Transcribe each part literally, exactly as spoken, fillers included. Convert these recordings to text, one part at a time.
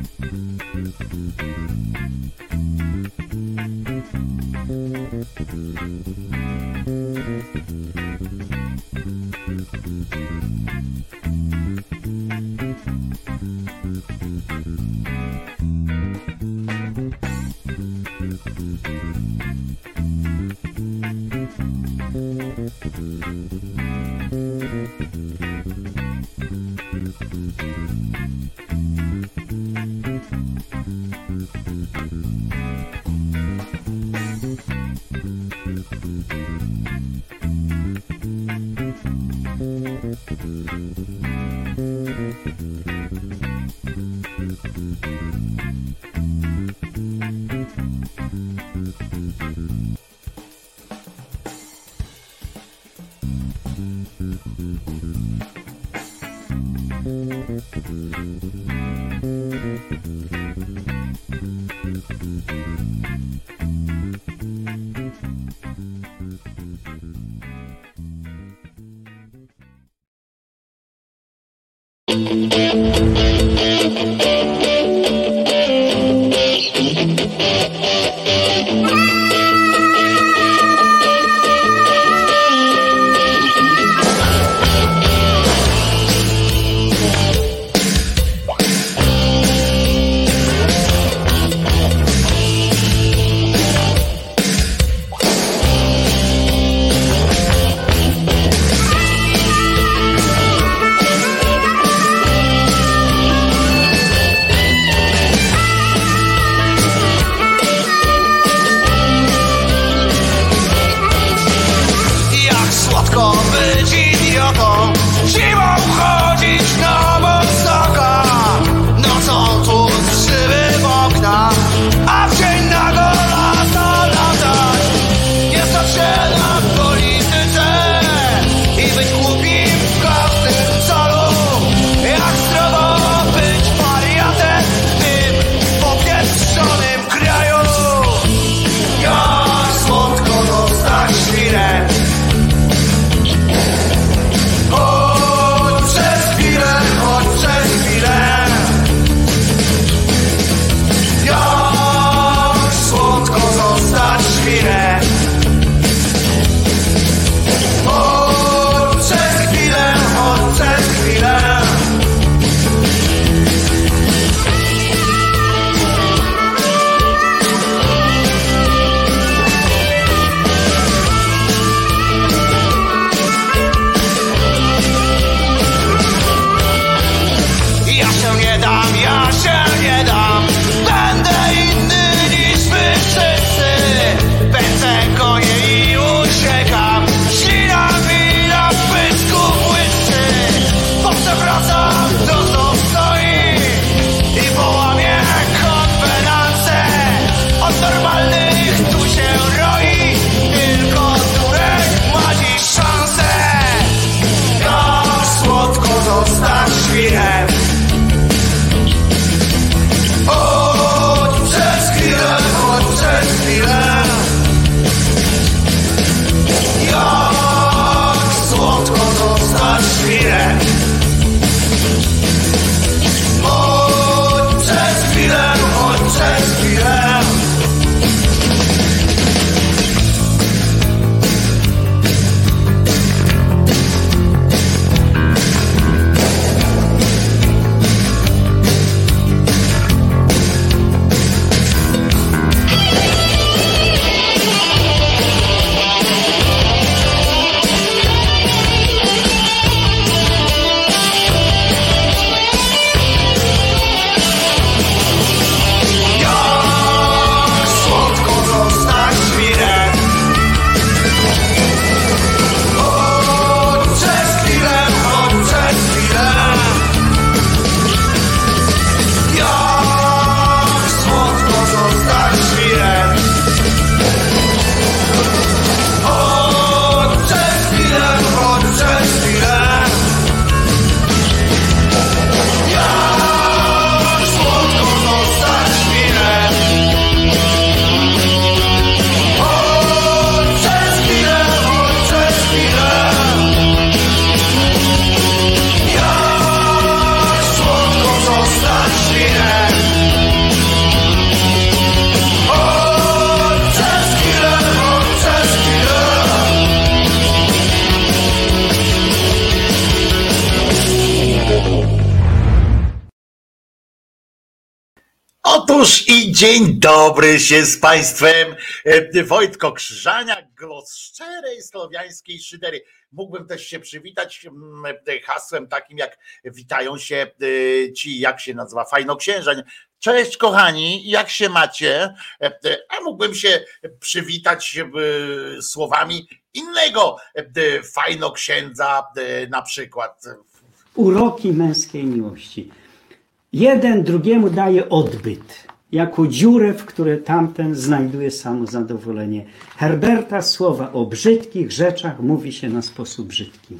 Thank Otóż i dzień dobry się z Państwem. Wojtko Krzyżaniak, głos szczerej słowiańskiej szydery. Mógłbym też się przywitać hasłem takim, jak witają się ci, jak się nazywa, fajnoksiężań. Cześć kochani, jak się macie? A mógłbym się przywitać słowami innego fajnoksiędza, na przykład. Uroki męskiej miłości. Jeden drugiemu daje odbyt, jako dziurę, w której tamten znajduje samozadowolenie. Herberta słowa o brzydkich rzeczach mówi się na sposób brzydki.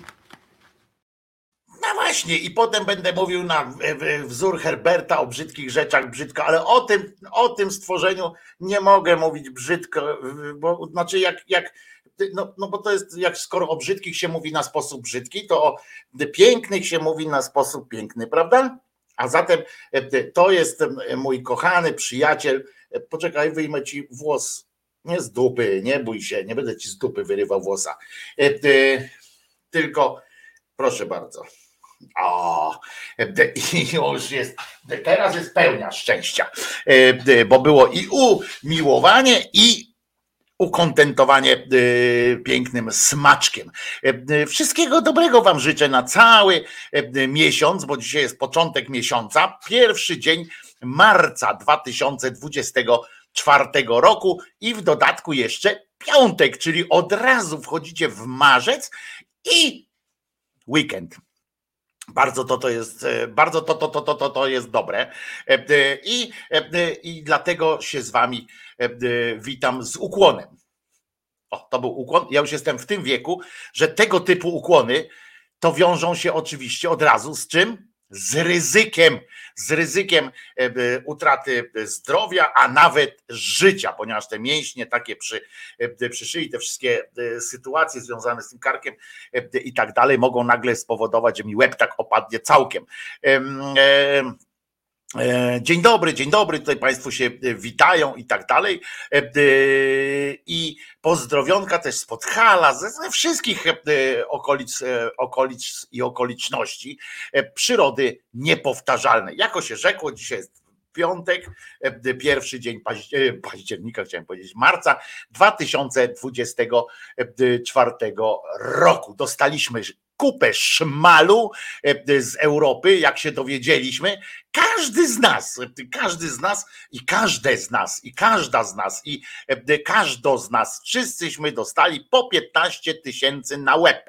No właśnie, i potem będę mówił na wzór Herberta o brzydkich rzeczach brzydko, ale o tym, o tym stworzeniu nie mogę mówić brzydko, bo znaczy jak, jak no, no bo to jest, jak skoro o brzydkich się mówi na sposób brzydki, to o pięknych się mówi na sposób piękny, prawda? A zatem to jest mój kochany przyjaciel. Poczekaj, wyjmę ci włos. Nie z dupy, nie bój się, nie będę ci z dupy wyrywał włosa. Tylko proszę bardzo. O, i już jest, teraz jest pełnia szczęścia, bo było i umiłowanie, i ukontentowanie pięknym smaczkiem. Wszystkiego dobrego wam życzę na cały miesiąc, bo dzisiaj jest początek miesiąca, pierwszy dzień marca dwa tysiące dwudziestego czwartego roku i w dodatku jeszcze piątek, czyli od razu wchodzicie w marzec i weekend. Bardzo to, to jest, bardzo to, to, to, to, to, to jest dobre. I, I dlatego się z wami witam z ukłonem. O, to był ukłon. Ja już jestem w tym wieku, że tego typu ukłony to wiążą się oczywiście od razu z czym? Z ryzykiem, z ryzykiem utraty zdrowia, a nawet życia, ponieważ te mięśnie takie przy, przy szyi, te wszystkie sytuacje związane z tym karkiem i tak dalej mogą nagle spowodować, że mi łeb tak opadnie całkiem. Dzień dobry, dzień dobry, tutaj Państwo się witają i tak dalej. I pozdrowionka też z Podhala, ze wszystkich okolic, okolic i okoliczności przyrody niepowtarzalnej. Jako się rzekło, dzisiaj jest piątek, pierwszy dzień października, chciałem powiedzieć, marca dwa tysiące dwudziestego czwartego roku. Dostaliśmy kupę szmalu z Europy, jak się dowiedzieliśmy. Każdy z nas, każdy z nas i każde z nas i każda z nas i każdo z nas, wszyscyśmy dostali po piętnaście tysięcy na łeb.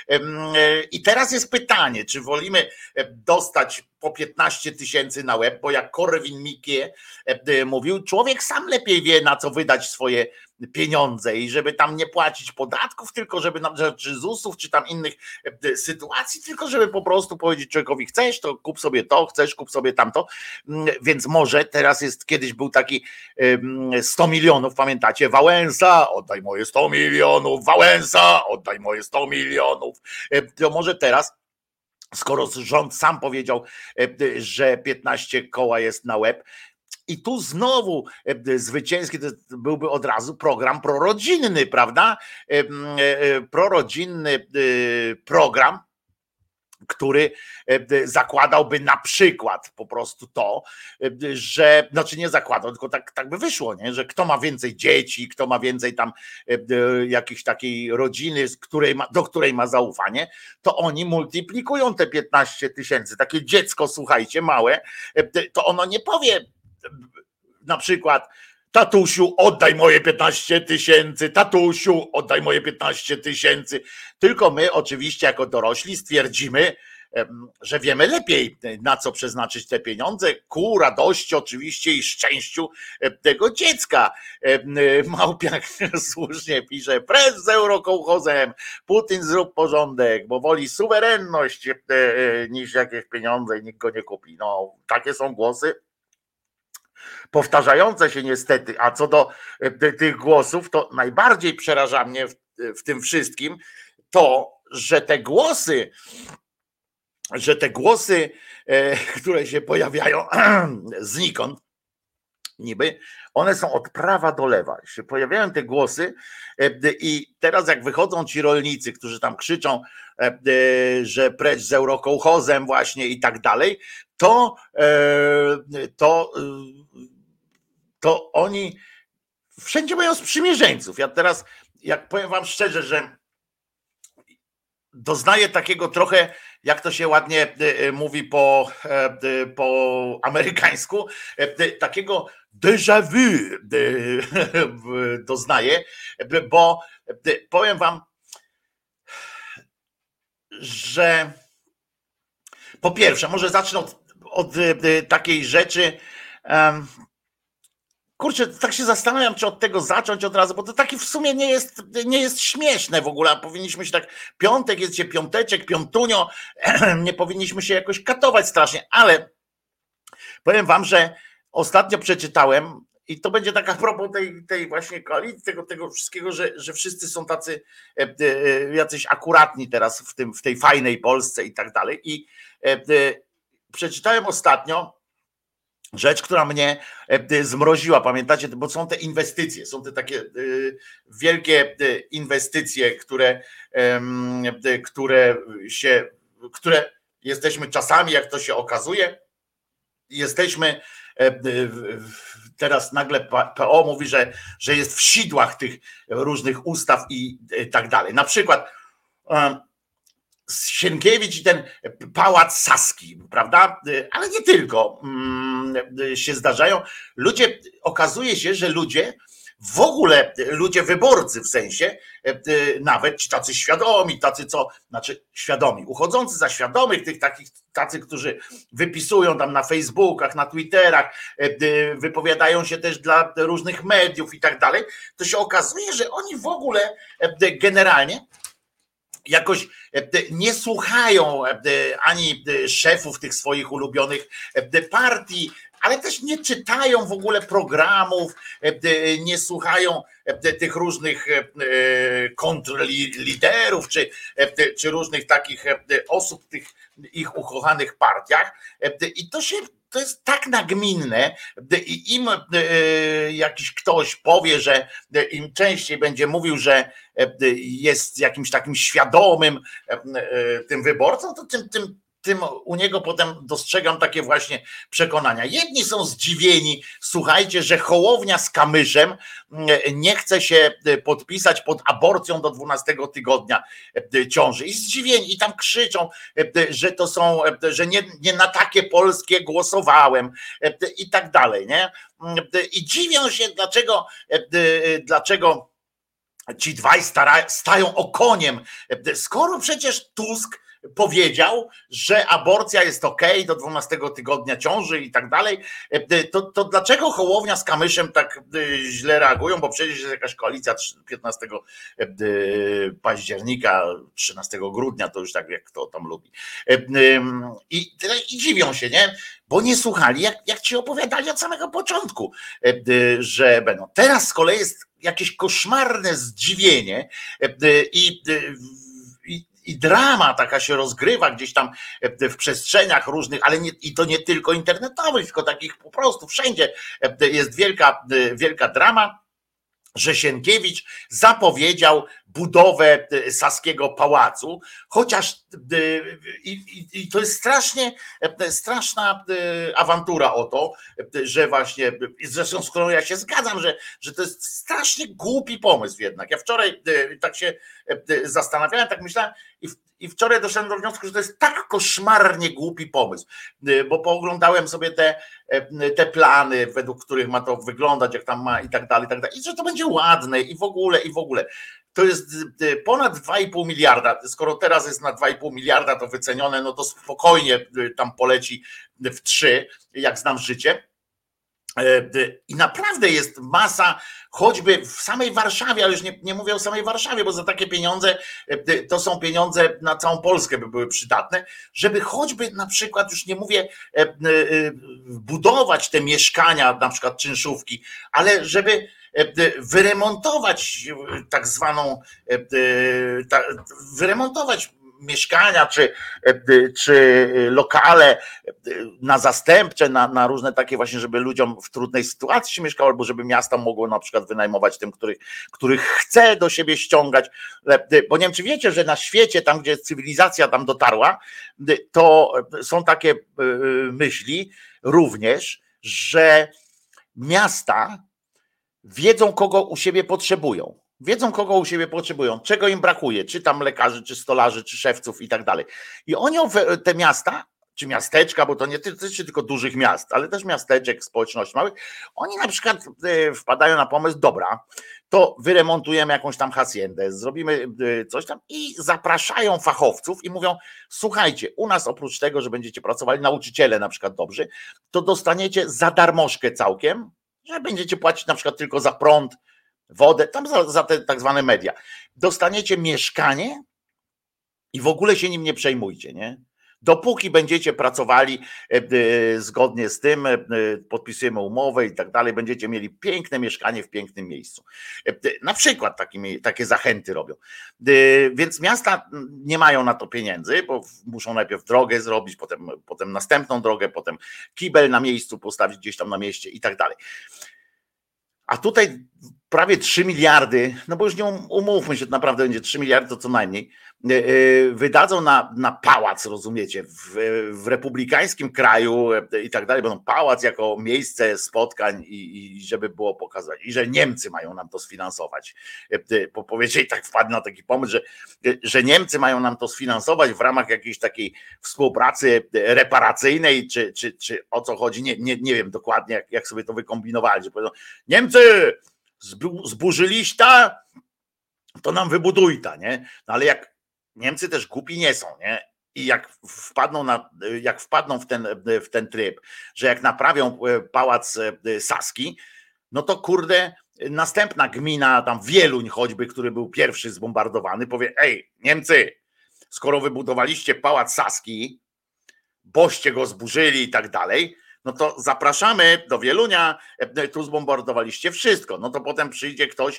I teraz jest pytanie, czy wolimy dostać po piętnaście tysięcy na łeb, bo jak Korwin-Mikke mówił, człowiek sam lepiej wie, na co wydać swoje pieniądze i żeby tam nie płacić podatków, tylko żeby nam, czy zusów, czy tam innych sytuacji, tylko żeby po prostu powiedzieć człowiekowi, chcesz, to kup sobie to, chcesz, kup sobie tamto. Więc może teraz jest, kiedyś był taki sto milionów, pamiętacie, Wałęsa, oddaj moje sto milionów, Wałęsa, oddaj moje sto milionów. To może teraz, skoro rząd sam powiedział, że piętnaście koła jest na łeb, i tu znowu zwycięski to byłby od razu program prorodzinny, prawda? Prorodzinny program, który zakładałby na przykład po prostu to, że, znaczy nie zakładał, tylko tak, tak by wyszło, nie? Że kto ma więcej dzieci, kto ma więcej tam jakiejś takiej rodziny, z której ma, do której ma zaufanie, to oni multiplikują te piętnaście tysięcy. Takie dziecko, słuchajcie, małe, to ono nie powie na przykład, tatusiu, oddaj moje piętnaście tysięcy, tatusiu, oddaj moje piętnaście tysięcy. Tylko my oczywiście jako dorośli stwierdzimy, że wiemy lepiej, na co przeznaczyć te pieniądze, ku radości oczywiście i szczęściu tego dziecka. Małpiak słusznie pisze, precz z eurokołchozem, Putin zrób porządek, bo woli suwerenność niż jakieś pieniądze i nikt go nie kupi. No, takie są głosy powtarzające się niestety, a co do tych głosów, to najbardziej przeraża mnie w, w tym wszystkim to, że te głosy, że te głosy, e, które się pojawiają znikąd, niby, one są od prawa do lewa. Się pojawiają te głosy i teraz jak wychodzą ci rolnicy, którzy tam krzyczą, że precz z eurokołchozem właśnie i tak dalej, to, to to oni wszędzie mają sprzymierzeńców. Ja teraz, jak powiem wam szczerze, że doznaję takiego trochę, jak to się ładnie mówi po, po amerykańsku, takiego déjà vu doznaję, bo powiem wam, że po pierwsze, może zacznę od, od takiej rzeczy, um, kurczę, tak się zastanawiam, czy od tego zacząć od razu, bo to taki w sumie nie jest, nie jest śmieszne w ogóle, powinniśmy się tak, piątek jest dzisiaj piąteczek, piątunio, nie powinniśmy się jakoś katować strasznie, ale powiem wam, że ostatnio przeczytałem i to będzie taka propos tej, tej właśnie koalicji, tego, tego wszystkiego, że, że wszyscy są tacy jacyś akuratni teraz w, tym, w tej fajnej Polsce i tak dalej. I przeczytałem ostatnio rzecz, która mnie zmroziła, pamiętacie, bo są te inwestycje, są te takie wielkie inwestycje, które, które się, które jesteśmy czasami, jak to się okazuje, jesteśmy teraz nagle P O mówi, że, że jest w sidłach tych różnych ustaw i tak dalej. Na przykład Sienkiewicz i ten pałac Saski, prawda? Ale nie tylko się zdarzają. Ludzie, okazuje się, że ludzie, w ogóle ludzie wyborcy w sensie, nawet ci tacy świadomi, tacy co, znaczy świadomi, uchodzący za świadomych, tych takich, tacy, którzy wypisują tam na Facebookach, na Twitterach, wypowiadają się też dla różnych mediów i tak dalej, to się okazuje, że oni w ogóle generalnie jakoś nie słuchają ani szefów tych swoich ulubionych partii, ale też nie czytają w ogóle programów, nie słuchają tych różnych kontrliderów, czy, czy różnych takich osób w tych ich ukochanych partiach. I to się to jest tak nagminne i im jakiś ktoś powie, że im częściej będzie mówił, że jest jakimś takim świadomym tym wyborcą, to tym, tym tym u niego potem dostrzegam takie właśnie przekonania. Jedni są zdziwieni, słuchajcie, że Hołownia z Kamyszem nie chce się podpisać pod aborcją do dwunastego tygodnia ciąży. I zdziwieni, i tam krzyczą, że to są, że nie, nie na takie polskie głosowałem i tak dalej, nie? I dziwią się, dlaczego, dlaczego ci dwaj stara, stają okoniem, skoro przecież Tusk powiedział, że aborcja jest okej do dwunastego tygodnia ciąży i tak dalej, to, to dlaczego Hołownia z Kamyszem tak źle reagują, bo przecież jest jakaś koalicja piętnastego października, trzynastego grudnia, to już tak jak kto tam lubi. I, i dziwią się, nie? Bo nie słuchali, jak, jak ci opowiadali od samego początku, że będą. Teraz z kolei jest jakieś koszmarne zdziwienie i I drama taka się rozgrywa gdzieś tam w przestrzeniach różnych, ale nie, i to nie tylko internetowych, tylko takich po prostu wszędzie jest wielka, wielka drama, że Sienkiewicz zapowiedział budowę Saskiego Pałacu, chociaż i, i, i to jest strasznie, straszna awantura o to, że właśnie, zresztą z którą ja się zgadzam, że, że to jest strasznie głupi pomysł jednak. Ja wczoraj tak się zastanawiałem, tak myślałem i, i wczoraj doszedłem do wniosku, że to jest tak koszmarnie głupi pomysł, bo pooglądałem sobie te, te plany, według których ma to wyglądać, jak tam ma i tak dalej, i tak dalej, i że to będzie ładne i w ogóle, i w ogóle. To jest ponad dwa i pół miliarda. Skoro teraz jest na dwa i pół miliarda to wycenione, no to spokojnie tam poleci w trzy, jak znam życie. I naprawdę jest masa, choćby w samej Warszawie, ale już nie, nie mówię o samej Warszawie, bo za takie pieniądze, to są pieniądze na całą Polskę by były przydatne, żeby choćby na przykład, już nie mówię budować te mieszkania, na przykład czynszówki, ale żeby wyremontować tak zwaną, wyremontować mieszkania czy, czy lokale na zastępcze, na, na różne takie właśnie, żeby ludziom w trudnej sytuacji się mieszkało, albo żeby miasta mogło na przykład wynajmować tym, których, których chce do siebie ściągać. Bo nie wiem, czy wiecie, że na świecie, tam gdzie cywilizacja tam dotarła, to są takie myśli również, że miasta wiedzą, kogo u siebie potrzebują. Wiedzą, kogo u siebie potrzebują, czego im brakuje, czy tam lekarzy, czy stolarzy, czy szewców i tak dalej. I oni te miasta, czy miasteczka, bo to nie dotyczy tylko dużych miast, ale też miasteczek, społeczności małych, oni na przykład wpadają na pomysł, dobra, to wyremontujemy jakąś tam haciendę, zrobimy coś tam i zapraszają fachowców i mówią, słuchajcie, u nas oprócz tego, że będziecie pracowali nauczyciele na przykład dobrzy, to dostaniecie za darmożkę całkiem, że będziecie płacić na przykład tylko za prąd, wodę, tam za, za te tak zwane media. Dostaniecie mieszkanie i w ogóle się nim nie przejmujcie, nie? Dopóki będziecie pracowali e, e, zgodnie z tym, e, podpisujemy umowę i tak dalej, będziecie mieli piękne mieszkanie w pięknym miejscu. E, na przykład takimi, takie zachęty robią. E, więc miasta nie mają na to pieniędzy, bo muszą najpierw drogę zrobić, potem, potem następną drogę, potem kibel na miejscu postawić gdzieś tam na mieście i tak dalej. A tutaj prawie trzy miliardy, no bo już nie umówmy się, naprawdę będzie trzy miliardy, to co najmniej, wydadzą na, na pałac, rozumiecie, w, w republikańskim kraju i tak dalej, będą pałac jako miejsce spotkań i, i żeby było pokazać, i że Niemcy mają nam to sfinansować. Bo powiecie, i tak wpadł na taki pomysł, że, że Niemcy mają nam to sfinansować w ramach jakiejś takiej współpracy reparacyjnej, czy, czy, czy o co chodzi, nie, nie, nie wiem dokładnie, jak, jak sobie to wykombinowali, że powiedzą, Niemcy, zburzyliście, to nam wybuduj ta, nie? No ale jak Niemcy też głupi nie są, nie? I jak wpadną, na, jak wpadną w ten, w ten tryb, że jak naprawią pałac Saski, no to kurde, następna gmina, tam Wieluń choćby, który był pierwszy zbombardowany, powie, ej, Niemcy, skoro wybudowaliście pałac Saski, boście go zburzyli i tak dalej, no to zapraszamy do Wielunia, tu zbombardowaliście wszystko, no to potem przyjdzie ktoś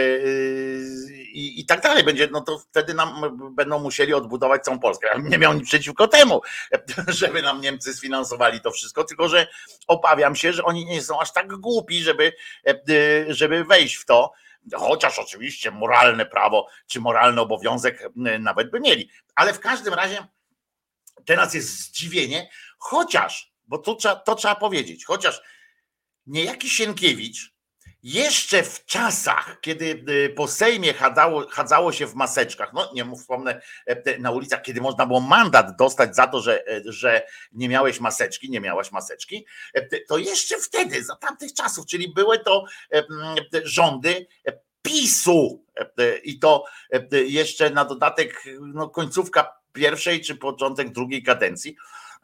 i, i tak dalej będzie, no to wtedy nam będą musieli odbudować całą Polskę. Ja nie miał nic przeciwko temu, żeby nam Niemcy sfinansowali to wszystko, tylko że obawiam się, że oni nie są aż tak głupi, żeby, żeby wejść w to, chociaż oczywiście moralne prawo, czy moralny obowiązek nawet by mieli, ale w każdym razie teraz jest zdziwienie, chociaż bo to trzeba, to trzeba powiedzieć, chociaż niejaki Sienkiewicz jeszcze w czasach, kiedy po Sejmie chadzało, chadzało się w maseczkach, no nie wspomnę na ulicach, kiedy można było mandat dostać za to, że, że nie miałeś maseczki, nie miałaś maseczki, to jeszcze wtedy, za tamtych czasów, czyli były to rządy PiSu i to jeszcze na dodatek no, końcówka pierwszej czy początek drugiej kadencji,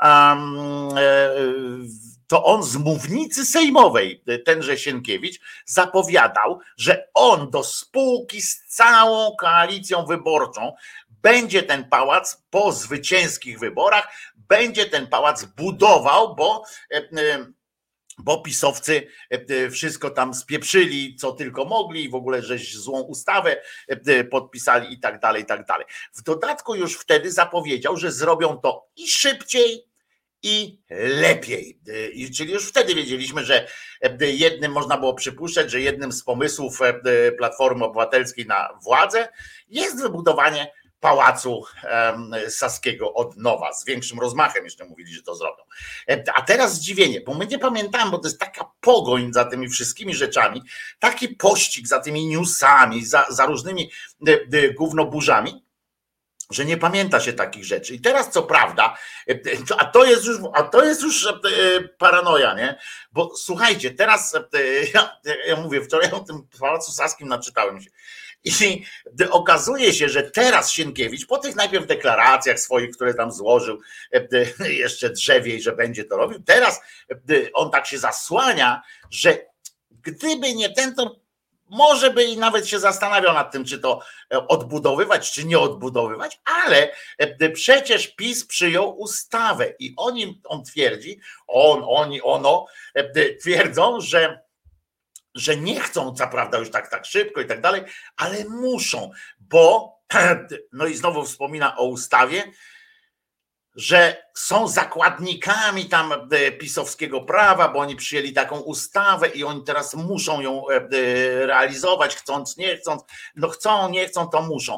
to on z mównicy sejmowej, tenże Sienkiewicz, zapowiadał, że on do spółki z całą koalicją wyborczą będzie ten pałac po zwycięskich wyborach, będzie ten pałac budował, bo bo pisowcy wszystko tam spieprzyli, co tylko mogli i w ogóle żeś złą ustawę podpisali i tak dalej, i tak dalej. W dodatku już wtedy zapowiedział, że zrobią to i szybciej, i lepiej. I czyli już wtedy wiedzieliśmy, że jednym można było przypuszczać, że jednym z pomysłów Platformy Obywatelskiej na władzę jest wybudowanie Pałacu Saskiego od nowa, z większym rozmachem jeszcze mówili, że to zrobią. A teraz zdziwienie, bo my nie pamiętamy, bo to jest taka pogoń za tymi wszystkimi rzeczami, taki pościg za tymi newsami, za, za różnymi gównoburzami, że nie pamięta się takich rzeczy. I teraz co prawda, a to jest już, a to jest już paranoja, nie? Bo słuchajcie, teraz ja, ja mówię, wczoraj o tym Pałacu Saskim naczytałem się. I okazuje się, że teraz Sienkiewicz, po tych najpierw deklaracjach swoich, które tam złożył, jeszcze drzewiej, że będzie to robił, teraz on tak się zasłania, że gdyby nie ten, to może by i nawet się zastanawiał nad tym, czy to odbudowywać, czy nie odbudowywać, ale przecież PiS przyjął ustawę i oni, on twierdzi, on, oni, ono twierdzą, że że nie chcą, co prawda już tak, tak szybko i tak dalej, ale muszą, bo, no i znowu wspomina o ustawie, że są zakładnikami tam pisowskiego prawa, bo oni przyjęli taką ustawę i oni teraz muszą ją realizować, chcąc, nie chcąc, no chcą, nie chcą, to muszą.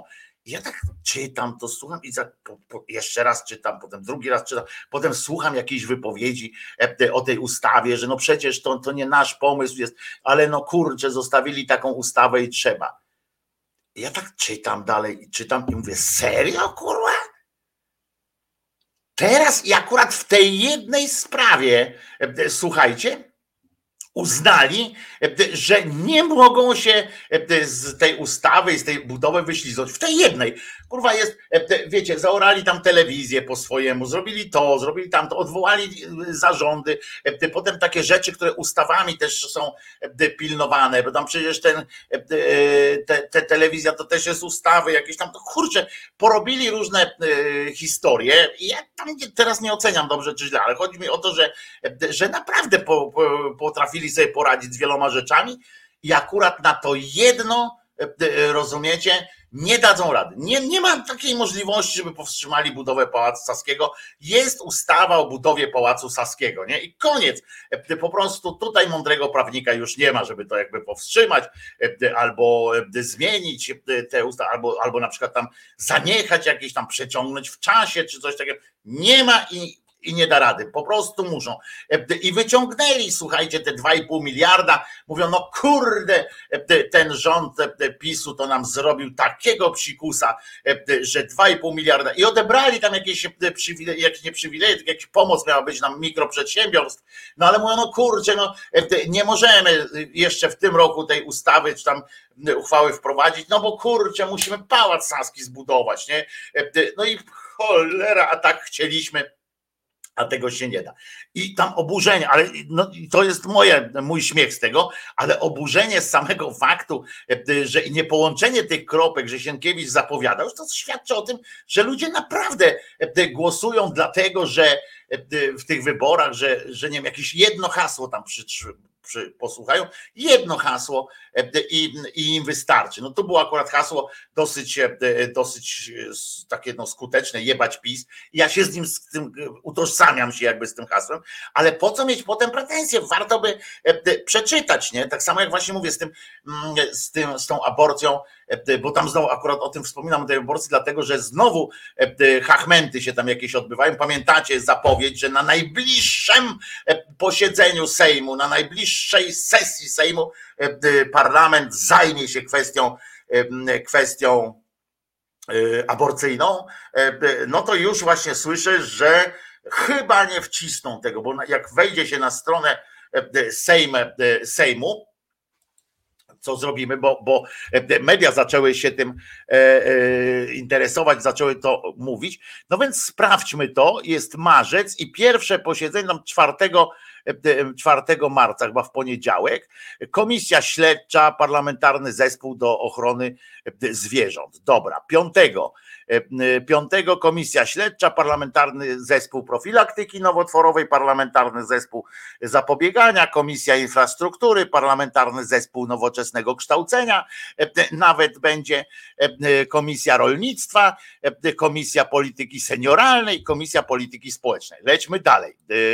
Ja tak czytam to, słucham i za, po, po, jeszcze raz czytam, potem drugi raz czytam, potem słucham jakiejś wypowiedzi o tej ustawie, że no przecież to, to nie nasz pomysł jest, ale no kurczę, zostawili taką ustawę i trzeba. Ja tak czytam dalej i czytam i mówię, serio kurwa? Teraz i akurat w tej jednej sprawie, słuchajcie, uznali, że nie mogą się z tej ustawy i z tej budowy wyśliznąć. W tej jednej. Kurwa jest, wiecie, zaorali tam telewizję po swojemu, zrobili to, zrobili tamto, odwołali zarządy, potem takie rzeczy, które ustawami też są pilnowane, bo tam przecież ten, te, te telewizja to też jest ustawy jakieś tam, to kurczę, porobili różne historie i ja tam teraz nie oceniam dobrze czy źle, ale chodzi mi o to, że, że naprawdę po, po, potrafili sobie poradzić z wieloma rzeczami i akurat na to jedno, rozumiecie, nie dadzą rady. Nie, nie ma takiej możliwości, żeby powstrzymali budowę Pałacu Saskiego. Jest ustawa o budowie Pałacu Saskiego, nie? I koniec. Po prostu tutaj mądrego prawnika już nie ma, żeby to jakby powstrzymać albo zmienić tę ustawę, albo, albo na przykład tam zaniechać jakieś tam, przeciągnąć w czasie czy coś takiego. Nie ma i I nie da rady, po prostu muszą. I wyciągnęli, słuchajcie, te dwa i pół miliarda. Mówią, no kurde, ten rząd PiSu to nam zrobił takiego psikusa, że dwa i pół miliarda. I odebrali tam jakieś przywileje, jakieś nie przywileje, tylko jakaś pomoc miała być nam mikroprzedsiębiorstw. No ale mówią, no kurczę, no nie możemy jeszcze w tym roku tej ustawy, czy tam uchwały wprowadzić, no bo kurczę, musimy Pałac Saski zbudować, nie? No i cholera, a tak chcieliśmy, a tego się nie da. I tam oburzenie, ale no, to jest moje, mój śmiech z tego, ale oburzenie z samego faktu, że nie połączenie tych kropek, że Sienkiewicz zapowiadał, już to świadczy o tym, że ludzie naprawdę głosują dlatego, że w tych wyborach, że, że nie wiem, jakieś jedno hasło tam przy, przy, posłuchają, jedno hasło i, i im wystarczy. No to było akurat hasło dosyć, dosyć takie no skuteczne, jebać PiS. Ja się z nim, z tym, utożsamiam się jakby z tym hasłem, ale po co mieć potem pretensje? Warto by przeczytać, nie? Tak samo jak właśnie mówię z tym, z tym, z tą aborcją, bo tam znowu akurat o tym wspominam, o tej aborcji, dlatego, że znowu hachmenty się tam jakieś odbywają. Pamiętacie zapowiedź, że na najbliższym posiedzeniu Sejmu, na najbliższej sesji Sejmu parlament zajmie się kwestią, kwestią aborcyjną, no to już właśnie słyszę, że chyba nie wcisną tego, bo jak wejdzie się na stronę Sejm, Sejmu, co zrobimy, bo, bo media zaczęły się tym e, e, interesować, zaczęły to mówić. No więc sprawdźmy to, jest marzec i pierwsze posiedzenie tam czwartego czwartego marca, chyba w poniedziałek, Komisja Śledcza, Parlamentarny Zespół do Ochrony Zwierząt. Dobra, piątego Piątego Komisja Śledcza, Parlamentarny Zespół Profilaktyki Nowotworowej, Parlamentarny Zespół Zapobiegania, Komisja Infrastruktury, Parlamentarny Zespół Nowoczesnego Kształcenia, nawet będzie Komisja Rolnictwa, Komisja Polityki Senioralnej, Komisja Polityki Społecznej. Lećmy dalej.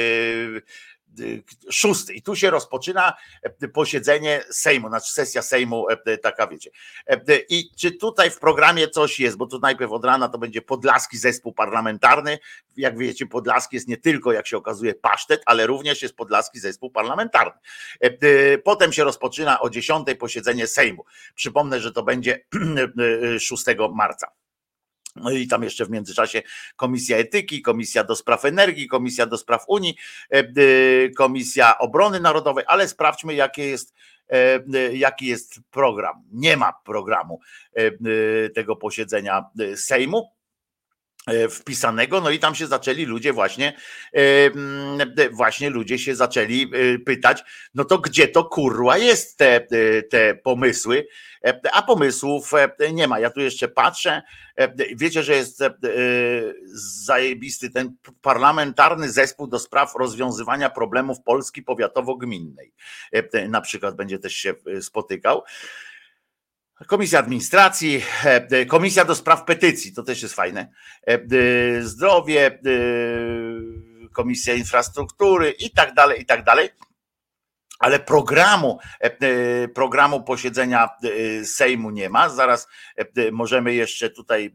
Szósty. I tu się rozpoczyna posiedzenie Sejmu, znaczy sesja Sejmu, taka wiecie. I czy tutaj w programie coś jest, bo tu najpierw od rana to będzie Podlaski Zespół Parlamentarny. Jak wiecie, Podlaski jest nie tylko, jak się okazuje, pasztet, ale również jest Podlaski Zespół Parlamentarny. Potem się rozpoczyna o dziesiątej posiedzenie Sejmu. Przypomnę, że to będzie szóstego marca. No i tam jeszcze w międzyczasie Komisja Etyki, Komisja do Spraw Energii, Komisja do Spraw Unii, Komisja Obrony Narodowej, ale sprawdźmy, jaki jest, jaki jest program. Nie ma programu tego posiedzenia Sejmu wpisanego, no i tam się zaczęli ludzie właśnie, właśnie ludzie się zaczęli pytać, no to gdzie to kurwa jest te, te pomysły, a pomysłów nie ma. Ja tu jeszcze patrzę, wiecie, że jest zajebisty ten Parlamentarny Zespół do Spraw Rozwiązywania Problemów Polski Powiatowo-Gminnej, na przykład będzie też się spotykał. Komisja Administracji, Komisja do Spraw Petycji, to też jest fajne, Zdrowie, Komisja Infrastruktury i tak dalej, i tak dalej. ale programu, programu posiedzenia Sejmu nie ma. Zaraz możemy jeszcze tutaj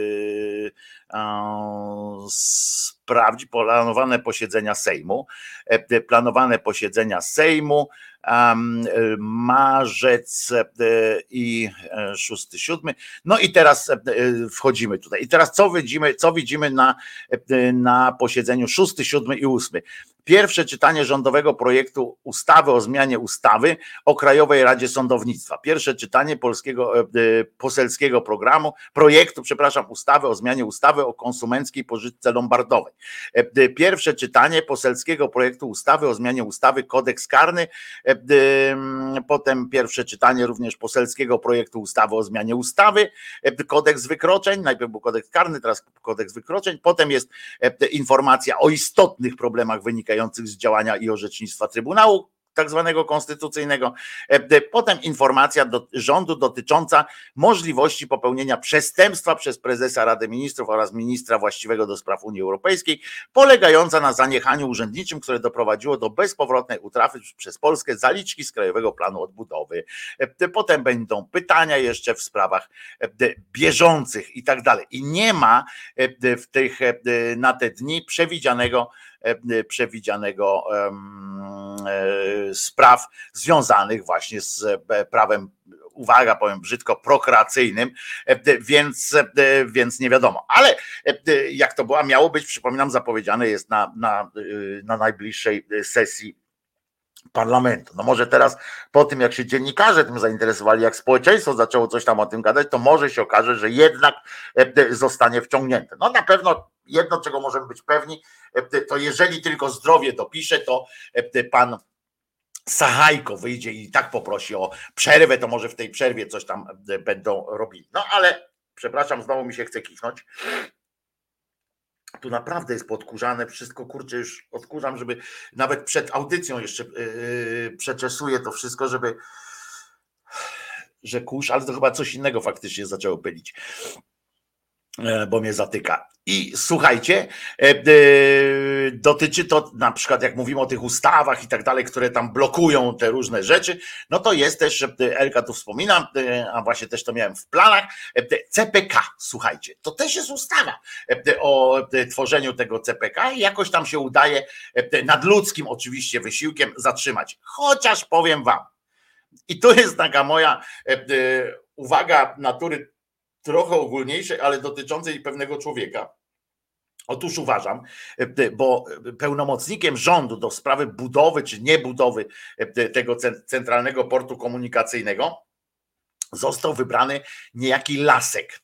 sprawdzić planowane posiedzenia Sejmu. Planowane posiedzenia Sejmu, marzec i szósty, siódmy. No i teraz wchodzimy tutaj. I teraz co widzimy, co widzimy na, na posiedzeniu szósty, siódmy i ósmy? Pierwsze czytanie rządowego projektu ustawy o zmianie ustawy o Krajowej Radzie Sądownictwa. Pierwsze czytanie polskiego poselskiego programu, projektu, przepraszam, ustawy o zmianie ustawy o konsumenckiej pożyczce lombardowej. Pierwsze czytanie poselskiego projektu ustawy o zmianie ustawy Kodeks karny. Potem pierwsze czytanie również poselskiego projektu ustawy o zmianie ustawy Kodeks wykroczeń. Najpierw był Kodeks karny, teraz Kodeks wykroczeń. Potem jest informacja o istotnych problemach wynikających z działania i orzecznictwa Trybunału tak zwanego konstytucyjnego. Potem informacja do rządu dotycząca możliwości popełnienia przestępstwa przez prezesa Rady Ministrów oraz ministra właściwego do spraw Unii Europejskiej, polegająca na zaniechaniu urzędniczym, które doprowadziło do bezpowrotnej utraty przez Polskę zaliczki z Krajowego Planu Odbudowy. Potem będą pytania jeszcze w sprawach bieżących i tak dalej. I nie ma w tych, na te dni przewidzianego przewidzianego spraw związanych właśnie z prawem, uwaga, powiem brzydko, prokreacyjnym, więc, więc nie wiadomo. Ale jak to była, miało być, przypominam, zapowiedziane jest na, na, na najbliższej sesji parlamentu. No może teraz po tym, jak się dziennikarze tym zainteresowali, jak społeczeństwo zaczęło coś tam o tym gadać, to może się okaże, że jednak zostanie wciągnięte. No na pewno jedno, czego możemy być pewni, to jeżeli tylko zdrowie dopisze, to pan Sachajko wyjdzie i tak poprosi o przerwę, to może w tej przerwie coś tam będą robili. No ale, przepraszam, znowu mi się chce kichnąć. Tu naprawdę jest podkurzane, wszystko, kurczę, już odkurzam, żeby nawet przed audycją jeszcze yy, przeczesuję to wszystko, żeby, że kurz, ale to chyba coś innego faktycznie zaczęło pylić, bo mnie zatyka. I słuchajcie, dotyczy to na przykład, jak mówimy o tych ustawach i tak dalej, które tam blokują te różne rzeczy, no to jest też, Elka tu wspomina, a właśnie też to miałem w planach, C P K, słuchajcie, to też jest ustawa o tworzeniu tego C P K i jakoś tam się udaje nadludzkim oczywiście wysiłkiem zatrzymać. Chociaż powiem wam, i to jest taka moja uwaga natury trochę ogólniejszej, ale dotyczącej pewnego człowieka. Otóż uważam, bo pełnomocnikiem rządu do sprawy budowy czy niebudowy tego centralnego portu komunikacyjnego został wybrany niejaki Lasek.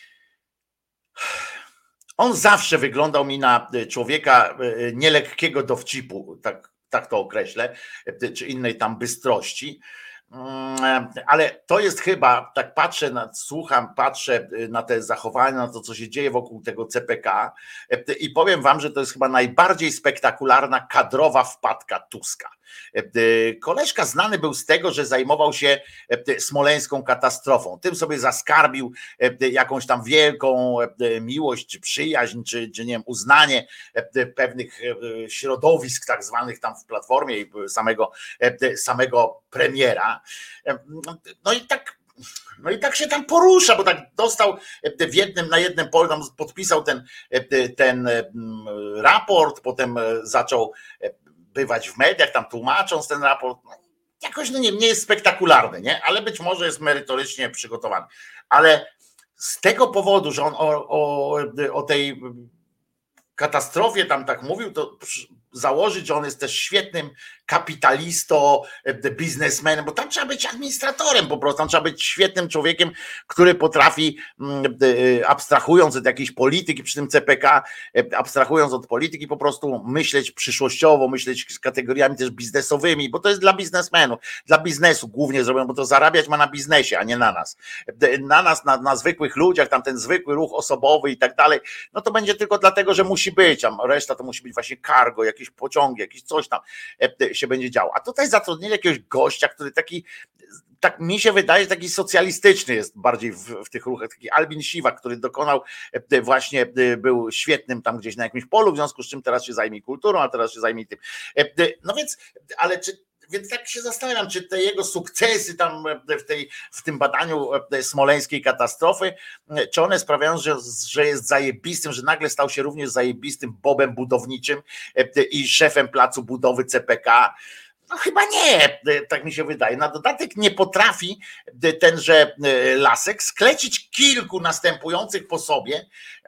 On zawsze wyglądał mi na człowieka nielekkiego dowcipu, tak, tak to określę, czy innej tam bystrości. Ale to jest chyba, tak patrzę, na, słucham, patrzę na te zachowania, na to, co się dzieje wokół tego C P K i powiem wam, że to jest chyba najbardziej spektakularna kadrowa wpadka Tuska. Koleżka znany był z tego, że zajmował się smoleńską katastrofą. Tym sobie zaskarbił jakąś tam wielką miłość, czy przyjaźń, czy, czy nie wiem, uznanie pewnych środowisk tak zwanych tam w Platformie i samego, samego premiera. No i tak No i tak się tam porusza, bo tak dostał w jednym, na jednym polu, tam podpisał ten, ten raport, potem zaczął bywać w mediach, tam tłumacząc ten raport. Jakoś no nie, nie jest spektakularny, nie? Ale być może jest merytorycznie przygotowany. Ale z tego powodu, że on o, o, o tej katastrofie tam tak mówił, to założyć, że on jest też świetnym kapitalistą, biznesmenem, bo tam trzeba być administratorem po prostu, tam trzeba być świetnym człowiekiem, który potrafi, abstrahując od jakiejś polityki przy tym C P K, abstrahując od polityki, po prostu myśleć przyszłościowo, myśleć z kategoriami też biznesowymi, bo to jest dla biznesmenów, dla biznesu głównie zrobią, bo to zarabiać ma na biznesie, a nie na nas. Na nas, na, na zwykłych ludziach, tam ten zwykły ruch osobowy i tak dalej, no to będzie tylko dlatego, że musi być, a reszta to musi być właśnie cargo, jakieś pociągi, jakieś coś tam się będzie działo. A tutaj zatrudnili jakiegoś gościa, który taki, tak mi się wydaje, taki socjalistyczny jest bardziej w, w tych ruchach, taki Albin Siwak, który dokonał właśnie, był świetnym tam gdzieś na jakimś polu, w związku z czym teraz się zajmie kulturą, a teraz się zajmie tym. No więc, ale czy więc tak się zastanawiam, czy te jego sukcesy tam w, tej, w tym badaniu smoleńskiej katastrofy, czy one sprawiają, że, że jest zajebistym, że nagle stał się również zajebistym Bobem budowniczym i szefem placu budowy C P K. No chyba nie, tak mi się wydaje. Na dodatek nie potrafi tenże Lasek sklecić kilku następujących po sobie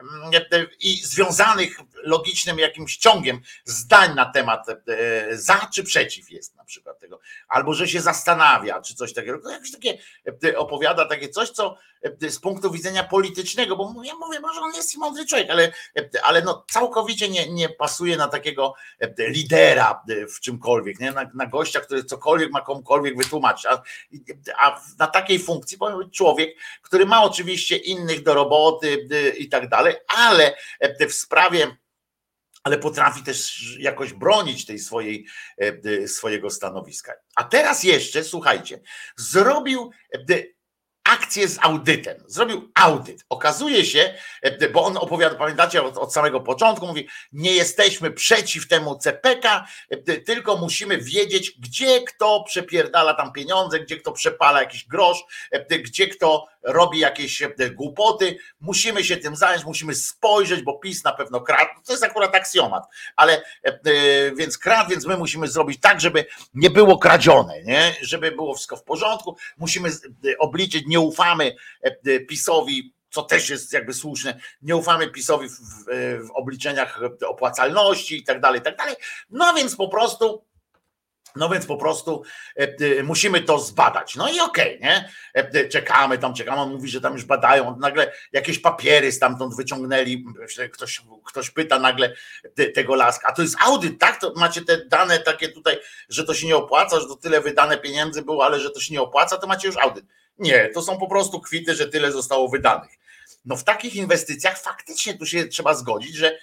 i związanych logicznym jakimś ciągiem zdań na temat za czy przeciw jest na przykład tego. Albo że się zastanawia, czy coś takiego. Jakieś takie opowiada takie coś, co z punktu widzenia politycznego, bo ja mówię, może on jest i mądry człowiek, ale, ale no całkowicie nie, nie pasuje na takiego lidera w czymkolwiek, nie? Na, na gościa, który cokolwiek ma komukolwiek wytłumaczyć, a, a na takiej funkcji powinien być człowiek, który ma oczywiście innych do roboty i tak dalej, ale w sprawie, ale potrafi też jakoś bronić tej swojej, swojego stanowiska. A teraz jeszcze, słuchajcie, zrobił akcję z audytem, zrobił audyt. Okazuje się, bo on opowiada, pamiętacie, od, od samego początku, mówi, nie jesteśmy przeciw temu C P K, tylko musimy wiedzieć, gdzie kto przepierdala tam pieniądze, gdzie kto przepala jakiś grosz, gdzie kto robi jakieś głupoty. Musimy się tym zająć, musimy spojrzeć, bo PiS na pewno kradł. To jest akurat aksjomat, ale więc kradł, więc my musimy zrobić tak, żeby nie było kradzione, nie? Żeby było wszystko w porządku. Musimy obliczyć, nie ufamy PiS-owi, co też jest jakby słuszne, nie ufamy PiS-owi w, w, w obliczeniach opłacalności i tak dalej, i tak dalej. No więc po prostu No więc po prostu e, musimy to zbadać. No i okej, okay, nie? E, czekamy tam, czekamy, on mówi, że tam już badają, nagle jakieś papiery stamtąd wyciągnęli, ktoś, ktoś pyta nagle te, tego Laska, a to jest audyt, tak? To macie te dane takie tutaj, że to się nie opłaca, że to tyle wydane pieniędzy było, ale że to się nie opłaca, to macie już audyt. Nie, to są po prostu kwity, że tyle zostało wydanych. No w takich inwestycjach faktycznie tu się trzeba zgodzić, że,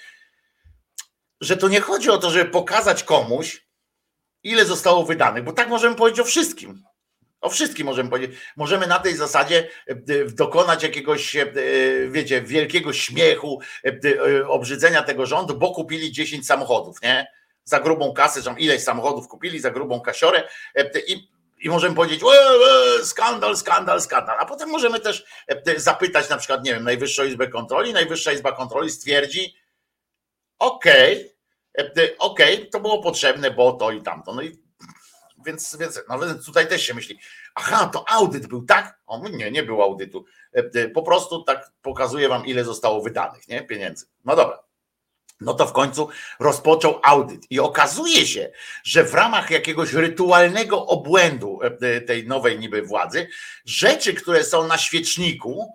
że to nie chodzi o to, żeby pokazać komuś, ile zostało wydanych, bo tak możemy powiedzieć o wszystkim. O wszystkim możemy powiedzieć. Możemy na tej zasadzie dokonać jakiegoś, wiecie, wielkiego śmiechu, obrzydzenia tego rządu, bo kupili dziesięć samochodów, nie? Za grubą kasę, że ileś samochodów kupili, za grubą kasiorę i, i możemy powiedzieć e, e, skandal, skandal, skandal. A potem możemy też zapytać na przykład, nie wiem, Najwyższą Izbę Kontroli. Najwyższa Izba Kontroli stwierdzi, okej, okay, okej, okay, to było potrzebne, bo to i tamto. No i więc, więc no, tutaj też się myśli, aha, to audyt był, tak? O, nie, nie było audytu. Po prostu tak pokazuję wam, ile zostało wydanych, nie? Pieniędzy. No dobra. No to w końcu rozpoczął audyt i okazuje się, że w ramach jakiegoś rytualnego obłędu tej nowej niby władzy, rzeczy, które są na świeczniku,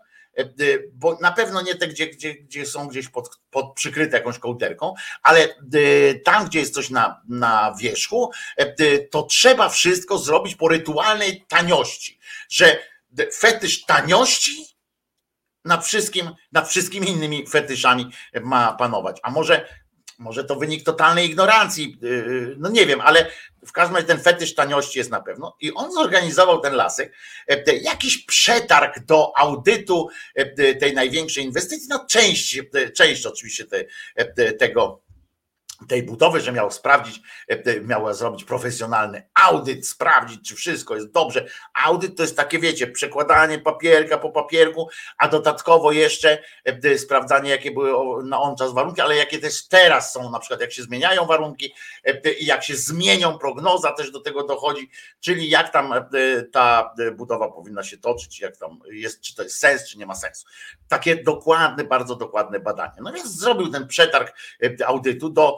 bo na pewno nie te, gdzie, gdzie, gdzie są gdzieś pod, pod przykryte jakąś kołderką, ale tam, gdzie jest coś na, na wierzchu, to trzeba wszystko zrobić po rytualnej taniości, że fetysz taniości nad wszystkim, nad wszystkimi innymi fetyszami ma panować. A może, może to wynik totalnej ignorancji, no nie wiem, ale w każdym razie ten fetysz taniości jest na pewno. I on zorganizował, ten Lasek, jakiś przetarg do audytu tej największej inwestycji, no część, część oczywiście te, tego, tej budowy, że miał sprawdzić, miał zrobić profesjonalny audyt, sprawdzić, czy wszystko jest dobrze. Audyt to jest takie, wiecie, przekładanie papierka po papierku, a dodatkowo jeszcze sprawdzanie, jakie były na on czas warunki, ale jakie też teraz są, na przykład jak się zmieniają warunki i jak się zmienią, prognoza też do tego dochodzi, czyli jak tam ta budowa powinna się toczyć, jak tam jest, czy to jest sens, czy nie ma sensu. Takie dokładne, bardzo dokładne badanie. No więc zrobił ten przetarg audytu do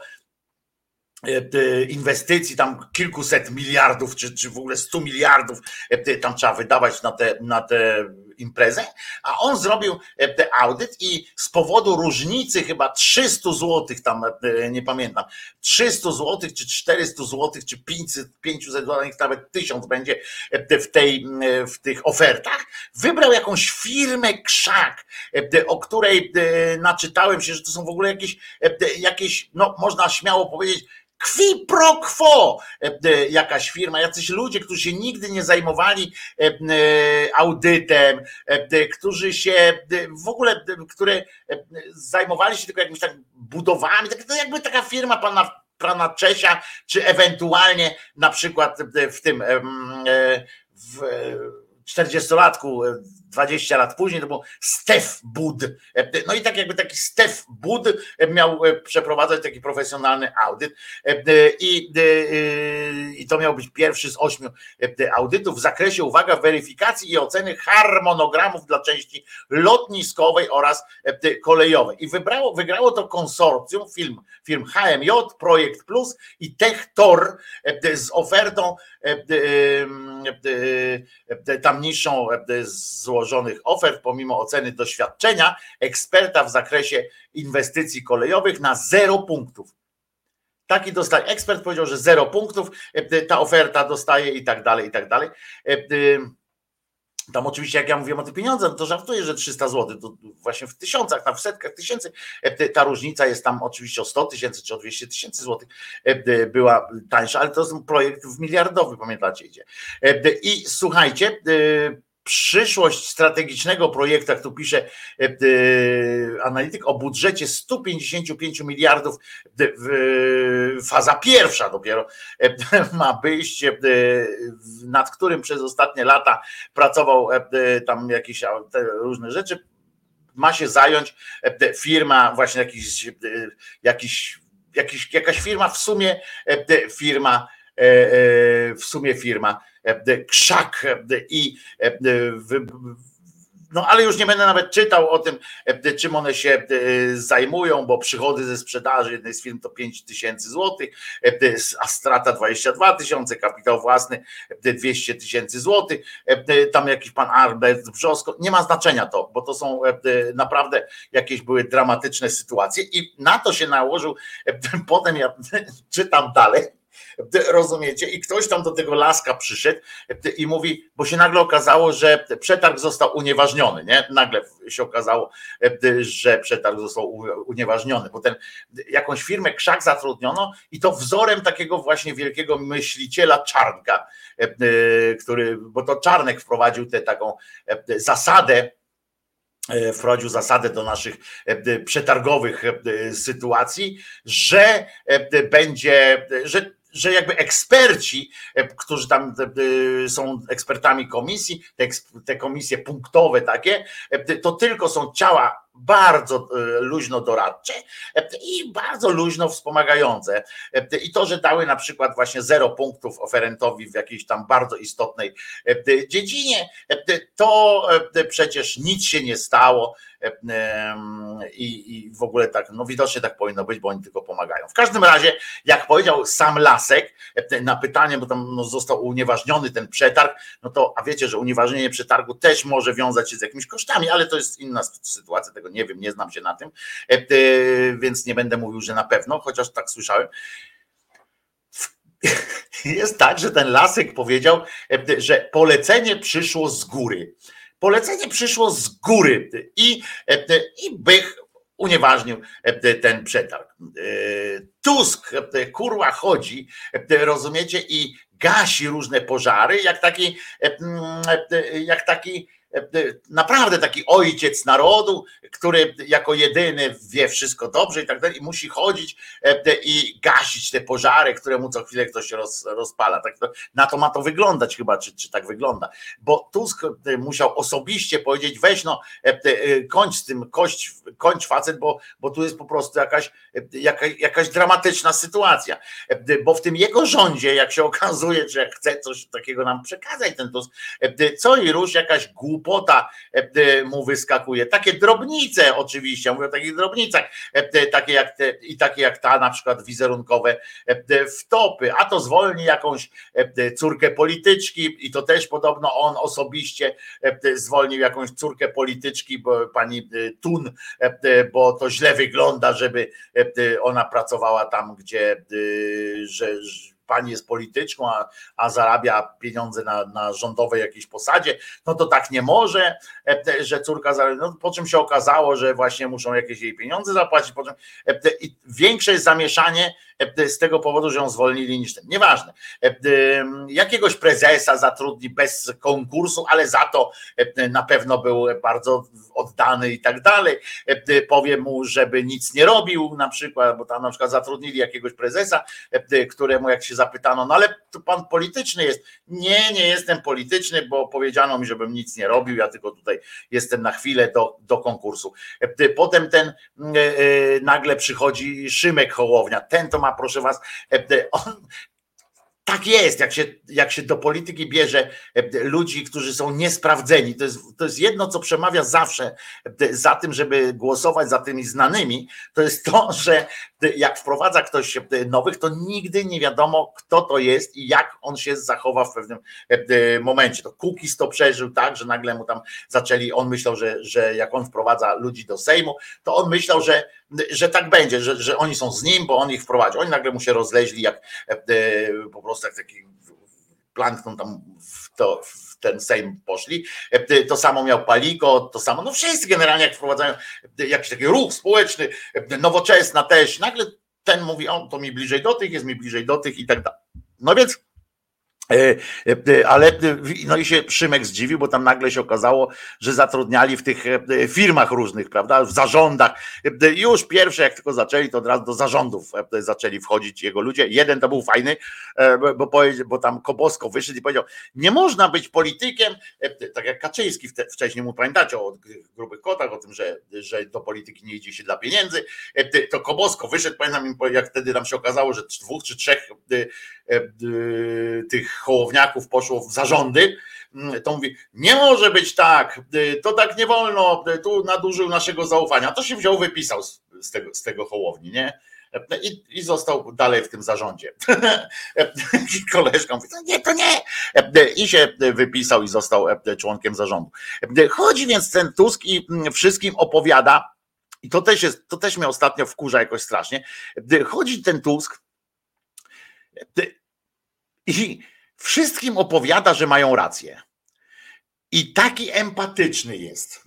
inwestycji tam kilkuset miliardów, czy, czy w ogóle stu miliardów tam trzeba wydawać na tę na tę imprezę, a on zrobił ten audyt i z powodu różnicy chyba trzysta złotych tam, nie pamiętam, trzysta złotych, czy czterysta złotych, czy pięćset, pięćset złotych, nawet tysiąc będzie w, tej, w tych ofertach, wybrał jakąś firmę Krzak, o której naczytałem się, że to są w ogóle jakieś, jakieś no można śmiało powiedzieć, qui pro quo jakaś firma, jacyś ludzie, którzy się nigdy nie zajmowali audytem, którzy się w ogóle, które zajmowali się tylko jakimiś tak budowami, tak, to jakby taka firma pana pana Czesia, czy ewentualnie na przykład w tym w czterdziestolatku, dwadzieścia lat później, to był Stef Bud. No i tak jakby taki Stef Bud miał przeprowadzać taki profesjonalny audyt i, i to miał być pierwszy z ośmiu audytów w zakresie, uwaga, weryfikacji i oceny harmonogramów dla części lotniskowej oraz kolejowej. I wybrało, wygrało to konsorcjum firm, firm H M J, Projekt Plus i Techtor z ofertą tam niższą złożonych ofert, pomimo oceny doświadczenia eksperta w zakresie inwestycji kolejowych na zero punktów. Taki dostaje. Ekspert powiedział, że zero punktów, ta oferta dostaje i tak dalej, i tak dalej. Tam oczywiście, jak ja mówiłem o tych pieniądzach, to żartuję, że trzysta złotych, to właśnie w tysiącach, w setkach tysięcy, ta różnica jest tam oczywiście o sto tysięcy czy o dwieście tysięcy złotych była tańsza, ale to jest projekt w miliardowy, pamiętacie, idzie. I słuchajcie, przyszłość strategicznego projektu, jak tu pisze analityk, o budżecie sto pięćdziesiąt pięć miliardów, faza pierwsza dopiero ma być, nad którym przez ostatnie lata pracował tam jakieś różne rzeczy, ma się zająć firma, właśnie jakiś, jakiś, jakiś, jakaś firma, w sumie firma, w sumie firma Krzak i no ale już nie będę nawet czytał o tym, czym one się zajmują, bo przychody ze sprzedaży jednej z firm to pięć tysięcy złotych, a strata dwadzieścia dwa tysiące, kapitał własny dwieście tysięcy złotych, tam jakiś pan Albert Brzosko, nie ma znaczenia to, bo to są naprawdę jakieś były dramatyczne sytuacje i na to się nałożył, potem ja czytam dalej, rozumiecie? I ktoś tam do tego laska przyszedł i mówi, bo się nagle okazało, że przetarg został unieważniony, nie? Nagle się okazało, że przetarg został unieważniony. Potem jakąś firmę Krzak zatrudniono i to wzorem takiego właśnie wielkiego myśliciela Czarnka, który, bo to Czarnek wprowadził tę taką zasadę, wprowadził zasadę do naszych przetargowych sytuacji, że będzie, że że jakby eksperci, którzy tam są ekspertami komisji, te, te komisje punktowe takie, to tylko są ciała bardzo luźno doradcze i bardzo luźno wspomagające. I to, że dały na przykład właśnie zero punktów oferentowi w jakiejś tam bardzo istotnej dziedzinie, to przecież nic się nie stało i, i w ogóle tak, no widocznie tak powinno być, bo oni tylko pomagają. W każdym razie, jak powiedział sam Lasek na pytanie, bo tam no, został unieważniony ten przetarg, no to, a wiecie, że unieważnienie przetargu też może wiązać się z jakimiś kosztami, ale to jest inna sytuacja, tego nie wiem, nie znam się na tym, więc nie będę mówił, że na pewno, chociaż tak słyszałem. Jest tak, że ten Lasek powiedział, że polecenie przyszło z góry. Polecenie przyszło z góry i, i Bych unieważnił ten przetarg. Tusk, kurwa, chodzi, rozumiecie, i gasi różne pożary, jak taki, jak taki naprawdę taki ojciec narodu, który jako jedyny wie wszystko dobrze i tak dalej, i musi chodzić i gasić te pożary, które mu co chwilę ktoś roz, rozpala. Tak to, na to ma to wyglądać chyba, czy, czy tak wygląda. Bo Tusk musiał osobiście powiedzieć, weź no, kończ z tym, kończ, kończ facet, bo, bo tu jest po prostu jakaś, jakaś, jakaś dramatyczna sytuacja. Bo w tym jego rządzie, jak się okazuje, że jak chce coś takiego nam przekazać ten Tusk, co i rusz jakaś głupota mu wyskakuje. Takie drobnice oczywiście, mówię o takich drobnicach, takie jak te, i takie jak ta na przykład wizerunkowe wtopy, a to zwolni jakąś córkę polityczki i to też podobno on osobiście zwolnił jakąś córkę polityczki, bo pani Thun, bo to źle wygląda, żeby ona pracowała tam, gdzie że pani jest polityczką, a, a zarabia pieniądze na, na rządowej jakiejś posadzie, no to tak nie może, że córka zarabia, no po czym się okazało, że właśnie muszą jakieś jej pieniądze zapłacić, po czym i większe jest zamieszanie z tego powodu, że ją zwolnili niż ten. Nieważne. Jakiegoś prezesa zatrudni bez konkursu, ale za to na pewno był bardzo oddany i tak dalej. Powie mu, żeby nic nie robił na przykład, bo tam na przykład zatrudnili jakiegoś prezesa, któremu jak się zapytano, no ale to pan polityczny jest. Nie, nie jestem polityczny, bo powiedziano mi, żebym nic nie robił, ja tylko tutaj jestem na chwilę do, do konkursu. Potem ten nagle przychodzi Szymek Hołownia, ten to ma, proszę was, on, tak jest, jak się, jak się do polityki bierze ludzi, którzy są niesprawdzeni, to jest, to jest jedno, co przemawia zawsze za tym, żeby głosować za tymi znanymi, to jest to, że jak wprowadza ktoś nowych, to nigdy nie wiadomo, kto to jest i jak on się zachowa w pewnym momencie. To Kukiz to przeżył tak, że nagle mu tam zaczęli, on myślał, że, że jak on wprowadza ludzi do Sejmu, to on myślał, że, że tak będzie, że, że oni są z nim, bo on ich wprowadzi. Oni nagle mu się rozleźli jak po prostu jak taki plankton tam w, to, w ten Sejm poszli. To samo miał Paliko, to samo, no wszyscy generalnie jak wprowadzają jakiś taki ruch społeczny, Nowoczesna też, nagle ten mówi, on to mi bliżej do tych, jest mi bliżej do tych i tak dalej. No więc ale no i się Szymek zdziwił, bo tam nagle się okazało, że zatrudniali w tych firmach różnych, prawda, w zarządach. Już pierwsze jak tylko zaczęli, to od razu do zarządów zaczęli wchodzić jego ludzie. Jeden to był fajny, bo, bo tam Kobosko wyszedł i powiedział, nie można być politykiem, tak jak Kaczyński wcześniej mu, pamiętacie o grubych kotach, o tym, że, że do polityki nie idzie się dla pieniędzy, to Kobosko wyszedł, pamiętam jak wtedy nam się okazało, że dwóch czy trzech tych Hołowniaków poszło w zarządy, to mówi, nie może być tak, to tak nie wolno, tu nadużył naszego zaufania. To się wziął, wypisał z tego, z tego Hołowni, nie? I, i został dalej w tym zarządzie. I koleżka mówi, nie, to nie. I się wypisał i został członkiem zarządu. Chodzi więc ten Tusk i wszystkim opowiada, i to też jest, to też mnie ostatnio wkurza jakoś strasznie, chodzi ten Tusk i wszystkim opowiada, że mają rację. I taki empatyczny jest.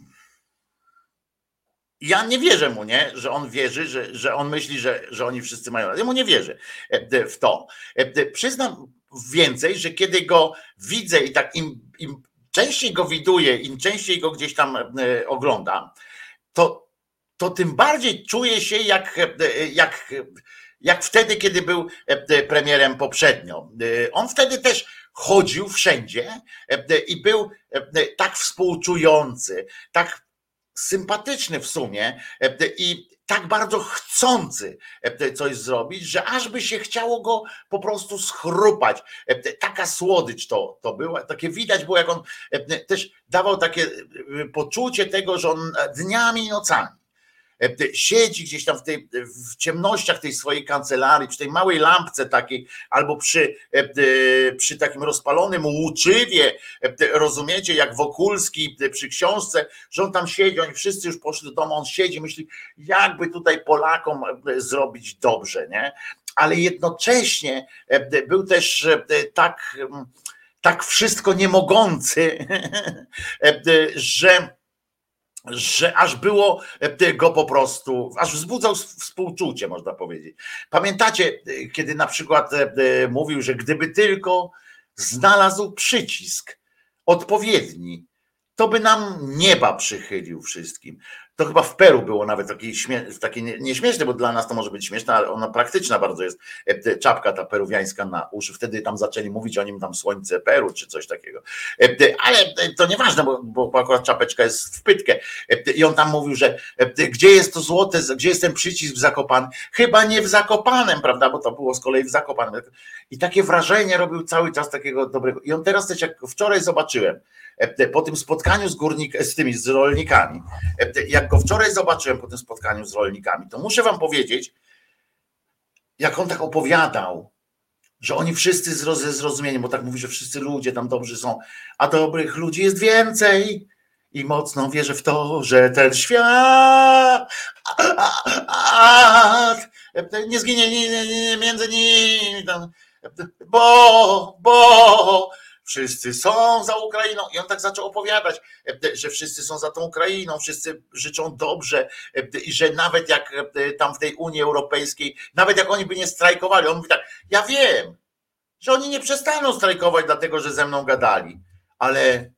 Ja nie wierzę mu, nie, że on wierzy, że, że on myśli, że, że oni wszyscy mają rację. Ja mu nie wierzę w to. Przyznam więcej, że kiedy go widzę i tak im, im częściej go widuję, im częściej go gdzieś tam oglądam, to, to tym bardziej czuję się jak, jak jak wtedy, kiedy był premierem poprzednio. On wtedy też chodził wszędzie i był tak współczujący, tak sympatyczny w sumie i tak bardzo chcący coś zrobić, że aż by się chciało go po prostu schrupać. Taka słodycz to, to była, takie widać było, jak on też dawał takie poczucie tego, że on dniami i nocami siedzi gdzieś tam w, tej, w ciemnościach tej swojej kancelarii, przy tej małej lampce takiej, albo przy, przy takim rozpalonym łuczywie, rozumiecie, jak Wokulski przy książce, że on tam siedzi, oni wszyscy już poszli do domu, on siedzi, myśli, jakby tutaj Polakom zrobić dobrze, nie? Ale jednocześnie był też tak, tak wszystko niemogący, że że aż było go po prostu, aż wzbudzał współczucie, można powiedzieć. Pamiętacie, kiedy na przykład mówił, że gdyby tylko znalazł przycisk odpowiedni, to by nam nieba przychylił wszystkim. To chyba w Peru było nawet takie, takie nieśmieszne, bo dla nas to może być śmieszne, ale ona praktyczna bardzo jest. Czapka ta peruwiańska na uszy. Wtedy tam zaczęli mówić o nim tam słońce Peru, czy coś takiego. Ale to nieważne, bo, bo akurat czapeczka jest w pytkę. I on tam mówił, że gdzie jest to złote, gdzie jest ten przycisk w Zakopanem? Chyba nie w Zakopanem, prawda, bo to było z kolei w Zakopanem. I takie wrażenie robił cały czas takiego dobrego. I on teraz też, jak wczoraj zobaczyłem, po tym spotkaniu z górnikami, z tymi, z rolnikami, jak go wczoraj zobaczyłem po tym spotkaniu z rolnikami, to muszę wam powiedzieć, jak on tak opowiadał, że oni wszyscy ze zrozumieniem, bo tak mówi, że wszyscy ludzie tam dobrzy są, a dobrych ludzi jest więcej i mocno wierzę w to, że ten świat nie zginie między nimi. bo, bo wszyscy są za Ukrainą. I on tak zaczął opowiadać, że wszyscy są za tą Ukrainą, wszyscy życzą dobrze i że nawet jak tam w tej Unii Europejskiej, nawet jak oni by nie strajkowali, on mówi tak, ja wiem, że oni nie przestaną strajkować dlatego, że ze mną gadali, ale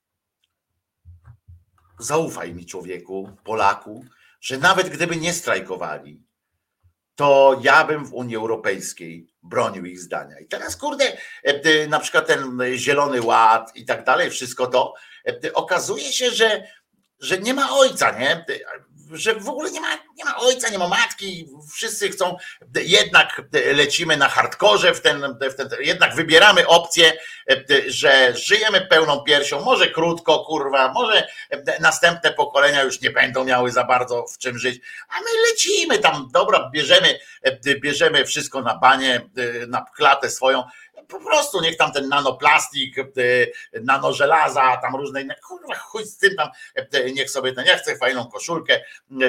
zaufaj mi, człowieku, Polaku, że nawet gdyby nie strajkowali, to ja bym w Unii Europejskiej bronił ich zdania. I teraz, kurde, na przykład ten Zielony Ład i tak dalej, wszystko to, okazuje się, że, że nie ma ojca, nie? Że w ogóle nie ma, nie ma ojca, nie ma matki, wszyscy chcą, jednak lecimy na hardkorze, w ten, w ten, jednak wybieramy opcję, że żyjemy pełną piersią, może krótko, kurwa, może następne pokolenia już nie będą miały za bardzo w czym żyć, a my lecimy tam, dobra, bierzemy, bierzemy wszystko na banie, na klatę swoją, po prostu niech tam ten nanoplastik, nanożelaza, tam różne inne, kurwa, chuj z tym tam, niech sobie ten, ja chcę fajną koszulkę,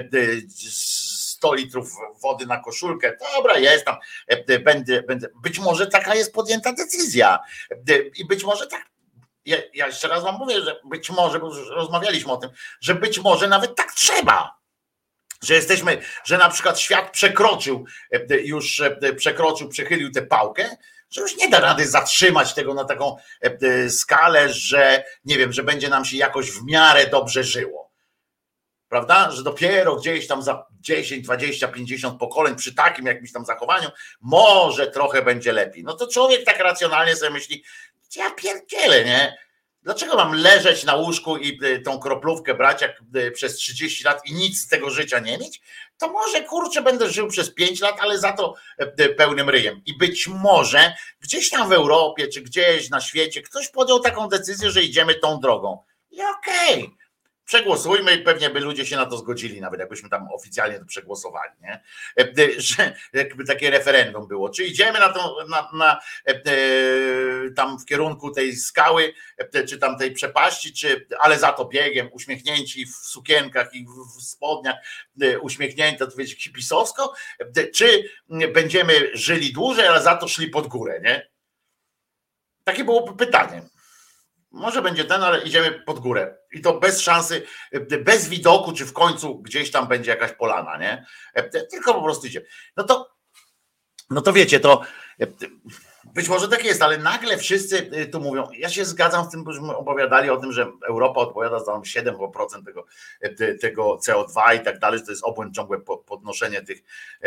sto litrów wody na koszulkę, dobra, jest tam, będę, będę, być może taka jest podjęta decyzja i być może tak, ja, ja jeszcze raz wam mówię, że być może, bo już rozmawialiśmy o tym, że być może nawet tak trzeba, że jesteśmy, że na przykład świat przekroczył, już przekroczył, przechylił tę pałkę, że już nie da rady zatrzymać tego na taką skalę, że nie wiem, że będzie nam się jakoś w miarę dobrze żyło. Prawda? Że dopiero gdzieś tam za dziesięć, dwadzieścia, pięćdziesiąt pokoleń przy takim jakimś tam zachowaniu może trochę będzie lepiej. No to człowiek tak racjonalnie sobie myśli, ja pierdzielę, nie? Dlaczego mam leżeć na łóżku i tą kroplówkę brać jak przez trzydzieści lat i nic z tego życia nie mieć? To może, kurczę, będę żył przez pięć lat, ale za to pełnym ryjem. I być może gdzieś tam w Europie, czy gdzieś na świecie ktoś podjął taką decyzję, że idziemy tą drogą. I okej, okay. Przegłosujmy i pewnie by ludzie się na to zgodzili, nawet jakbyśmy tam oficjalnie to przegłosowali, nie? Że jakby takie referendum było, czy idziemy na tą, na, na, tam w kierunku tej skały, czy tam tej przepaści, czy, ale za to biegiem, uśmiechnięci w sukienkach i w spodniach, uśmiechnięte, to wiecie, hipisowsko, czy będziemy żyli dłużej, ale za to szli pod górę, nie? Takie było pytanie. Może będzie ten, ale idziemy pod górę. I to bez szansy, bez widoku, czy w końcu gdzieś tam będzie jakaś polana, nie? Tylko po prostu idziemy. No to, no to wiecie, to być może tak jest, ale nagle wszyscy tu mówią, ja się zgadzam z tym, bośmy opowiadali o tym, że Europa odpowiada za siedem procent tego, tego C O dwa i tak dalej, że to jest obłęd, ciągłe podnoszenie tych,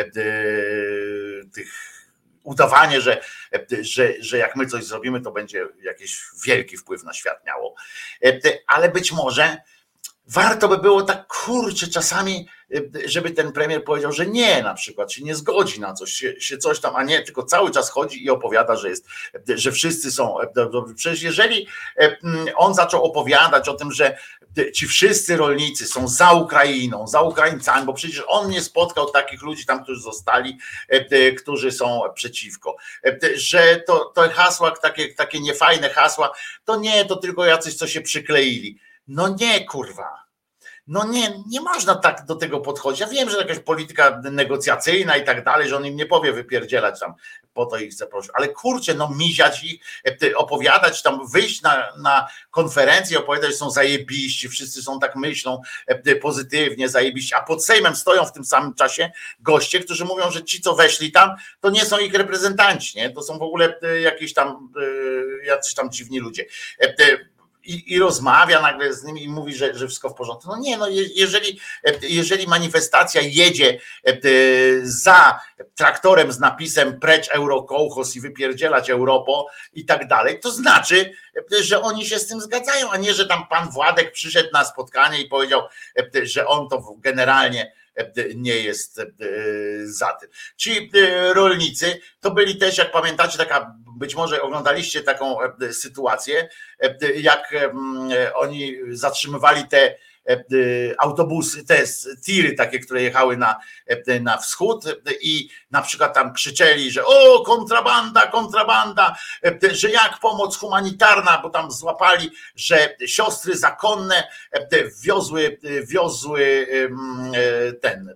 tych udawanie, że, że, że jak my coś zrobimy, to będzie jakiś wielki wpływ na świat miało. Ale być może warto by było tak, kurczę, czasami, żeby ten premier powiedział, że nie, na przykład się nie zgodzi na coś, się, się coś tam, a nie, tylko cały czas chodzi i opowiada, że jest, że wszyscy są dobrzy. Przecież jeżeli on zaczął opowiadać o tym, że ci wszyscy rolnicy są za Ukrainą, za Ukraińcami, bo przecież on nie spotkał takich ludzi tam, którzy zostali, którzy są przeciwko, że to, to hasła, takie, takie niefajne hasła, to nie, to tylko jacyś, co się przykleili. No nie, kurwa. No nie, nie można tak do tego podchodzić. Ja wiem, że jakaś polityka negocjacyjna i tak dalej, że on im nie powie wypierdzielać tam, po to ich chce prosić. Ale kurczę, no miziać ich, opowiadać tam, wyjść na, na konferencję, opowiadać, że są zajebiści, wszyscy są tak myślą pozytywnie, zajebiści, a pod Sejmem stoją w tym samym czasie goście, którzy mówią, że ci, co weszli tam, to nie są ich reprezentanci, nie? To są w ogóle jakieś tam, jacyś tam dziwni ludzie. I, i rozmawia nagle z nimi i mówi, że, że wszystko w porządku. No nie, no jeżeli, jeżeli manifestacja jedzie za traktorem z napisem precz Eurokołchos i wypierdzielać Europo i tak dalej, to znaczy, że oni się z tym zgadzają, a nie, że tam pan Władek przyszedł na spotkanie i powiedział, że on to generalnie nie jest za tym. Ci rolnicy to byli też, jak pamiętacie, taka, być może oglądaliście taką sytuację, jak oni zatrzymywali te autobusy, te tiry takie, które jechały na, na wschód i na przykład tam krzyczeli, że o, kontrabanda, kontrabanda, że jak pomoc humanitarna, bo tam złapali, że siostry zakonne wiozły, wiozły ten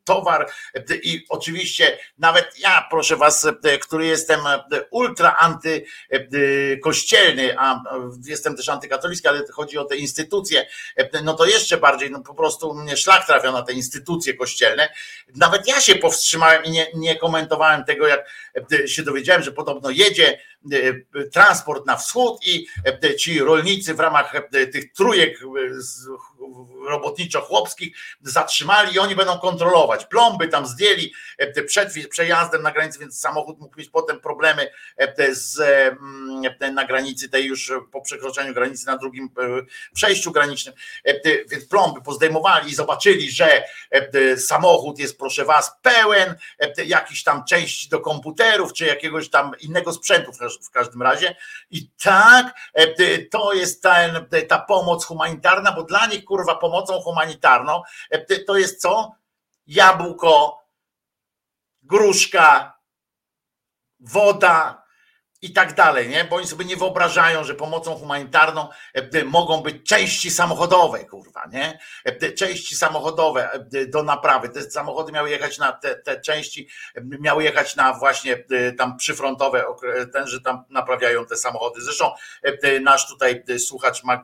towar i oczywiście nawet ja, proszę was, który jestem ultra antykościelny, a jestem też antykatolicki, ale chodzi o te instytucje, no to jeszcze bardziej, no po prostu mnie szlak trafia na te instytucje kościelne. Nawet ja się powstrzymałem i nie, nie komentowałem tego, jak się dowiedziałem, że podobno jedzie transport na wschód i ci rolnicy w ramach tych trójek robotniczo-chłopskich zatrzymali i oni będą kontrolować. Plomby tam zdjęli przed przejazdem na granicy, więc samochód mógł mieć potem problemy z, na granicy tej już po przekroczeniu granicy na drugim przejściu granicznym. Więc plomby pozdejmowali i zobaczyli, że samochód jest, proszę was, pełen jakichś tam części do komputerów czy jakiegoś tam innego sprzętu w każdym razie. I tak, to jest ten, ta pomoc humanitarna, bo dla nich, kurwa, pomocą humanitarną to jest co? Jabłko, gruszka, woda i tak dalej, nie? Bo oni sobie nie wyobrażają, że pomocą humanitarną mogą być części samochodowe, kurwa, nie? Części samochodowe do naprawy. Te samochody miały jechać na te, te części, miały jechać na właśnie tam przyfrontowe, ten, że tam naprawiają te samochody. Zresztą nasz tutaj słuchacz ma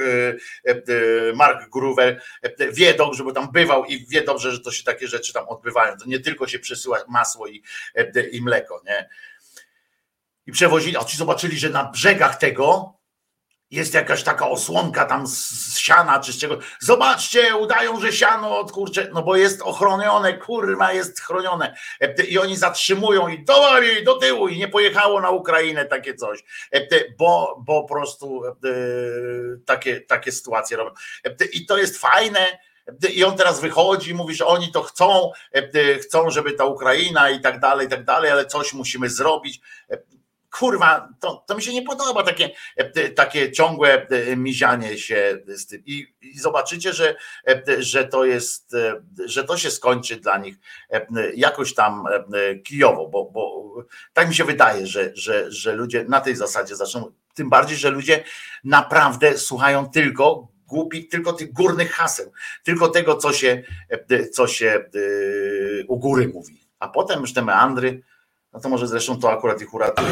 Mark Gruwer wie dobrze, bo tam bywał i wie dobrze, że to się takie rzeczy tam odbywają. To nie tylko się przesyła masło i, i mleko, nie? I przewozili, a ci zobaczyli, że na brzegach tego jest jakaś taka osłonka tam z siana czy z czego. Zobaczcie, udają, że siano od kurczę, no bo jest ochronione, kurwa, jest chronione. I oni zatrzymują i do, do tyłu i nie pojechało na Ukrainę takie coś, bo, bo po prostu takie, takie sytuacje robią. I to jest fajne. I on teraz wychodzi i mówi, że oni to chcą, chcą, żeby ta Ukraina i tak dalej, i tak dalej, ale coś musimy zrobić. Kurwa, to, to mi się nie podoba, takie, takie ciągłe mizianie się z tym. I, i zobaczycie, że, że to jest, że to się skończy dla nich jakoś tam kijowo, bo, bo tak mi się wydaje, że, że, że ludzie na tej zasadzie zaczną, tym bardziej, że ludzie naprawdę słuchają tylko głupi, tylko tych górnych haseł, tylko tego, co się, co się u góry mówi. A potem już te meandry, no to może zresztą to akurat ich uratuje.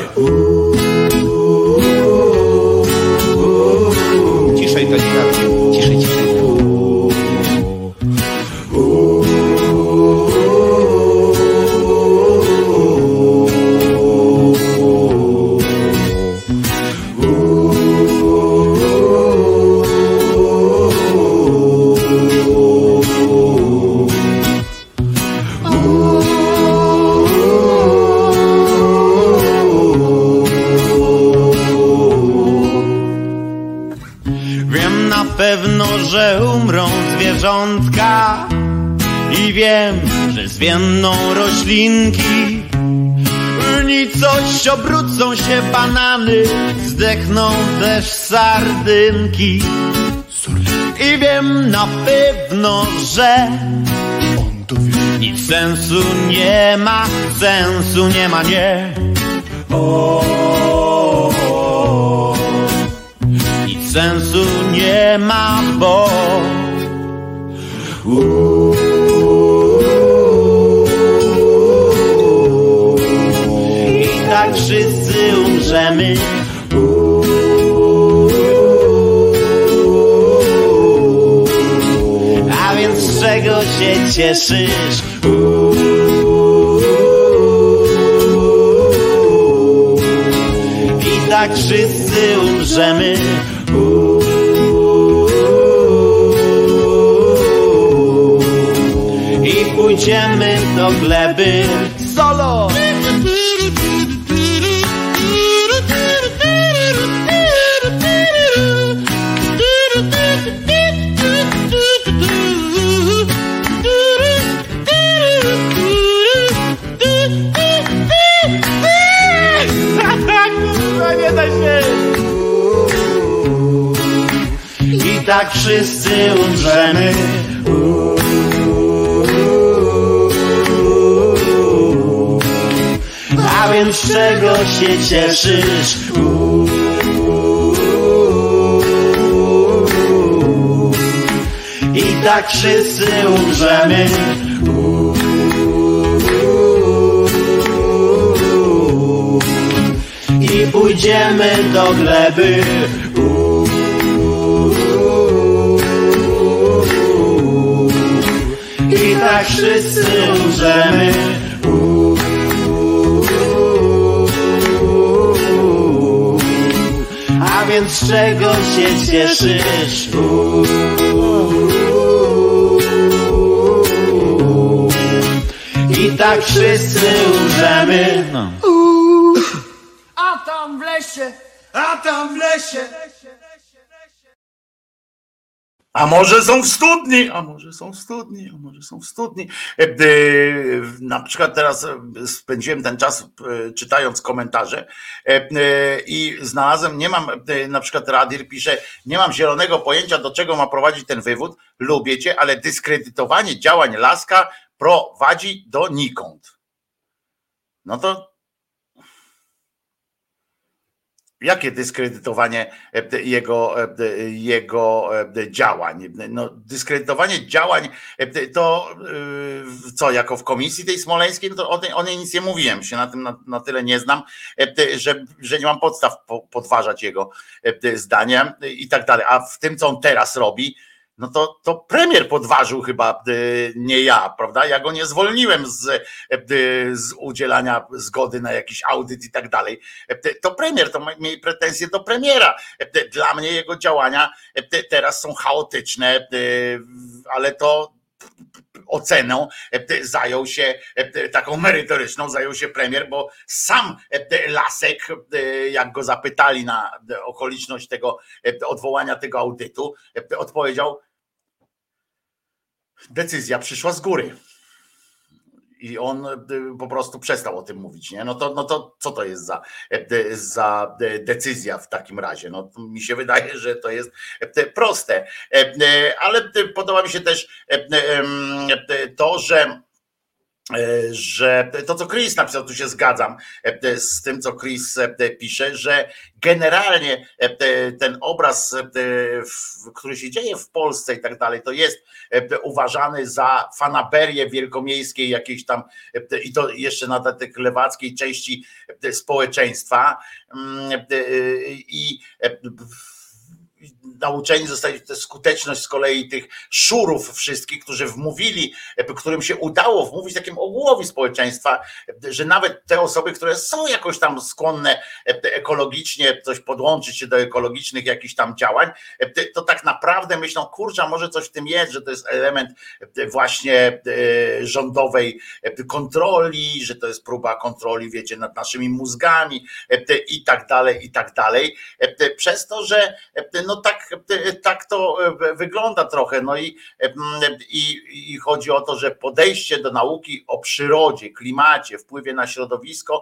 Ciszej, to nie ciszej, ciszej. Że umrą zwierzątka i wiem, że zwienną roślinki, nicość obrócą się banany, zdechną też sardynki. I wiem na pewno, że nic sensu nie ma, sensu nie ma, nie. Sensu nie ma, bo i tak wszyscy umrzemy. A więc z czego się cieszysz? I tak wszyscy umrzemy. I pójdziemy do gleby solo. Nie da się. I tak wszyscy umrzemy. A więc z czego się cieszysz? I tak wszyscy umrzemy. i pójdziemy do gleby. Uuu, i tak wszyscy umrzemy. Uuu, a więc z czego się cieszysz? Uuu, i tak wszyscy umrzemy. No. A tam w lesie, a tam w lesie. A może są w studni, a może są w studni, a może są w studni. Na przykład teraz spędziłem ten czas czytając komentarze i znalazłem, nie mam, na przykład Radir pisze, nie mam zielonego pojęcia, do czego ma prowadzić ten wywód, lubię cię, ale dyskredytowanie działań Laska prowadzi donikąd. No to jakie dyskredytowanie jego, jego działań? No, dyskredytowanie działań to co, jako w komisji tej smoleńskiej, no to o, tej, o niej nic nie mówiłem, się na tym na, na tyle nie znam, że, że nie mam podstaw podważać jego zdania i tak dalej. A w tym, co on teraz robi, no to, to premier podważył chyba, nie ja, prawda? Ja go nie zwolniłem z, z udzielania zgody na jakiś audyt i tak dalej. To premier, to miej pretensje do premiera. Dla mnie jego działania teraz są chaotyczne, ale to oceną zajął się, taką merytoryczną zajął się premier, bo sam Lasek, jak go zapytali na okoliczność tego odwołania tego audytu, odpowiedział: decyzja przyszła z góry. I on po prostu przestał o tym mówić, nie? No to, no to co to jest za, za decyzja w takim razie? No mi się wydaje, że to jest proste. Ale podoba mi się też to, że że to, co Chris napisał, tu się zgadzam z tym, co Chris pisze, że generalnie ten obraz, który się dzieje w Polsce i tak dalej, to jest uważany za fanaberię wielkomiejskiej jakiejś tam, i to jeszcze na tej lewackiej części społeczeństwa, i nauczeni zostali skuteczność z kolei tych szurów wszystkich, którzy wmówili, którym się udało wmówić takim ogółowi społeczeństwa, że nawet te osoby, które są jakoś tam skłonne ekologicznie coś podłączyć się do ekologicznych jakichś tam działań, to tak naprawdę myślą, kurczę, może coś w tym jest, że to jest element właśnie rządowej kontroli, że to jest próba kontroli, wiecie, nad naszymi mózgami i tak dalej, i tak dalej. Przez to, że no tak, tak to wygląda trochę. No i, i, i chodzi o to, że podejście do nauki o przyrodzie, klimacie, wpływie na środowisko,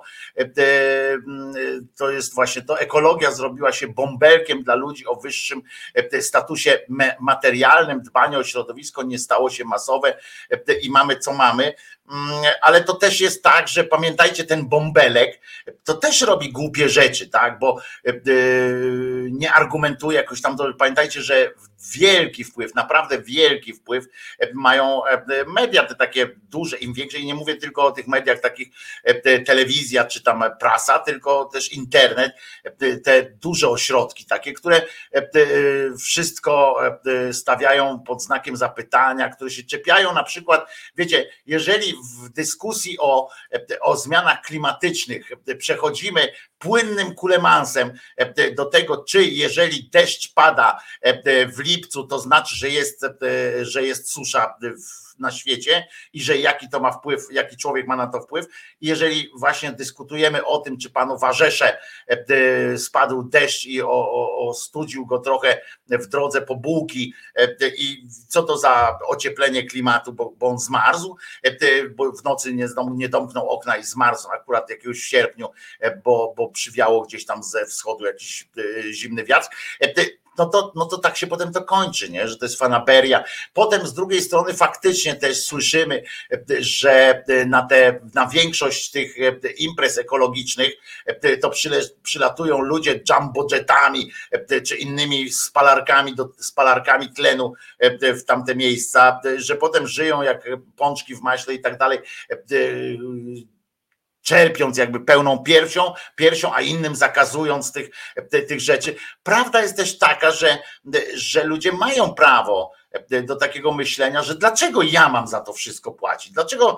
to jest właśnie to. Ekologia zrobiła się bąbelkiem dla ludzi o wyższym statusie materialnym. Dbanie o środowisko nie stało się masowe i mamy co mamy. Ale to też jest tak, że pamiętajcie, ten bąbelek to też robi głupie rzeczy, tak, bo nie argumentuje jakoś tam, to pamiętajcie, że wielki wpływ, naprawdę wielki wpływ mają media te takie duże, im większe, i nie mówię tylko o tych mediach takich, telewizja czy tam prasa, tylko też internet, te duże ośrodki takie, które wszystko stawiają pod znakiem zapytania, które się czepiają na przykład, wiecie, jeżeli w dyskusji o, o zmianach klimatycznych przechodzimy płynnym kulemansem do tego, czy jeżeli deszcz pada w lipcu, to znaczy, że jest, że jest susza na świecie i że jaki to ma wpływ, jaki człowiek ma na to wpływ. I jeżeli właśnie dyskutujemy o tym, czy panu Warzesze spadł deszcz i ostudził go trochę w drodze po bułki i co to za ocieplenie klimatu, bo, bo on zmarzł, bo w nocy nie, nie domknął okna i zmarzł akurat jakiegoś w sierpniu, bo, bo przywiało gdzieś tam ze wschodu jakiś zimny wiatr. No to, no to tak się potem to kończy, nie? Że to jest fanaberia. Potem z drugiej strony faktycznie też słyszymy, że na, te, na większość tych imprez ekologicznych to przylatują ludzie jumbojetami czy innymi spalarkami, do, spalarkami tlenu w tamte miejsca, że potem żyją jak pączki w maśle i tak dalej. czerpiąc jakby pełną piersią, piersią, a innym zakazując tych, tych rzeczy. Prawda jest też taka, że, że ludzie mają prawo do takiego myślenia, że dlaczego ja mam za to wszystko płacić? Dlaczego,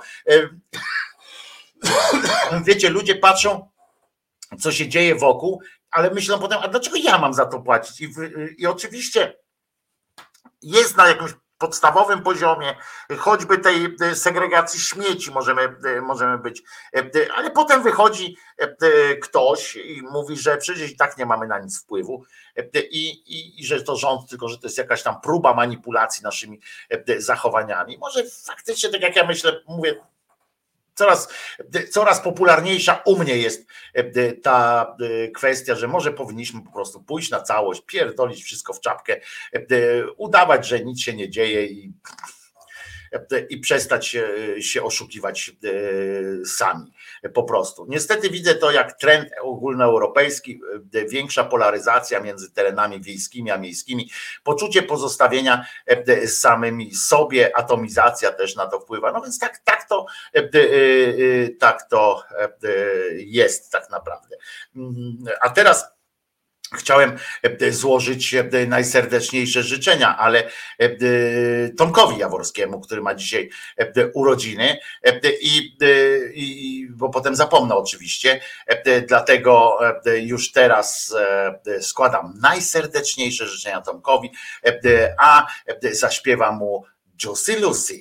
wiecie, ludzie patrzą, co się dzieje wokół, ale myślą potem, a dlaczego ja mam za to płacić? I, i oczywiście jest na jakimś podstawowym poziomie, choćby tej segregacji śmieci możemy, możemy być, ale potem wychodzi ktoś i mówi, że przecież i tak nie mamy na nic wpływu i, i, i że to rząd, tylko że to jest jakaś tam próba manipulacji naszymi zachowaniami. Może faktycznie, tak jak ja myślę, mówię, Coraz, coraz popularniejsza u mnie jest ta kwestia, że może powinniśmy po prostu pójść na całość, pierdolić wszystko w czapkę, udawać, że nic się nie dzieje i, i przestać się oszukiwać sami po prostu. Niestety widzę to jak trend ogólnoeuropejski, większa polaryzacja między terenami wiejskimi a miejskimi, poczucie pozostawienia samymi sobie, atomizacja też na to wpływa. No więc tak, tak to tak to jest tak naprawdę. A teraz chciałem złożyć najserdeczniejsze życzenia, ale Tomkowi Jaworskiemu, który ma dzisiaj urodziny i, i bo potem zapomnę oczywiście, dlatego już teraz składam najserdeczniejsze życzenia Tomkowi, a zaśpiewa mu Juicy Lucy.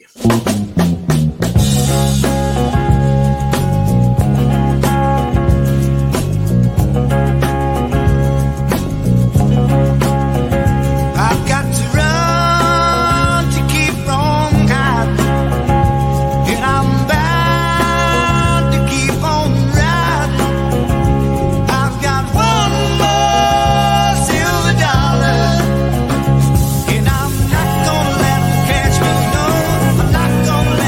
Gonna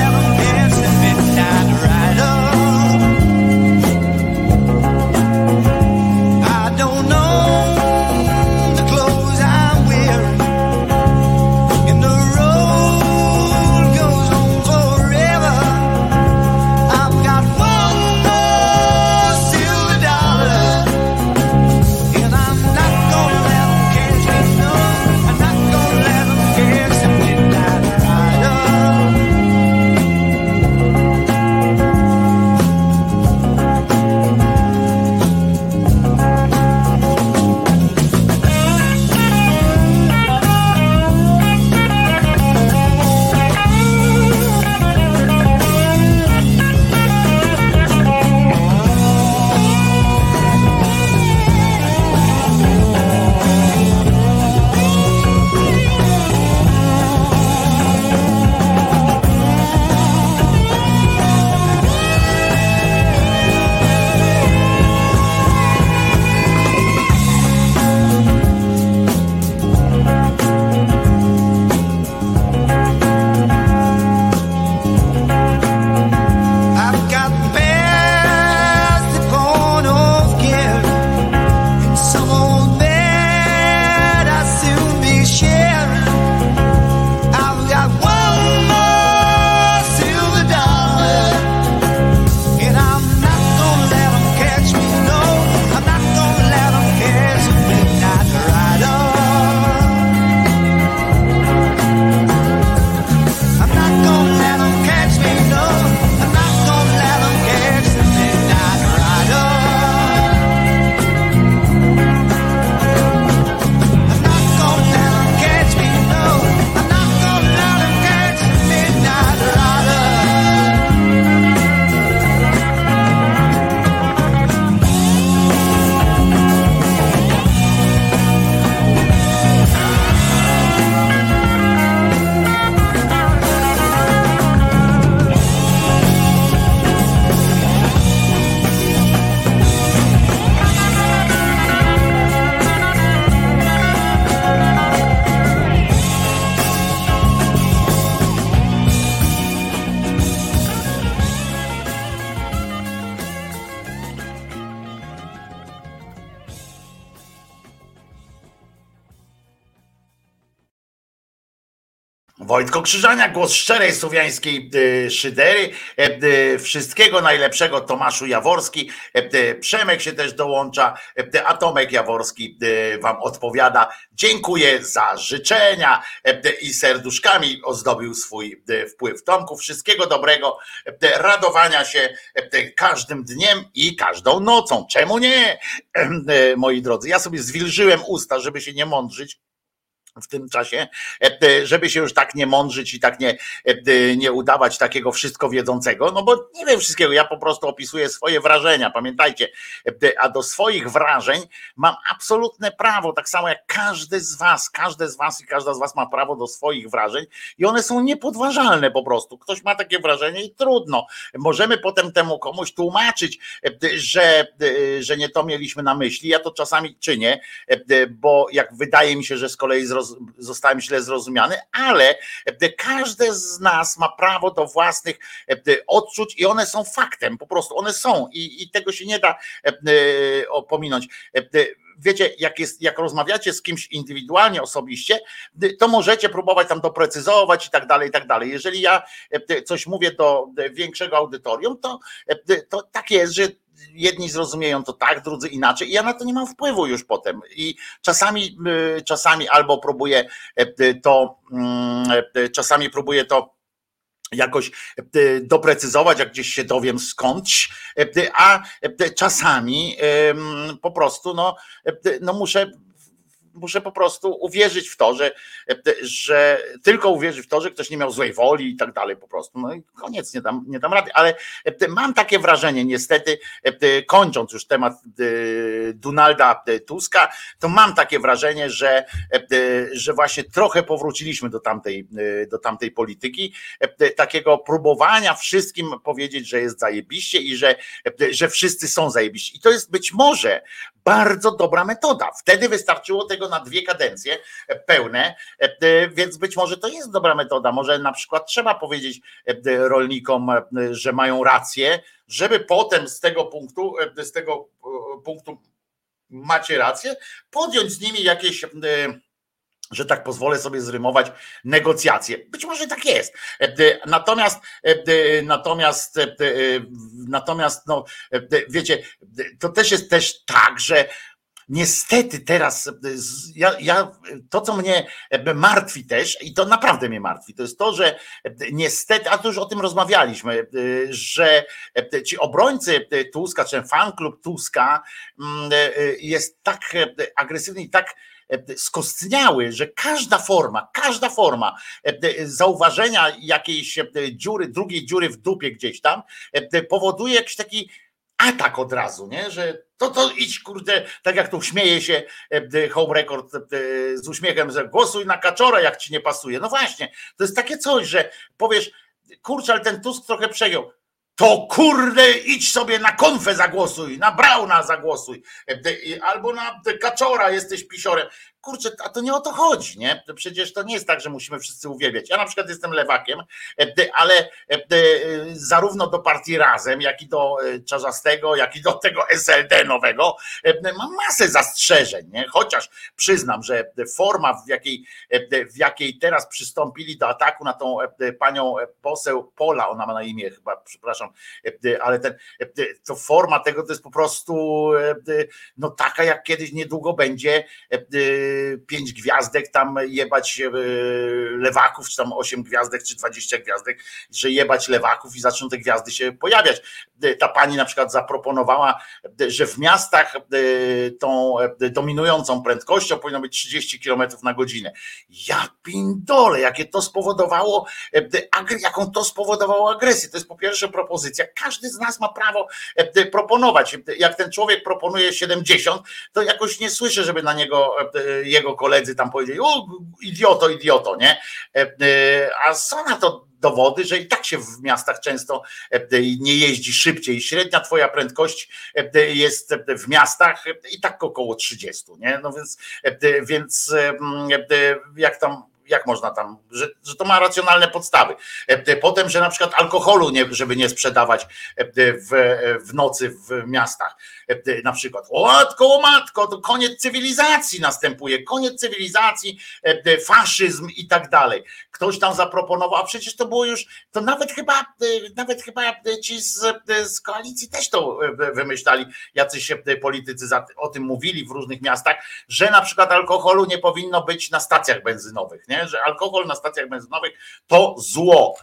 Wojtko Krzyżania, głos szczerej słowiańskiej szydery. Wszystkiego najlepszego Tomaszu Jaworski. Przemek się też dołącza, a Tomek Jaworski wam odpowiada. Dziękuję za życzenia i serduszkami ozdobił swój wpływ. Tomku, wszystkiego dobrego, radowania się każdym dniem i każdą nocą. Czemu nie, moi drodzy? Ja sobie zwilżyłem usta, żeby się nie mądrzyć w tym czasie, żeby się już tak nie mądrzyć i tak nie, nie udawać takiego wszystko wiedzącego, no bo nie wiem wszystkiego, ja po prostu opisuję swoje wrażenia, pamiętajcie, a do swoich wrażeń mam absolutne prawo, tak samo jak każdy z was, każdy z was i każda z was ma prawo do swoich wrażeń i one są niepodważalne po prostu, ktoś ma takie wrażenie i trudno, możemy potem temu komuś tłumaczyć, że, że nie to mieliśmy na myśli, ja to czasami czynię, bo jak wydaje mi się, że z kolei zrozumiałem, zostałem źle zrozumiany, ale każdy z nas ma prawo do własnych odczuć i one są faktem, po prostu one są i, i tego się nie da opominąć. Wiecie, jak, jest, jak rozmawiacie z kimś indywidualnie, osobiście, to możecie próbować tam doprecyzować i tak dalej, i tak dalej. Jeżeli ja coś mówię do większego audytorium, to, to tak jest, że jedni zrozumieją to tak, drudzy inaczej i ja na to nie mam wpływu już potem i czasami, czasami albo próbuję to, czasami próbuję to jakoś doprecyzować, jak gdzieś się dowiem skądś, a czasami po prostu no, no muszę muszę po prostu uwierzyć w to, że, że tylko uwierzyć w to, że ktoś nie miał złej woli i tak dalej po prostu. No i koniec, nie dam, nie dam rady, ale mam takie wrażenie niestety, kończąc już temat Donalda Tuska, to mam takie wrażenie, że, że właśnie trochę powróciliśmy do tamtej, do tamtej polityki, takiego próbowania wszystkim powiedzieć, że jest zajebiście i że, że wszyscy są zajebiści. I to jest być może bardzo dobra metoda. Wtedy wystarczyło tego na dwie kadencje pełne, więc być może to jest dobra metoda. Może na przykład trzeba powiedzieć rolnikom, że mają rację, żeby potem z tego punktu, z tego punktu macie rację, podjąć z nimi jakieś, że tak pozwolę sobie zrymować, negocjacje. Być może tak jest. Natomiast, natomiast, natomiast, no, wiecie, to też jest też tak, że niestety teraz, ja, ja, to co mnie martwi też, i to naprawdę mnie martwi, to jest to, że niestety, a to już o tym rozmawialiśmy, że ci obrońcy Tuska, czy ten fan klub Tuska jest tak agresywny i tak skostniały, że każda forma, każda forma zauważenia jakiejś dziury, drugiej dziury w dupie gdzieś tam powoduje jakiś taki atak od razu, nie? Że to, to idź, kurde, tak jak tu śmieje się Home Record z uśmiechem, że głosuj na Kaczora, jak ci nie pasuje. No właśnie, to jest takie coś, że powiesz, kurczę, ale ten Tusk trochę przegiął. To kurde, idź sobie na Konfę zagłosuj, na Brauna zagłosuj, albo na Kaczora, jesteś pisiorem. Kurczę, a to nie o to chodzi, nie? Przecież to nie jest tak, że musimy wszyscy uwielbiać. Ja na przykład jestem lewakiem, ale zarówno do partii Razem, jak i do Czarzastego, jak i do tego S L D nowego mam masę zastrzeżeń, nie? Chociaż przyznam, że forma, w jakiej, w jakiej teraz przystąpili do ataku na tą panią poseł Pola, ona ma na imię chyba, przepraszam, ale ten, to forma tego to jest po prostu no taka, jak kiedyś niedługo będzie pięć gwiazdek tam jebać lewaków, czy tam osiem gwiazdek, czy dwadzieścia gwiazdek, że jebać lewaków i zaczną te gwiazdy się pojawiać. Ta pani na przykład zaproponowała, że w miastach tą dominującą prędkością powinno być trzydzieści kilometrów na godzinę. Ja pindole, jakie to spowodowało, jaką to spowodowało agresję. To jest po pierwsze propozycja. Każdy z nas ma prawo proponować. Jak ten człowiek proponuje siedemdziesiąt, to jakoś nie słyszę, żeby na niego jego koledzy tam powiedzieli, o idioto, idioto, nie? A są na to dowody, że i tak się w miastach często nie jeździ szybciej. Średnia twoja prędkość jest w miastach i tak około trzydzieści, nie? No więc, więc jak tam jak można tam, że, że to ma racjonalne podstawy. Potem, że na przykład alkoholu, nie, żeby nie sprzedawać w, w nocy w miastach. Na przykład, o matko, o matko, to koniec cywilizacji następuje, koniec cywilizacji, faszyzm i tak dalej. Ktoś tam zaproponował, a przecież to było już, to nawet chyba, nawet chyba ci z, z koalicji też to wymyślali, jacyś politycy o tym mówili w różnych miastach, że na przykład alkoholu nie powinno być na stacjach benzynowych, nie? Że alkohol na stacjach benzynowych to zło.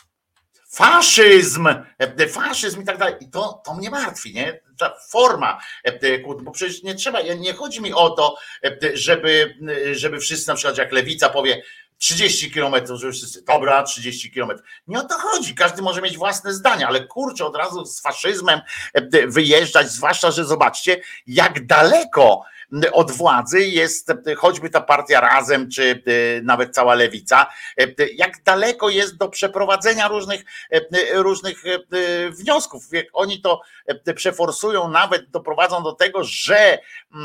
Faszyzm, faszyzm i tak dalej. I to, to mnie martwi, nie? Ta forma, bo przecież nie trzeba, nie chodzi mi o to, żeby, żeby wszyscy, na przykład jak lewica powie trzydzieści kilometrów, żeby wszyscy, dobra, trzydzieści kilometrów. Nie o to chodzi, każdy może mieć własne zdania, ale kurczę, od razu z faszyzmem wyjeżdżać, zwłaszcza, że zobaczcie, jak daleko od władzy jest choćby ta partia Razem, czy nawet cała lewica, jak daleko jest do przeprowadzenia różnych, różnych wniosków. Jak oni to przeforsują, nawet doprowadzą do tego, że,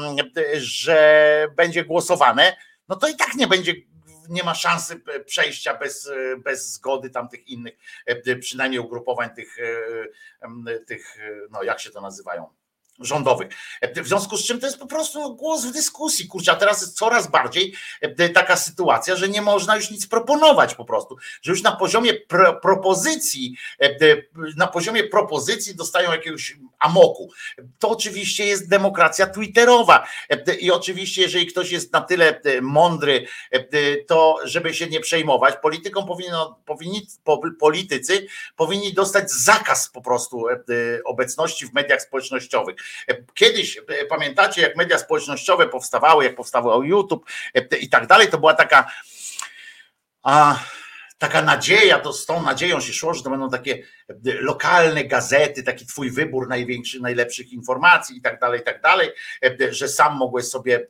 że będzie głosowane, no to i tak nie będzie, nie ma szansy przejścia bez, bez zgody tamtych innych, przynajmniej ugrupowań tych, tych, no jak się to nazywają, rządowych. W związku z czym to jest po prostu głos w dyskusji, kurczę, a teraz jest coraz bardziej taka sytuacja, że nie można już nic proponować po prostu, że już na poziomie pro, propozycji, na poziomie propozycji dostają jakiegoś amoku. To oczywiście jest demokracja twitterowa i oczywiście, jeżeli ktoś jest na tyle mądry, to żeby się nie przejmować, politykom powinno, powinni, politycy powinni dostać zakaz po prostu obecności w mediach społecznościowych. Kiedyś, pamiętacie, jak media społecznościowe powstawały, jak powstawał YouTube i tak dalej, to była taka a, taka nadzieja, to z tą nadzieją się szło, że to będą takie lokalne gazety, taki twój wybór największych, najlepszych informacji i tak dalej, i tak dalej, że sam mogłeś sobie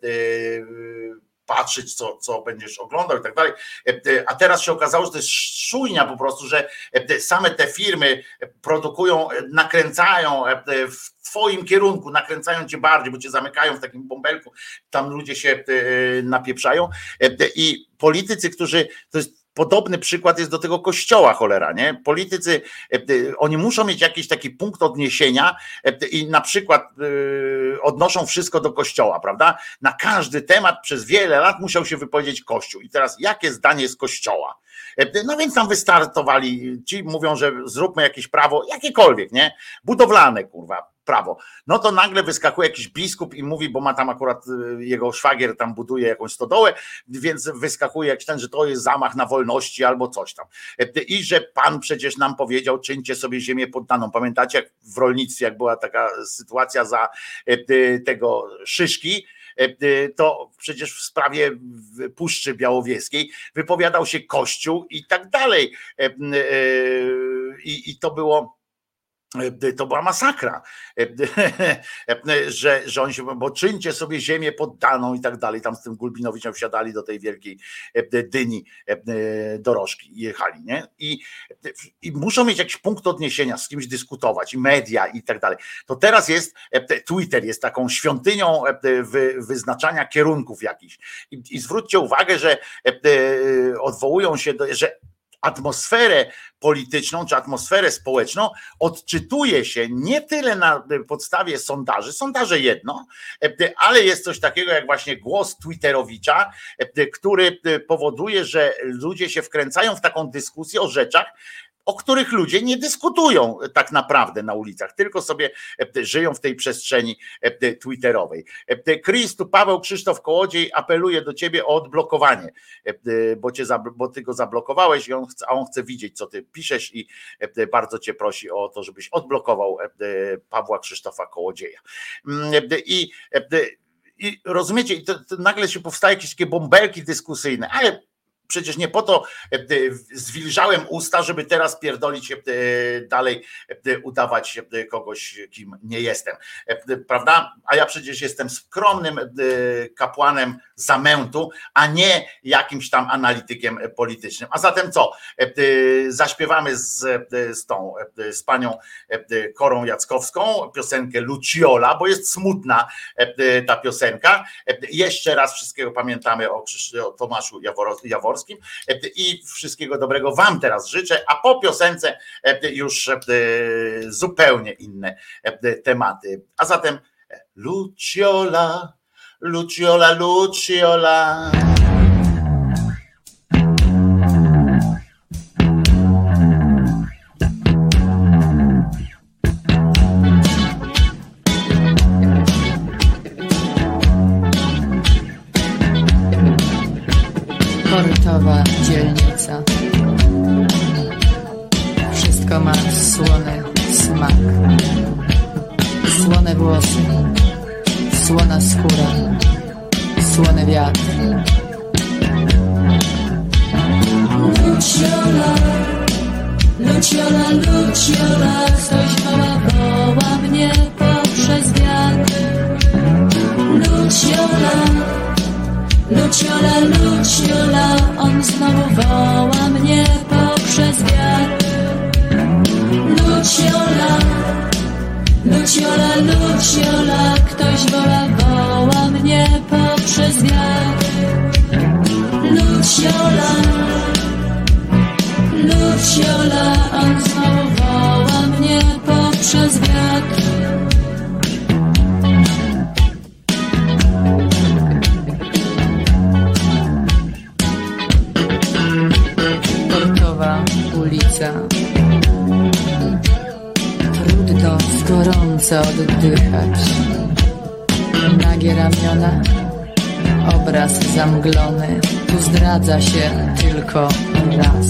patrzeć, co, co będziesz oglądał i tak dalej. A teraz się okazało, że to jest szujnia po prostu, że same te firmy produkują, nakręcają w twoim kierunku, nakręcają cię bardziej, bo cię zamykają w takim bąbelku, tam ludzie się napieprzają i politycy, którzy, to jest podobny przykład jest do tego kościoła, cholera, nie? Politycy, oni muszą mieć jakiś taki punkt odniesienia i na przykład odnoszą wszystko do kościoła, prawda? Na każdy temat przez wiele lat musiał się wypowiedzieć Kościół. I teraz jakie zdanie jest kościoła? No więc tam wystartowali, ci mówią, że zróbmy jakieś prawo, jakiekolwiek, nie? Budowlane, kurwa, prawo. No to nagle wyskakuje jakiś biskup i mówi, bo ma tam akurat jego szwagier tam buduje jakąś stodołę, więc wyskakuje jakiś ten, że to jest zamach na wolności albo coś tam. I że Pan przecież nam powiedział, czyńcie sobie ziemię poddaną. Pamiętacie, jak w rolnictwie, jak była taka sytuacja za tego Szyszki, to przecież w sprawie Puszczy Białowieskiej wypowiadał się Kościół i tak dalej. I, i to było To była masakra, że, że oni się, bo czyńcie sobie ziemię poddaną i tak dalej, tam z tym Gulbinowiczem wsiadali do tej wielkiej dyni dorożki i jechali, nie? I, i muszą mieć jakiś punkt odniesienia, z kimś dyskutować, i media i tak dalej. To teraz jest, Twitter jest taką świątynią wy, wyznaczania kierunków jakichś. I, i zwróćcie uwagę, że odwołują się do, że atmosferę polityczną czy atmosferę społeczną odczytuje się nie tyle na podstawie sondaży, sondaże jedno, ale jest coś takiego jak właśnie głos Twitterowicza, który powoduje, że ludzie się wkręcają w taką dyskusję o rzeczach, o których ludzie nie dyskutują tak naprawdę na ulicach, tylko sobie żyją w tej przestrzeni twitterowej. Chris, tu Paweł Krzysztof Kołodziej apeluje do ciebie o odblokowanie, bo, cię, bo ty go zablokowałeś, i on chce, a on chce widzieć, co ty piszesz, i bardzo cię prosi o to, żebyś odblokował Pawła Krzysztofa Kołodzieja. I, i rozumiecie, i to, to nagle się powstają jakieś takie bąbelki dyskusyjne, ale przecież nie po to zwilżałem usta, żeby teraz pierdolić dalej, udawać kogoś, kim nie jestem. Prawda? A ja przecież jestem skromnym kapłanem zamętu, a nie jakimś tam analitykiem politycznym. A zatem co? Zaśpiewamy z, z tą, z panią Korą Jackowską piosenkę Luciola, bo jest smutna ta piosenka. Jeszcze raz wszystkiego pamiętamy o, o Tomaszu Jaworskim. Pomorskim i wszystkiego dobrego wam teraz życzę, a po piosence już zupełnie inne tematy. A zatem Luciola, Luciola, Luciola. Portowa dzielnica. Wszystko ma słony smak. Słone włosy, słona skóra, słony wiatr. Luciola, Luciola, Luciola, ktoś woła, woła mnie poprzez wiatr. Luciola, Luciola, Luciola, on znowu woła mnie poprzez wiatr. Luciola, Luciola, Luciola, ktoś woła, woła mnie poprzez wiatr. Luciola, Luciola, on znowu woła mnie poprzez wiatr. Portowa ulica. Trudno w gorąco oddychać. Nagie ramiona, obraz zamglony, tu zdradza się tylko raz.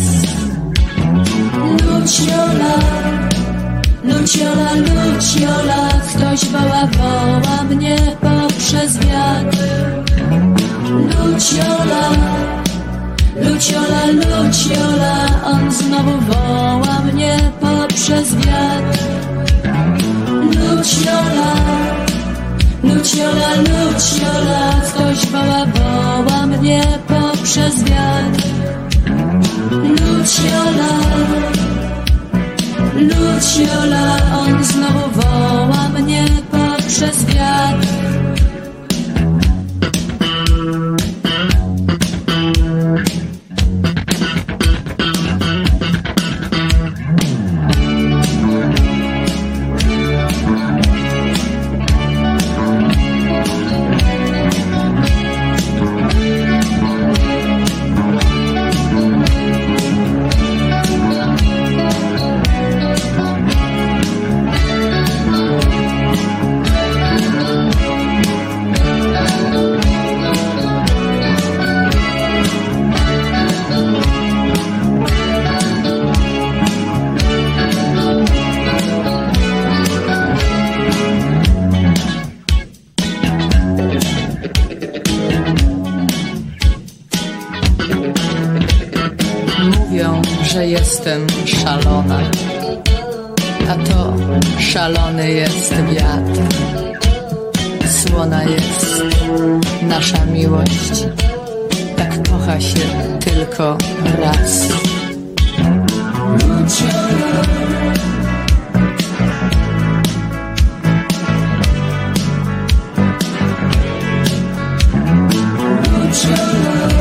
Luciola, Luciola, Luciola, ktoś woła, woła mnie poprzez wiatr. Luciola, Luciola, Luciola, on znowu woła mnie poprzez wiatr. Luciola, Luciola, Luciola, ktoś woła, woła mnie poprzez wiatr. Luciola, Luciola, on znowu woła mnie poprzez wiatr. Że jestem szalona, a to szalony jest wiatr. Słona jest nasza miłość, tak kocha się tylko raz. Luciola, Luciola,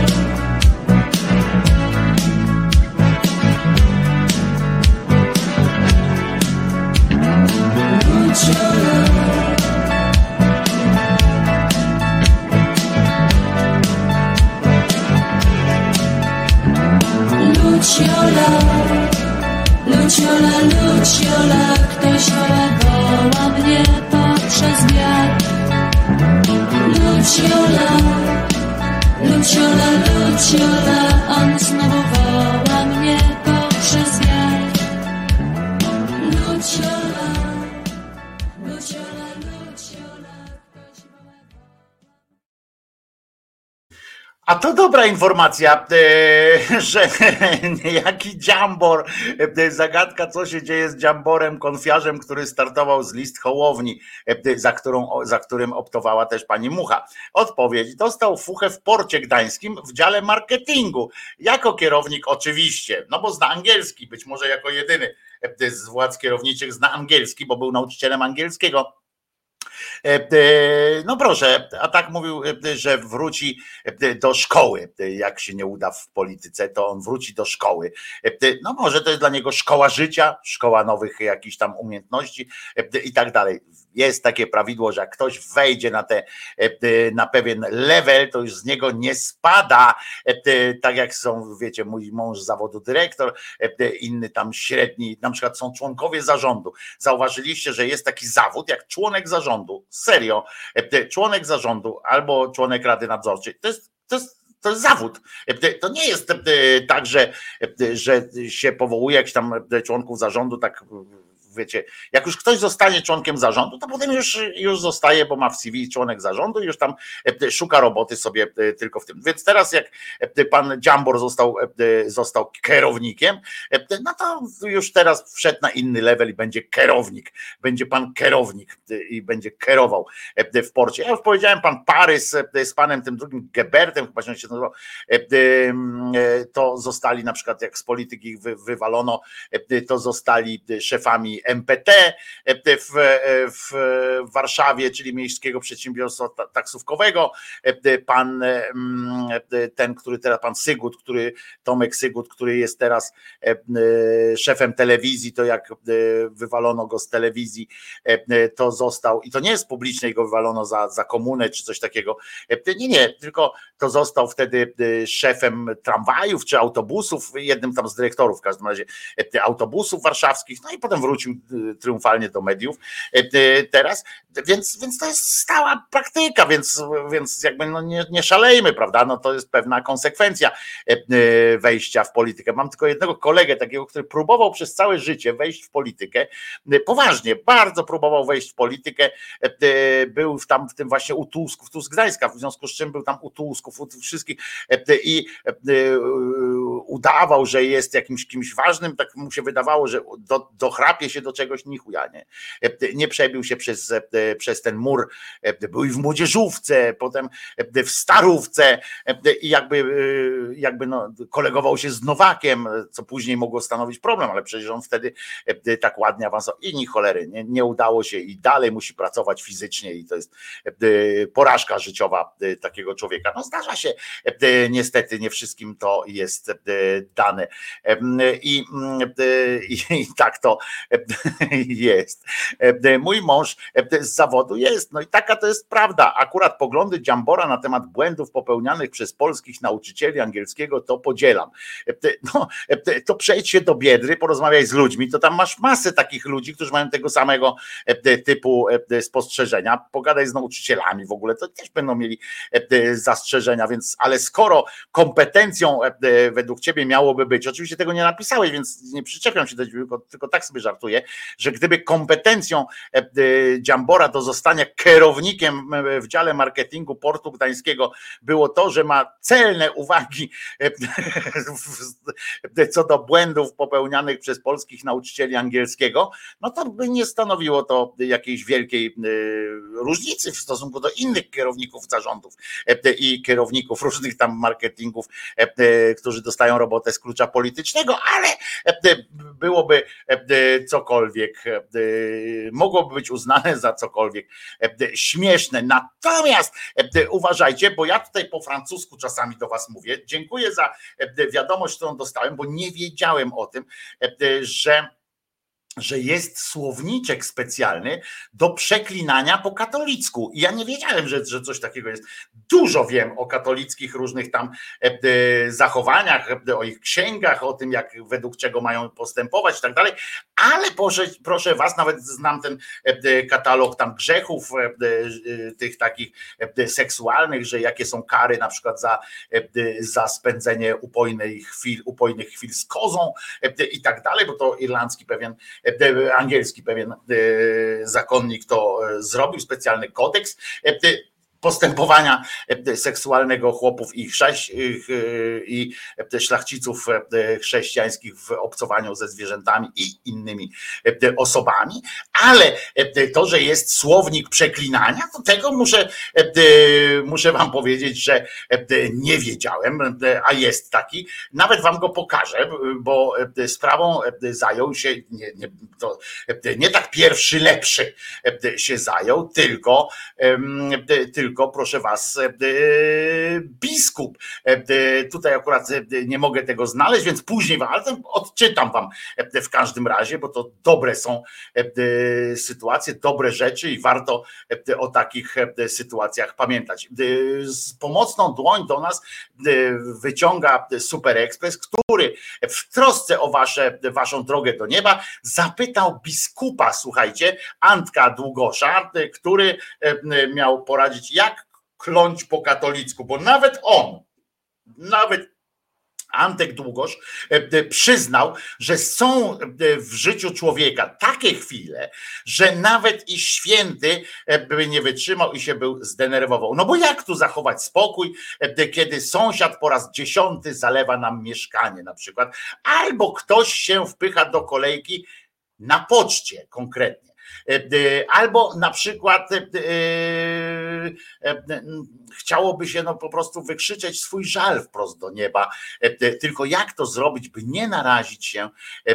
Luciola, Luciola, Luciola, ktoś woła, woła mnie poprzez wiatr. Luciola, Luciola, Luciola, on znowu woła mnie poprzez wiatr. Luciola, Luciola, Luciola, ktoś woła. A to dobra informacja, że niejaki Dziambor, zagadka co się dzieje z Dziamborem, konfiarzem, który startował z list Hołowni, za, którą, za którym optowała też pani Mucha. Odpowiedź: dostał fuchę w Porcie Gdańskim w dziale marketingu. Jako kierownik oczywiście, no bo zna angielski, być może jako jedyny z władz kierowniczych zna angielski, bo był nauczycielem angielskiego. No proszę, a tak mówił, że wróci do szkoły. Jak się nie uda w polityce, to on wróci do szkoły. No może to jest dla niego szkoła życia, szkoła nowych jakichś tam umiejętności i tak dalej. Jest takie prawidło, że jak ktoś wejdzie na, te, na pewien level, to już z niego nie spada. Tak jak są, wiecie, mój mąż z zawodu dyrektor, inny tam średni, na przykład są członkowie zarządu. Zauważyliście, że jest taki zawód jak członek zarządu. Serio, członek zarządu albo członek rady nadzorczej. To jest, to jest To jest zawód. To nie jest tak, że, że się powołuje jakichś tam członków zarządu, tak wiecie, jak już ktoś zostanie członkiem zarządu, to potem już, już zostaje, bo ma w C V członek zarządu i już tam szuka roboty sobie tylko w tym. Więc teraz jak pan Dziambor został, został kierownikiem, no to już teraz wszedł na inny level i będzie kierownik. Będzie pan kierownik i będzie kierował w porcie. Ja już powiedziałem, pan Parys z panem tym drugim Gebertem, chyba się nazywał, to zostali na przykład, jak z polityki wywalono, to zostali szefami M P T w, w Warszawie, czyli Miejskiego Przedsiębiorstwa Taksówkowego. Pan ten, który teraz, pan Sygut, który, Tomek Sygut, który jest teraz szefem telewizji, to jak wywalono go z telewizji, to został, i to nie jest publicznej, go wywalono za, za komunę czy coś takiego. Nie, nie, tylko to został wtedy szefem tramwajów czy autobusów, jednym tam z dyrektorów w każdym razie autobusów warszawskich, no i potem wrócił triumfalnie do mediów teraz, więc, więc to jest stała praktyka, więc, więc jakby no nie, nie szalejmy, prawda, no to jest pewna konsekwencja wejścia w politykę. Mam tylko jednego kolegę takiego, który próbował przez całe życie wejść w politykę, poważnie, bardzo próbował wejść w politykę, był tam w tym właśnie u Tusków, Tusk Gdańska, w związku z czym był tam u Tusków, u tych wszystkich i udawał, że jest jakimś kimś ważnym, tak mu się wydawało, że do, dochrapie się do czegoś, ni chuja, nie. Nie przebił się przez, przez ten mur, był i w młodzieżówce, potem w starówce i jakby, jakby no, kolegował się z Nowakiem, co później mogło stanowić problem, ale przecież on wtedy tak ładnie awansował i ni cholery, nie, nie udało się i dalej musi pracować fizycznie i to jest porażka życiowa takiego człowieka. No zdarza się, niestety nie wszystkim to jest dane i, i, i tak to jest. Mój mąż z zawodu jest, no i taka to jest prawda. Akurat poglądy Dziambora na temat błędów popełnianych przez polskich nauczycieli angielskiego to podzielam. No, to przejdź się do Biedry, porozmawiaj z ludźmi, to tam masz masę takich ludzi, którzy mają tego samego typu spostrzeżenia. Pogadaj z nauczycielami w ogóle, to też będą mieli zastrzeżenia, więc, ale skoro kompetencją według ciebie miałoby być, oczywiście tego nie napisałeś, więc nie przyczepiam się do ciebie, tylko, tylko tak sobie żartuję, że gdyby kompetencją Dziambora do zostania kierownikiem w dziale marketingu Portu Gdańskiego było to, że ma celne uwagi co do błędów popełnianych przez polskich nauczycieli angielskiego, no to by nie stanowiło to jakiejś wielkiej różnicy w stosunku do innych kierowników zarządów i kierowników różnych tam marketingów, którzy dostają robotę z klucza politycznego, ale byłoby cokolwiek, mogłoby być uznane za cokolwiek śmieszne. Natomiast uważajcie, bo ja tutaj po francusku czasami do was mówię. Dziękuję za wiadomość, którą dostałem, bo nie wiedziałem o tym, że że jest słowniczek specjalny do przeklinania po katolicku. I ja nie wiedziałem, że, że coś takiego jest. Dużo wiem o katolickich różnych tam e, zachowaniach, e, o ich księgach, o tym, jak według czego mają postępować i tak dalej, ale proszę, proszę was, nawet znam ten e, katalog tam grzechów e, e, tych takich e, seksualnych, że jakie są kary na przykład za, e, za spędzenie upojnej chwil, upojnych chwil z kozą e, i tak dalej, bo to irlandzki pewien angielski pewien zakonnik to zrobił, specjalny kodeks. postępowania seksualnego chłopów i, chrześ, i szlachciców chrześcijańskich w obcowaniu ze zwierzętami i innymi osobami, ale to, że jest słownik przeklinania, to tego muszę, muszę wam powiedzieć, że nie wiedziałem, a jest taki. Nawet wam go pokażę, bo sprawą zajął się nie, nie, to nie tak pierwszy lepszy się zajął, tylko, tylko proszę was, biskup. Tutaj akurat nie mogę tego znaleźć, więc później wam, ale odczytam wam w każdym razie, bo to dobre są sytuacje, dobre rzeczy i warto o takich sytuacjach pamiętać. Z pomocną dłoń do nas wyciąga Super Express, który w trosce o wasze, waszą drogę do nieba zapytał biskupa, słuchajcie, Antka Długosza, który miał poradzić, jak kląć po katolicku, bo nawet on, nawet Antek Długosz przyznał, że są w życiu człowieka takie chwile, że nawet i święty by nie wytrzymał i się był zdenerwował. No bo jak tu zachować spokój, kiedy sąsiad po raz dziesiąty zalewa nam mieszkanie na przykład, albo ktoś się wpycha do kolejki na poczcie konkretnie. Albo na przykład chciałoby się no po prostu wykrzyczeć swój żal wprost do nieba. Tylko jak to zrobić, by nie narazić się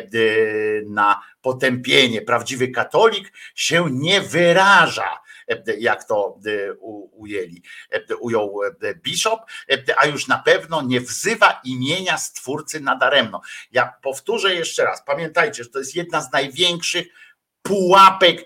na potępienie? Prawdziwy katolik się nie wyraża, jak to ujęli, ujął bishop, a już na pewno nie wzywa imienia Stwórcy nadaremno. Ja powtórzę jeszcze raz, pamiętajcie, że to jest jedna z największych pułapek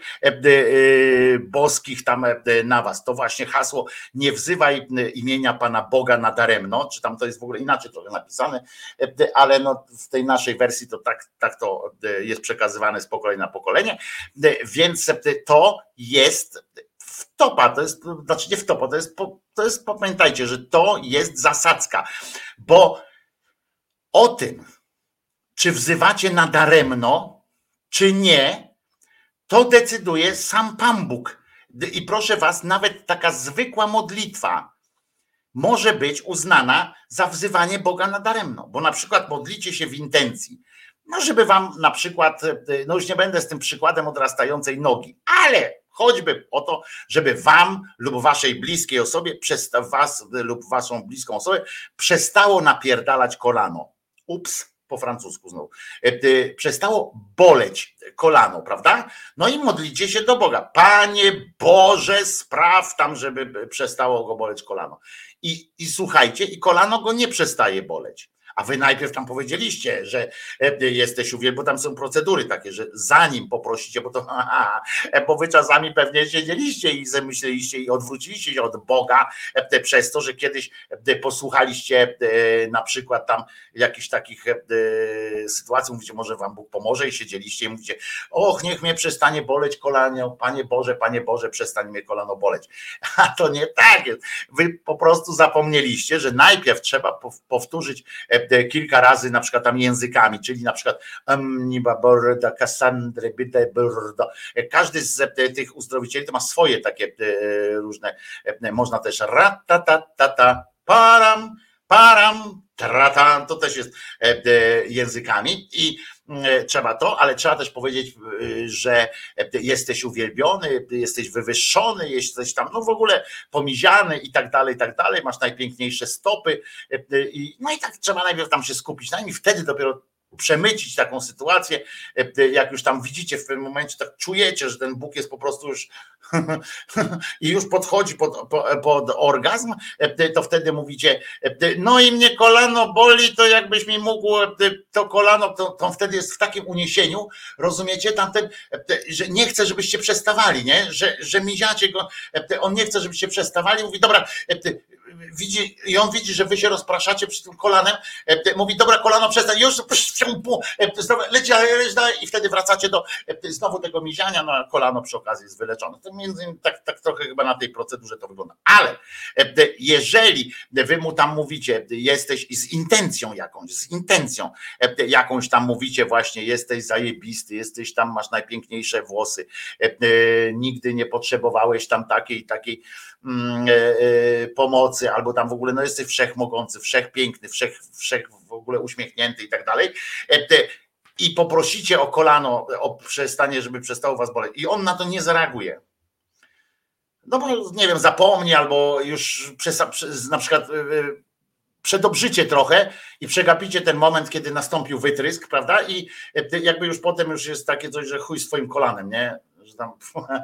boskich tam na was. To właśnie hasło nie wzywaj imienia Pana Boga nadaremno, czy tam to jest w ogóle inaczej trochę napisane, ale no w tej naszej wersji to tak, tak to jest przekazywane z pokolenia na pokolenie, więc to jest wtopa, to jest, znaczy nie wtopa, to jest, to jest, pamiętajcie, że to jest zasadzka, bo o tym, czy wzywacie nadaremno, czy nie, to decyduje sam Pan Bóg. I proszę was, nawet taka zwykła modlitwa może być uznana za wzywanie Boga nadaremno, bo na przykład modlicie się w intencji, no żeby wam na przykład, no już nie będę z tym przykładem odrastającej nogi, ale choćby o to, żeby wam lub waszej bliskiej osobie, was lub waszą bliską osobę przestało napierdalać kolano. Ups. Po francusku znowu, przestało boleć kolano, prawda? No i modlicie się do Boga. Panie Boże, spraw tam, żeby przestało go boleć kolano. I, i słuchajcie, i kolano go nie przestaje boleć. A wy najpierw tam powiedzieliście, że jesteś uwielbiony, bo tam są procedury takie, że zanim poprosicie, bo to aha, bo wy czasami pewnie siedzieliście i zamyśleliście i odwróciliście się od Boga przez to, że kiedyś posłuchaliście na przykład tam jakichś takich sytuacji, mówicie, może wam Bóg pomoże i siedzieliście i mówicie, och, niech mnie przestanie boleć kolano, Panie Boże, Panie Boże, przestań mnie kolano boleć. A to nie tak jest. Wy po prostu zapomnieliście, że najpierw trzeba powtórzyć kilka razy na przykład tam językami, czyli na przykład każdy z tych uzdrowicieli to ma swoje takie różne, można też ratatatata, param, param, tratan, to też jest językami i trzeba to, ale trzeba też powiedzieć, że jesteś uwielbiony, jesteś wywyższony, jesteś tam, no w ogóle pomiziany i tak dalej, i tak dalej, masz najpiękniejsze stopy i no i tak trzeba najpierw tam się skupić, najmniej wtedy dopiero przemycić taką sytuację, jak już tam widzicie w pewnym momencie, tak czujecie, że ten Bóg jest po prostu już i już podchodzi pod, pod orgazm, to wtedy mówicie, no i mnie kolano boli, to jakbyś mi mógł to kolano, to, to wtedy jest w takim uniesieniu, rozumiecie, tamten, że nie chce, żebyście przestawali, nie? Że, że miziacie go, on nie chce, żebyście przestawali, mówi, dobra, widzi, i on widzi, że wy się rozpraszacie przy tym kolanem, mówi, dobra, kolano, przestań, już leci, leci dalej, i wtedy wracacie do znowu tego miziania, na kolano przy okazji jest wyleczone. To między innymi tak, tak trochę chyba na tej procedurze to wygląda. Ale jeżeli wy mu tam mówicie, jesteś z intencją jakąś, z intencją jakąś tam mówicie właśnie, jesteś zajebisty, jesteś tam, masz najpiękniejsze włosy, nigdy nie potrzebowałeś tam takiej, takiej pomocy, albo tam w ogóle, no jesteś wszechmogący, wszechpiękny, wszech, wszech w ogóle uśmiechnięty i tak dalej, i poprosicie o kolano, o przestanie, żeby przestało was boleć, i on na to nie zareaguje. No bo nie wiem, zapomni, albo już na przykład przedobrzycie trochę i przegapicie ten moment, kiedy nastąpił wytrysk, prawda? I jakby już potem już jest takie coś, że chuj z twoim kolanem, nie? Że tam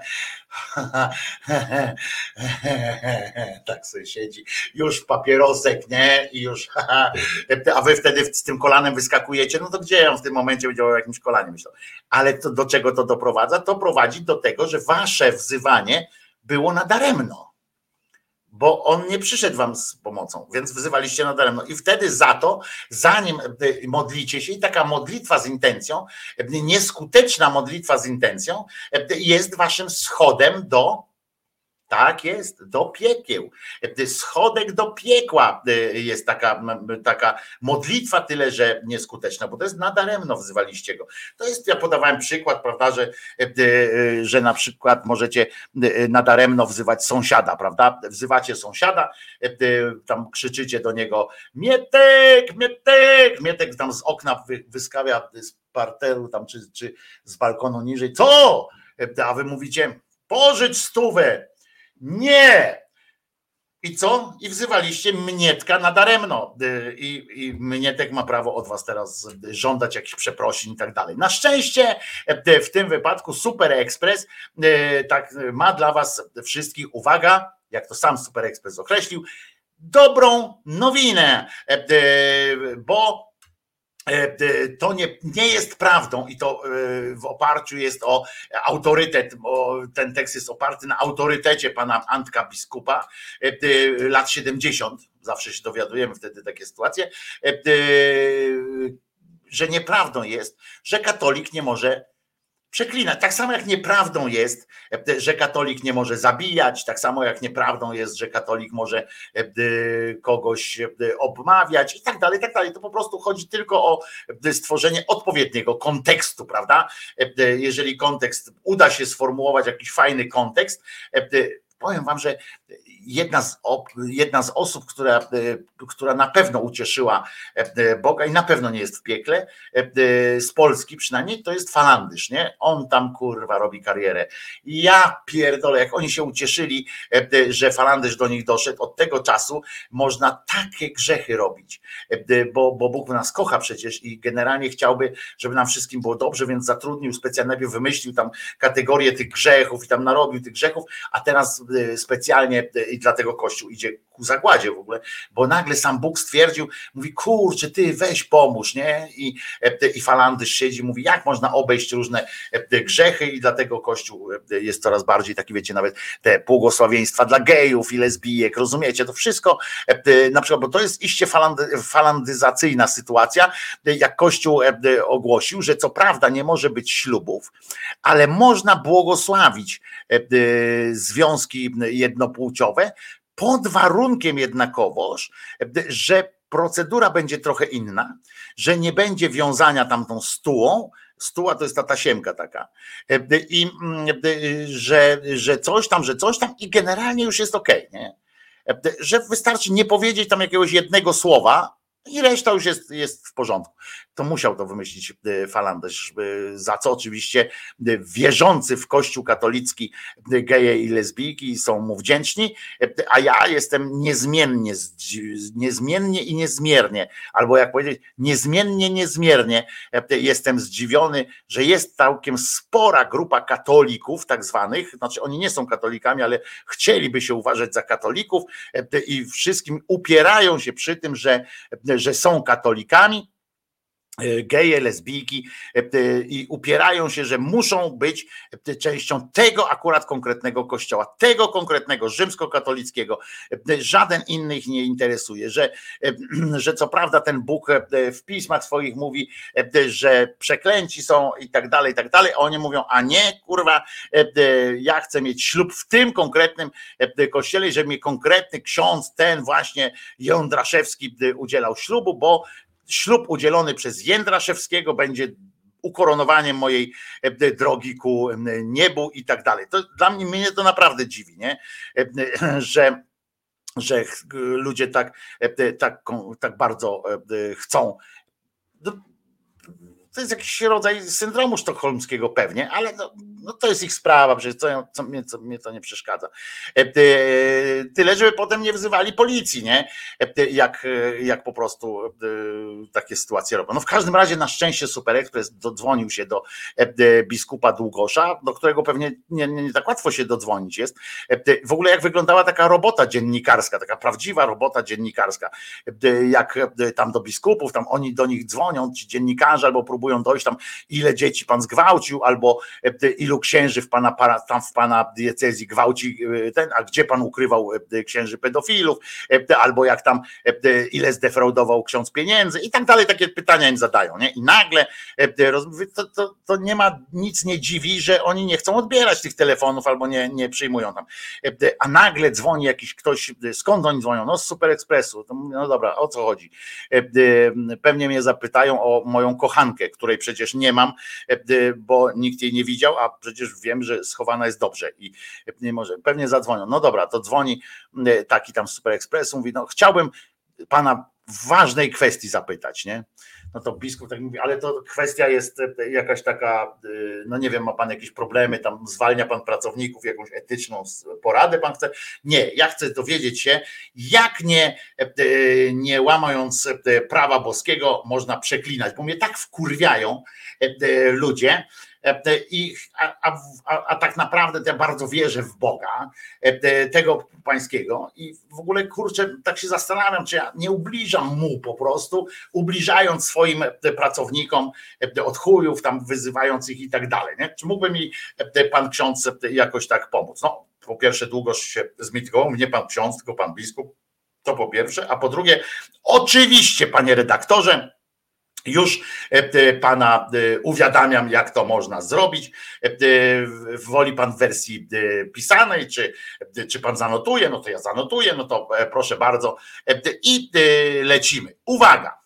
tak sobie siedzi, już papierosek, nie? I już, a wy wtedy z tym kolanem wyskakujecie, no to gdzie on w tym momencie będzie o jakimś kolanie myślał? Ale to, do czego to doprowadza? To prowadzi do tego, że wasze wzywanie było nadaremno, bo on nie przyszedł wam z pomocą, więc wzywaliście nadaremno. I wtedy za to, zanim modlicie się, i taka modlitwa z intencją, nieskuteczna modlitwa z intencją, jest waszym schodem do, tak jest, do piekieł. Schodek do piekła jest taka, taka modlitwa, tyle że nieskuteczna, bo to jest nadaremno wzywaliście go. To jest, ja podawałem przykład, prawda, że, że na przykład możecie nadaremno wzywać sąsiada, prawda? Wzywacie sąsiada, tam krzyczycie do niego: Mietek, Mietek, Mietek tam z okna wyskawia z parteru tam, czy, czy z balkonu niżej: co? A wy mówicie: pożycz stówę. Nie! I co? I wzywaliście Mnietka nadaremno. I, I Mnietek ma prawo od was teraz żądać jakichś przeprosin i tak dalej. Na szczęście w tym wypadku Super Express tak ma dla was wszystkich, uwaga, jak to sam Super Express określił, dobrą nowinę, bo to nie, nie jest prawdą, i to w oparciu jest o autorytet, bo ten tekst jest oparty na autorytecie pana Antka biskupa lat siedemdziesiąt, zawsze się dowiadujemy wtedy takie sytuacje, że nieprawdą jest, że katolik nie może przeklinać. Tak samo jak nieprawdą jest, że katolik nie może zabijać, tak samo jak nieprawdą jest, że katolik może kogoś obmawiać i tak dalej, i tak dalej. To po prostu chodzi tylko o stworzenie odpowiedniego kontekstu, prawda? Jeżeli kontekst, uda się sformułować jakiś fajny kontekst, powiem wam, że jedna z, jedna z osób, która, która na pewno ucieszyła Boga i na pewno nie jest w piekle, z Polski przynajmniej, to jest Falandysz, nie? On tam kurwa robi karierę. I ja pierdolę, jak oni się ucieszyli, że Falandysz do nich doszedł, od tego czasu można takie grzechy robić, bo, bo Bóg nas kocha przecież i generalnie chciałby, żeby nam wszystkim było dobrze, więc zatrudnił specjalnie, wymyślił tam kategorię tych grzechów i tam narobił tych grzechów, a teraz specjalnie i dlatego Kościół idzie ku zagładzie w ogóle, bo nagle sam Bóg stwierdził, mówi: kurczę, ty weź pomóż, nie? I, i Falandysz siedzi, mówi: jak można obejść różne grzechy, i dlatego Kościół jest coraz bardziej taki, wiecie, nawet te błogosławieństwa dla gejów i lesbijek, rozumiecie? To wszystko na przykład, bo to jest iście falandy, falandyzacyjna sytuacja, jak Kościół ogłosił, że co prawda nie może być ślubów, ale można błogosławić związki jednopłciowe, pod warunkiem jednakowoż, że procedura będzie trochę inna, że nie będzie wiązania tamtą stułą, stuła to jest ta tasiemka taka, i że, że coś tam, że coś tam i generalnie już jest okej, nie? Że wystarczy nie powiedzieć tam jakiegoś jednego słowa i reszta już jest, jest w porządku. To musiał to wymyślić Falandysz, za co oczywiście wierzący w Kościół katolicki geje i lesbijki są mu wdzięczni, a ja jestem niezmiennie, niezmiennie i niezmiernie, albo jak powiedzieć, niezmiennie, niezmiernie jestem zdziwiony, że jest całkiem spora grupa katolików tak zwanych, znaczy oni nie są katolikami, ale chcieliby się uważać za katolików i wszystkim upierają się przy tym, że że są katolikami, geje, lesbijki i upierają się, że muszą być częścią tego akurat konkretnego kościoła, tego konkretnego rzymskokatolickiego. Żaden inny ich nie interesuje, że, że co prawda ten Bóg w pismach swoich mówi, że przeklęci są i tak dalej, i tak dalej, a oni mówią, a nie, kurwa, ja chcę mieć ślub w tym konkretnym kościele, żeby mi konkretny ksiądz, ten właśnie Jędraszewski udzielał ślubu, bo ślub udzielony przez Jędraszewskiego będzie ukoronowaniem mojej drogi ku niebu i tak dalej. To dla mnie, mnie to naprawdę dziwi, nie? Że, że ludzie tak, tak, tak bardzo chcą. To jest jakiś rodzaj syndromu sztokholmskiego pewnie, ale no, no to jest ich sprawa, przecież co, co, mnie, co mnie to nie przeszkadza. Tyle, żeby potem nie wzywali policji, nie? Jak, jak po prostu takie sytuacje robią. No w każdym razie na szczęście Super Express dodzwonił się do biskupa Długosza, do którego pewnie nie, nie, nie tak łatwo się dodzwonić jest. W ogóle jak wyglądała taka robota dziennikarska, taka prawdziwa robota dziennikarska, jak tam do biskupów, tam oni do nich dzwonią, ci dziennikarze albo próbują dojść tam, ile dzieci pan zgwałcił, albo ilu księży w pana, tam w pana diecezji gwałci ten, a gdzie pan ukrywał księży pedofilów, albo jak tam, ile zdefraudował ksiądz pieniędzy i tak dalej, takie pytania im zadają, nie? I nagle to, to, to nie ma, nic nie dziwi, że oni nie chcą odbierać tych telefonów albo nie, nie przyjmują tam, a nagle dzwoni jakiś ktoś, skąd oni dzwonią? No z Super Expressu. To mówię, no dobra, o co chodzi? Pewnie mnie zapytają o moją kochankę, której przecież nie mam, bo nikt jej nie widział, a przecież wiem, że schowana jest dobrze i nie może. Pewnie zadzwonią. No dobra, to dzwoni taki tam z Super Expressu, mówi, no chciałbym pana w ważnej kwestii zapytać, nie? No to biskup tak mówi, ale to kwestia jest jakaś taka, no nie wiem, ma pan jakieś problemy, tam zwalnia pan pracowników, jakąś etyczną poradę pan chce? Nie, ja chcę dowiedzieć się, jak nie, nie łamając prawa boskiego można przeklinać, bo mnie tak wkurwiają ludzie, I, a, a, a tak naprawdę ja bardzo wierzę w Boga tego pańskiego i w ogóle kurczę, tak się zastanawiam, czy ja nie ubliżam mu po prostu, ubliżając swoim pracownikom od chujów, tam wyzywając ich i tak dalej. Nie? Czy mógłby mi pan ksiądz jakoś tak pomóc? No, po pierwsze długość się zmitygował, nie pan ksiądz, tylko pan biskup, to po pierwsze, a po drugie, oczywiście panie redaktorze, już pana uwiadamiam, jak to można zrobić. Woli pan w wersji pisanej, czy, czy pan zanotuje? No to ja zanotuję, no to proszę bardzo. I lecimy. Uwaga!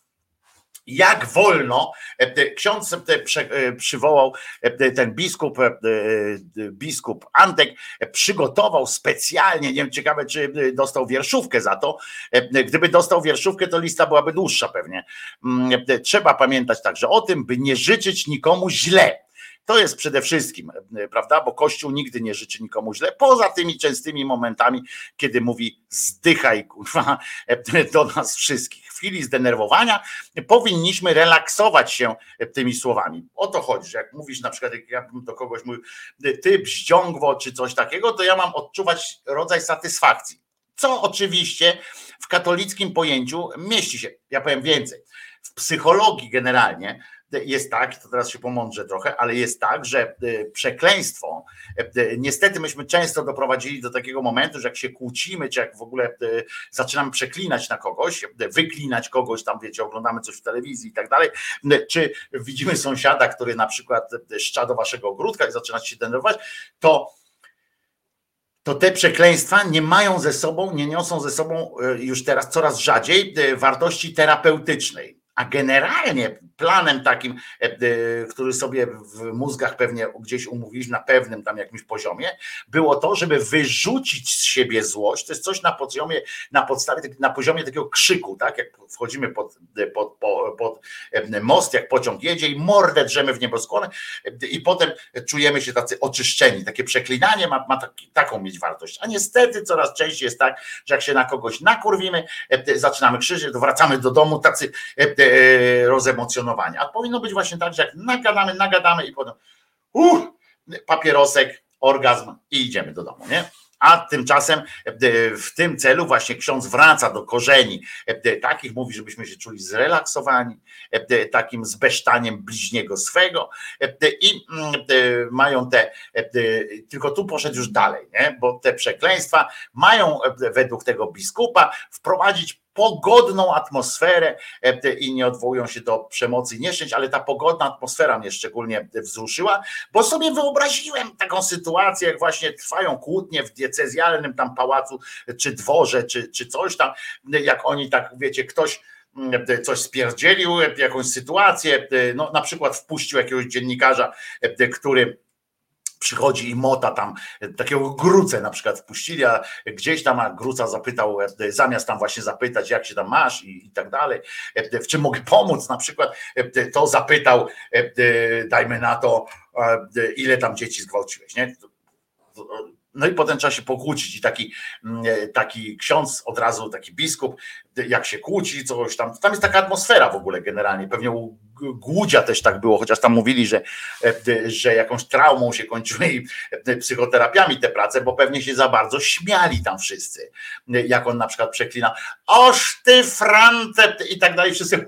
Jak wolno, ksiądz przywołał, ten biskup, biskup Antek przygotował specjalnie, nie wiem, ciekawe, czy dostał wierszówkę za to. Gdyby dostał wierszówkę, to lista byłaby dłuższa pewnie. Trzeba pamiętać także o tym, by nie życzyć nikomu źle. To jest przede wszystkim, prawda, bo Kościół nigdy nie życzy nikomu źle, poza tymi częstymi momentami, kiedy mówi zdychaj, kurwa, do nas wszystkich. W chwili zdenerwowania powinniśmy relaksować się tymi słowami. O to chodzi, że jak mówisz na przykład, jak ja bym do kogoś mówił, ty bździągwo czy coś takiego, to ja mam odczuwać rodzaj satysfakcji. Co oczywiście w katolickim pojęciu mieści się, ja powiem więcej, w psychologii generalnie, jest tak, to teraz się pomądrzę trochę, ale jest tak, że przekleństwo, niestety myśmy często doprowadzili do takiego momentu, że jak się kłócimy, czy jak w ogóle zaczynamy przeklinać na kogoś, wyklinać kogoś, tam wiecie, oglądamy coś w telewizji i tak dalej, czy widzimy sąsiada, który na przykład szcza do waszego ogródka i zaczyna się denerwować, to to te przekleństwa nie mają ze sobą, nie niosą ze sobą już teraz coraz rzadziej wartości terapeutycznej. A generalnie planem takim, który sobie w mózgach pewnie gdzieś umówiliśmy na pewnym tam jakimś poziomie, było to, żeby wyrzucić z siebie złość. To jest coś na poziomie, na podstawie, na poziomie takiego krzyku, tak? Jak wchodzimy pod, pod, pod, pod most, jak pociąg jedzie i mordę drzemy w nieboskłony i potem czujemy się tacy oczyszczeni. Takie przeklinanie ma, ma taki, taką mieć wartość. A niestety coraz częściej jest tak, że jak się na kogoś nakurwimy, zaczynamy krzyczeć, to wracamy do domu tacy rozemocjonowani. A powinno być właśnie tak, że jak nagadamy, nagadamy i potem uh, papierosek, orgazm i idziemy do domu, nie? A tymczasem w tym celu właśnie ksiądz wraca do korzeni takich, mówi, żebyśmy się czuli zrelaksowani, takim zbesztaniem bliźniego swego i mają te, tylko tu poszedł już dalej, nie? Bo te przekleństwa mają według tego biskupa wprowadzić pogodną atmosferę i nie odwołują się do przemocy i nieszczęść, ale ta pogodna atmosfera mnie szczególnie wzruszyła, bo sobie wyobraziłem taką sytuację, jak właśnie trwają kłótnie w diecezjalnym tam pałacu, czy dworze, czy, czy coś tam, jak oni tak, wiecie, ktoś coś spierdzielił, jakąś sytuację, no na przykład wpuścił jakiegoś dziennikarza, który przychodzi i mota tam, takiego Grucę na przykład wpuścili, a gdzieś tam a Gruca zapytał, zamiast tam właśnie zapytać, jak się tam masz i, i tak dalej, w czym mogę pomóc na przykład, to zapytał, dajmy na to, ile tam dzieci zgwałciłeś, nie? No i potem trzeba się pokłócić i taki, taki ksiądz od razu, taki biskup, jak się kłóci, coś tam, tam jest taka atmosfera w ogóle generalnie, pewnie u Głudzia też tak było, chociaż tam mówili, że, że jakąś traumą się kończyły i psychoterapiami te prace, bo pewnie się za bardzo śmiali tam wszyscy, jak on na przykład przeklina, oż ty frante i tak dalej, wszyscy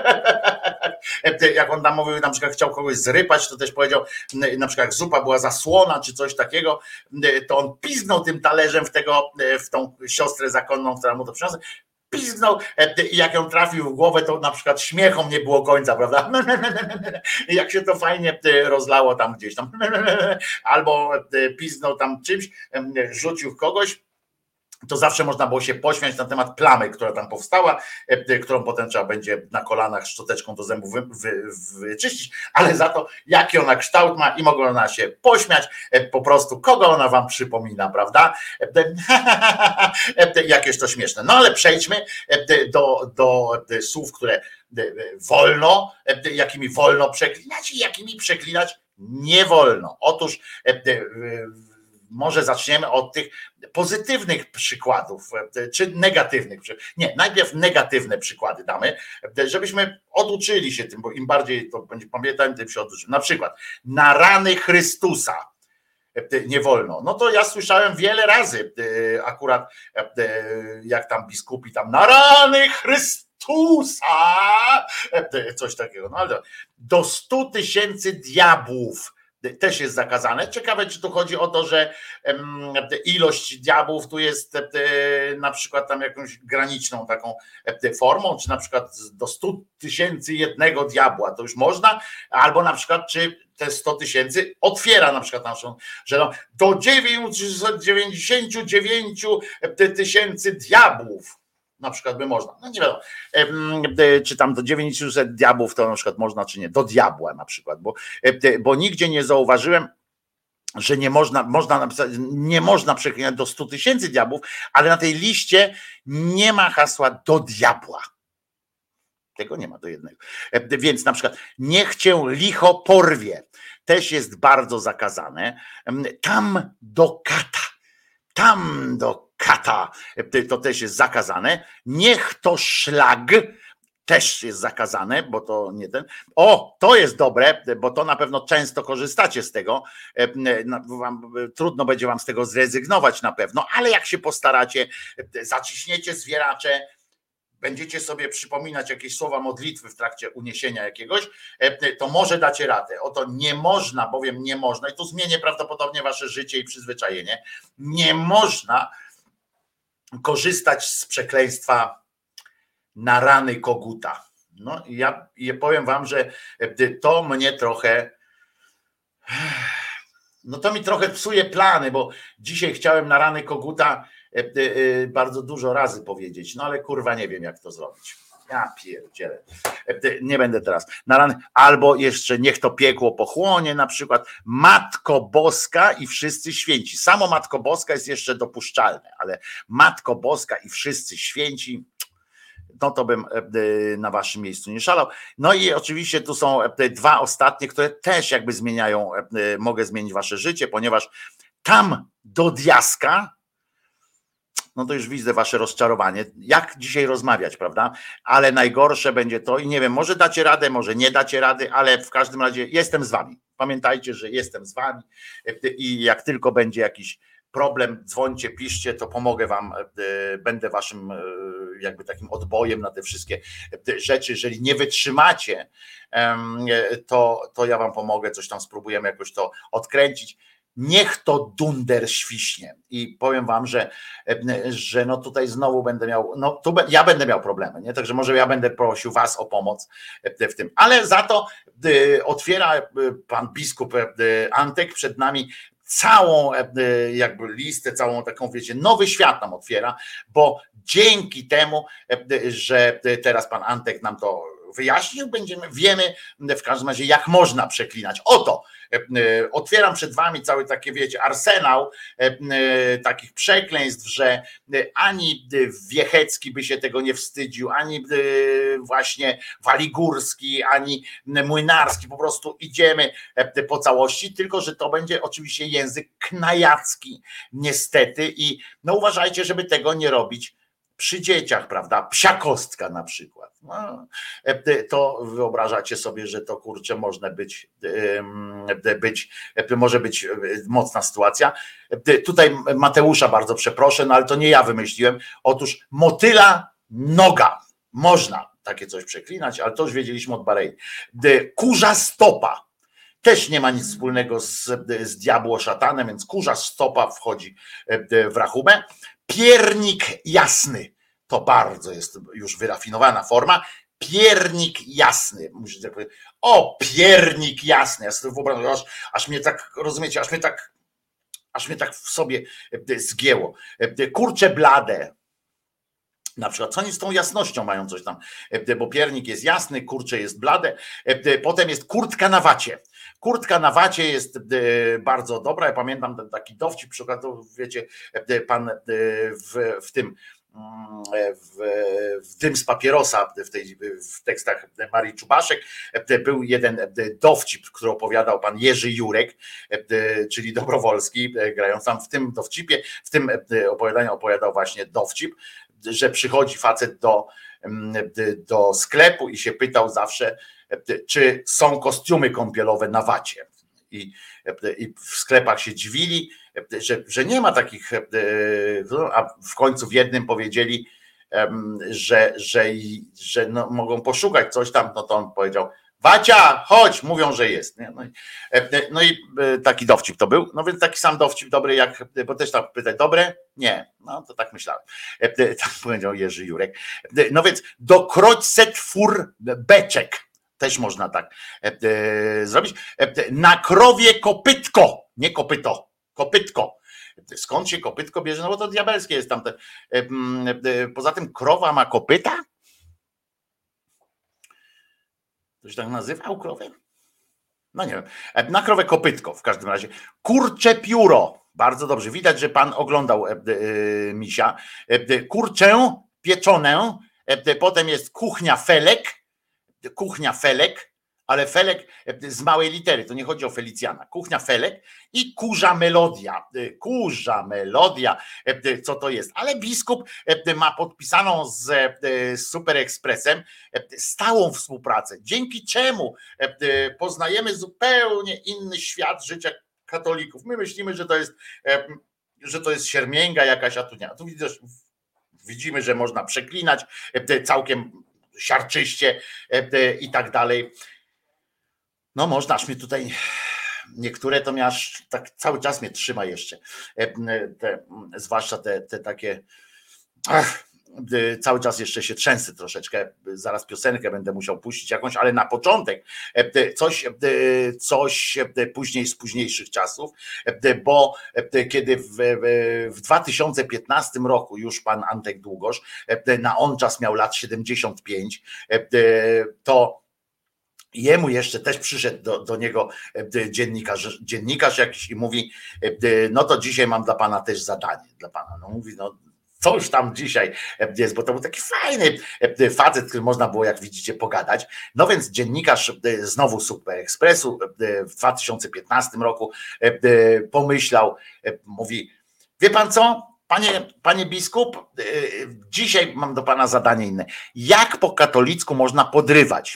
jak on tam mówił, na przykład chciał kogoś zrypać, to też powiedział, na przykład jak zupa była zasłona, czy coś takiego, to on piznął tym talerzem w tego, w tą siostrę zakonną, która mu to przyniosła, piznął i jak ją trafił w głowę, to na przykład śmiechom nie było końca, prawda? Jak się to fajnie rozlało tam gdzieś tam. Albo piznął tam czymś, rzucił kogoś, to zawsze można było się pośmiać na temat plamy, która tam powstała, którą potem trzeba będzie na kolanach szczoteczką do zębów wy, wy, wyczyścić, ale za to jaki ona kształt ma i mogą ona się pośmiać, po prostu kogo ona wam przypomina, prawda? Jakieś to śmieszne. No ale przejdźmy do, do słów, które wolno, jakimi wolno przeklinać i jakimi przeklinać nie wolno. Otóż może zaczniemy od tych pozytywnych przykładów, czy negatywnych. Nie, najpierw negatywne przykłady damy, żebyśmy oduczyli się tym, bo im bardziej to będzie pamiętałem, tym się oduczymy. Na przykład na rany Chrystusa nie wolno. No to ja słyszałem wiele razy akurat, jak tam biskupi tam na rany Chrystusa, coś takiego. No ale do stu tysięcy diabłów też jest zakazane. Ciekawe, czy tu chodzi o to, że ilość diabłów tu jest na przykład tam jakąś graniczną taką formą, czy na przykład do stu tysięcy jednego diabła to już można, albo na przykład czy te sto tysięcy otwiera na przykład naszą, że no, do dziewięćset dziewięćdziesięciu dziewięciu tysięcy diabłów na przykład by można, no nie wiadomo, czy tam do dziewięciuset diabłów to na przykład można, czy nie, do diabła na przykład, bo, bo nigdzie nie zauważyłem, że nie można, można napisać, nie można przeklinać do stu tysięcy diabłów, ale na tej liście nie ma hasła do diabła. Tego nie ma do jednego. Więc na przykład niech cię licho porwie, też jest bardzo zakazane. Tam do kata, tam do kata, to też jest zakazane. Niech to szlag, też jest zakazane, bo to nie ten. O, to jest dobre, bo to na pewno często korzystacie z tego. Trudno będzie wam z tego zrezygnować na pewno, ale jak się postaracie, zaciśniecie zwieracze, będziecie sobie przypominać jakieś słowa modlitwy w trakcie uniesienia jakiegoś, to może dacie radę. Oto nie można, bowiem nie można, i tu zmienię prawdopodobnie wasze życie i przyzwyczajenie, nie można korzystać z przekleństwa na rany koguta. No i ja, ja powiem wam, że to mnie trochę, no to mi trochę psuje plany, bo dzisiaj chciałem na rany koguta bardzo dużo razy powiedzieć, no ale kurwa nie wiem jak to zrobić. Ja pierdzielę. Nie będę teraz. Na rany, albo jeszcze niech to piekło pochłonie, na przykład Matko Boska i wszyscy święci. Samo Matko Boska jest jeszcze dopuszczalne, ale Matko Boska i wszyscy święci, no to bym na waszym miejscu nie szalał. No i oczywiście tu są te dwa ostatnie, które też jakby zmieniają, mogę zmienić wasze życie, ponieważ tam do diaska, no to już widzę wasze rozczarowanie. Jak dzisiaj rozmawiać, prawda? Ale najgorsze będzie to i nie wiem, może dacie radę, może nie dacie rady, ale w każdym razie jestem z wami. Pamiętajcie, że jestem z wami i jak tylko będzie jakiś problem, dzwońcie, piszcie, to pomogę wam, będę waszym jakby takim odbojem na te wszystkie rzeczy. Jeżeli nie wytrzymacie, to, to ja wam pomogę, coś tam spróbujemy jakoś to odkręcić. Niech to dunder świśnie i powiem wam, że, że no tutaj znowu będę miał, no tu ja będę miał problemy, nie? Także może ja będę prosił was o pomoc w tym, ale za to otwiera pan biskup Antek przed nami całą jakby listę, całą taką, wiecie, nowy świat nam otwiera, bo dzięki temu, że teraz pan Antek nam to wyjaśnił, będziemy, wiemy w każdym razie, jak można przeklinać. Oto otwieram przed wami cały taki, wiecie, arsenał takich przekleństw, że ani Wiechecki by się tego nie wstydził, ani właśnie Waligórski, ani Młynarski, po prostu idziemy po całości, tylko że to będzie oczywiście język knajacki niestety i no uważajcie, żeby tego nie robić przy dzieciach, prawda? Psia kostka na przykład. No, to wyobrażacie sobie, że to kurczę można być, być, może być mocna sytuacja. Tutaj Mateusza bardzo przeproszę, no ale to nie ja wymyśliłem. Otóż motyla noga. Można takie coś przeklinać, ale to już wiedzieliśmy od Barei. Kurza stopa. Też nie ma nic wspólnego z, z diabło szatanem, więc kurza stopa wchodzi w rachubę. Piernik jasny, to bardzo jest już wyrafinowana forma, piernik jasny, musicie powiedzieć, o piernik jasny, ja sobie wyobrażam, aż, aż mnie tak, rozumiecie, aż mnie tak, aż mnie tak w sobie zgięło, kurcze blade, na przykład, co oni z tą jasnością mają coś tam, bo piernik jest jasny, kurcze jest blade, potem jest kurtka na wacie. Kurtka na wacie jest bardzo dobra. Ja pamiętam ten taki dowcip, przy okazji, wiecie, pan w, w tym w, w dym z papierosa w, tej, w tekstach Marii Czubaszek był jeden dowcip, który opowiadał pan Jerzy Jurek, czyli Dobrowolski, grając tam w tym dowcipie, w tym opowiadaniu opowiadał właśnie dowcip, że przychodzi facet do, do sklepu i się pytał zawsze, czy są kostiumy kąpielowe na wacie. I, i w sklepach się dziwili, że, że nie ma takich, a w końcu w jednym powiedzieli, że, że, że no, mogą poszukać coś tam, no to on powiedział, Wacia, chodź, mówią, że jest. No i, no i taki dowcip to był, no więc taki sam dowcip dobry jak, bo też tam pytać, dobre? Nie, no to tak myślałem. Tak powiedział Jerzy Jurek. No więc do kroćset fur beczek. Też można tak e, zrobić. E, na krowie kopytko, nie kopyto, kopytko. Skąd się kopytko bierze? No bo to diabelskie jest tamte. E, e, poza tym krowa ma kopyta? To się tak nazywał krowę? No nie wiem. E, na krowę kopytko w każdym razie. Kurcze pióro. Bardzo dobrze. Widać, że pan oglądał e, e, misia. E, kurczę pieczone. E, potem jest kuchnia felek. Kuchnia Felek, ale Felek z małej litery, to nie chodzi o Felicjana. Kuchnia Felek i kurza melodia. Kurza melodia, co to jest? Ale biskup ma podpisaną z Super Expressem stałą współpracę, dzięki czemu poznajemy zupełnie inny świat życia katolików. My myślimy, że to jest, że to jest siermięga jakaś, a tu nie. A tu widzisz, widzimy, że można przeklinać całkiem siarczyście i tak dalej. No można, aż mnie tutaj niektóre to mnie aż tak cały czas mnie trzyma jeszcze. Te, zwłaszcza te, te takie ach, cały czas jeszcze się trzęsę troszeczkę, zaraz piosenkę będę musiał puścić jakąś, ale na początek coś, coś później z późniejszych czasów, bo kiedy w, w dwa tysiące piętnastym roku już pan Antek Długosz, na on czas miał lat siedemdziesiąt pięć, to jemu jeszcze też przyszedł do, do niego dziennikarz, dziennikarz jakiś i mówi, no to dzisiaj mam dla pana też zadanie, dla pana, no mówi, no co już tam dzisiaj jest, bo to był taki fajny facet, który można było, jak widzicie, pogadać. No więc dziennikarz znowu Super Expressu w dwa tysiące piętnastym roku pomyślał, mówi, wie pan co, panie, panie biskup, dzisiaj mam do pana zadanie inne. Jak po katolicku można podrywać?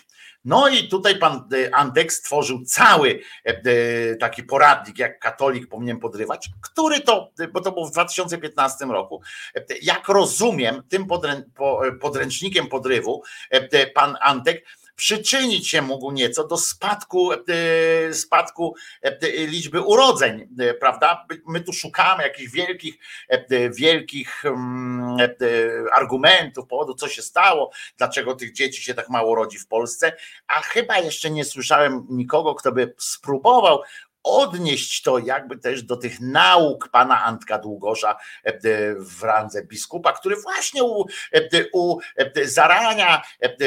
No i tutaj pan Antek stworzył cały taki poradnik, jak katolik powinien podrywać, który to, bo to było w dwa tysiące piętnastym roku, jak rozumiem, tym podręcznikiem podrywu pan Antek przyczynić się mógł nieco do spadku, spadku liczby urodzeń, prawda? My tu szukamy jakichś wielkich, wielkich argumentów, powodu, co się stało, dlaczego tych dzieci się tak mało rodzi w Polsce, a chyba jeszcze nie słyszałem nikogo, kto by spróbował odnieść to jakby też do tych nauk pana Antka Długosza w randze biskupa, który właśnie u, u zarania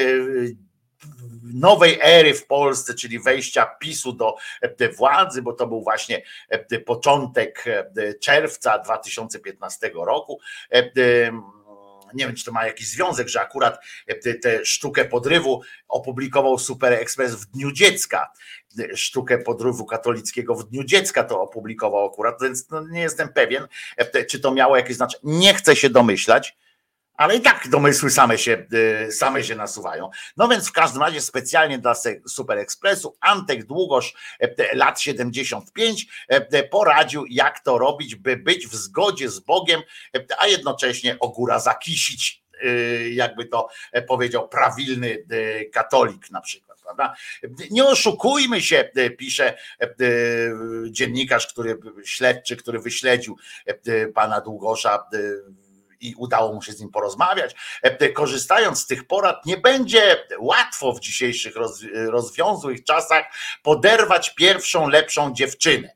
nowej ery w Polsce, czyli wejścia PiSu do władzy, bo to był właśnie początek czerwca dwa tysiące piętnastego roku. Nie wiem, czy to ma jakiś związek, że akurat tę sztukę podrywu opublikował Super Express w Dniu Dziecka. Sztukę podrywu katolickiego w Dniu Dziecka to opublikował akurat, więc no nie jestem pewien, czy to miało jakieś znaczenie. Nie chcę się domyślać, ale i tak domysły same się, same się nasuwają. No więc w każdym razie specjalnie dla Super Expressu Antek Długosz, lat siedemdziesiąt pięć, poradził, jak to robić, by być w zgodzie z Bogiem, a jednocześnie ogóra zakisić, jakby to powiedział prawilny katolik na przykład. Prawda? Nie oszukujmy się, pisze dziennikarz, który śledczy, który wyśledził pana Długosza i udało mu się z nim porozmawiać. Korzystając z tych porad, nie będzie łatwo w dzisiejszych rozwiązłych czasach poderwać pierwszą, lepszą dziewczynę.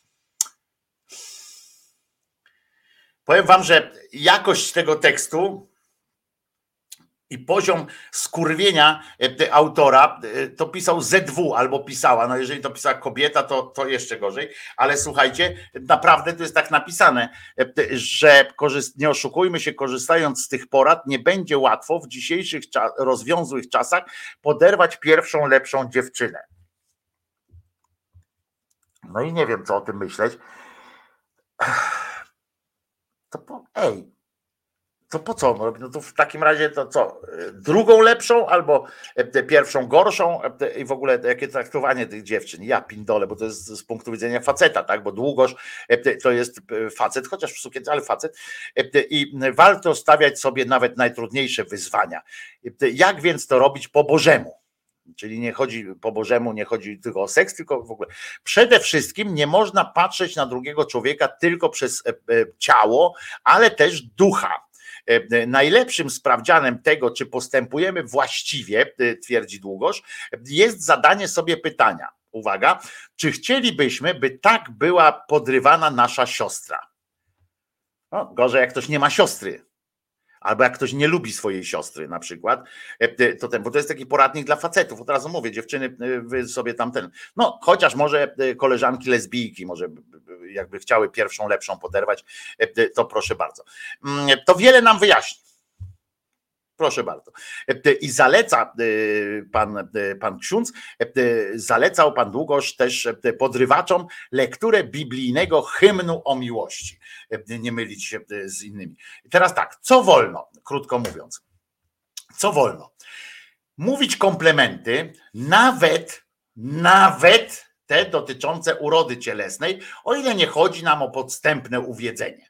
Powiem wam, że jakość tego tekstu i poziom skurwienia autora, to pisał Z W albo pisała, no jeżeli to pisała kobieta, to, to jeszcze gorzej, ale słuchajcie, naprawdę to jest tak napisane, że nie oszukujmy się, korzystając z tych porad, nie będzie łatwo w dzisiejszych rozwiązłych czasach poderwać pierwszą, lepszą dziewczynę. No i nie wiem, co o tym myśleć. To po, ej, to po co on robi? No to w takim razie to co? Drugą lepszą albo pierwszą gorszą i w ogóle jakie traktowanie tych dziewczyn? Ja pindole, bo to jest z punktu widzenia faceta, tak? Bo Długosz to jest facet, chociaż w sukience, ale facet i warto stawiać sobie nawet najtrudniejsze wyzwania. Jak więc to robić po Bożemu? Czyli nie chodzi po Bożemu, nie chodzi tylko o seks, tylko w ogóle. Przede wszystkim nie można patrzeć na drugiego człowieka tylko przez ciało, ale też ducha. Najlepszym sprawdzianem tego, czy postępujemy właściwie, twierdzi Długosz, jest zadanie sobie pytania. Uwaga, czy chcielibyśmy, by tak była podrywana nasza siostra? No, gorzej, jak ktoś nie ma siostry. Albo jak ktoś nie lubi swojej siostry na przykład, to ten, bo to jest taki poradnik dla facetów. Od razu mówię, dziewczyny, wy sobie tamten, no chociaż może koleżanki lesbijki, może jakby chciały pierwszą, lepszą poderwać, to proszę bardzo. To wiele nam wyjaśni. Proszę bardzo. I zaleca pan, pan ksiądz, zalecał pan Długosz też podrywaczom lekturę biblijnego hymnu o miłości. Nie mylić się z innymi. I teraz tak, co wolno, krótko mówiąc, co wolno? Mówić komplementy, nawet, nawet te dotyczące urody cielesnej, o ile nie chodzi nam o podstępne uwiedzenie.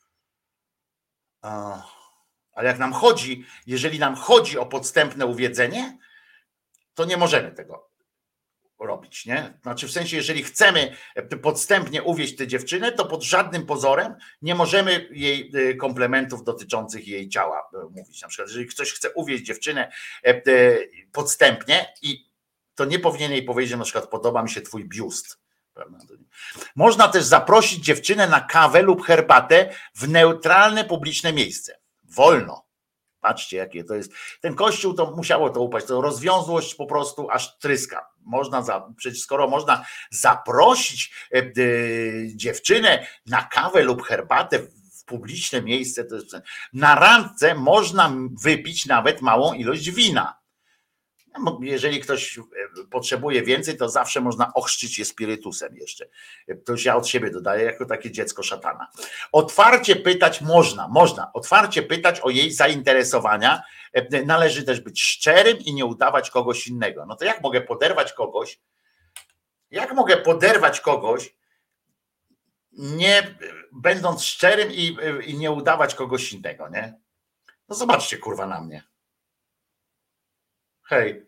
Oh. Ale jak nam chodzi, jeżeli nam chodzi o podstępne uwiedzenie, to nie możemy tego robić, nie? Znaczy w sensie, jeżeli chcemy podstępnie uwieść tę dziewczynę, to pod żadnym pozorem nie możemy jej komplementów dotyczących jej ciała mówić. Na przykład, jeżeli ktoś chce uwieść dziewczynę podstępnie, i to nie powinien jej powiedzieć, że na przykład podoba mi się twój biust. Można też zaprosić dziewczynę na kawę lub herbatę w neutralne publiczne miejsce. Wolno. Patrzcie, jakie to jest. Ten kościół to musiało to upaść. To rozwiązłość po prostu aż tryska. Można za, przecież skoro można zaprosić e, e, dziewczynę na kawę lub herbatę w publiczne miejsce, to jest, na randce można wypić nawet małą ilość wina. Jeżeli ktoś potrzebuje więcej, to zawsze można ochrzcić je spirytusem jeszcze. To już ja od siebie dodaję, jako takie dziecko szatana. Otwarcie pytać można, można. Otwarcie pytać o jej zainteresowania. Należy też być szczerym i nie udawać kogoś innego. No to jak mogę poderwać kogoś? Jak mogę poderwać kogoś, nie będąc szczerym i, i nie udawać kogoś innego, nie? No zobaczcie, kurwa, na mnie. Hej.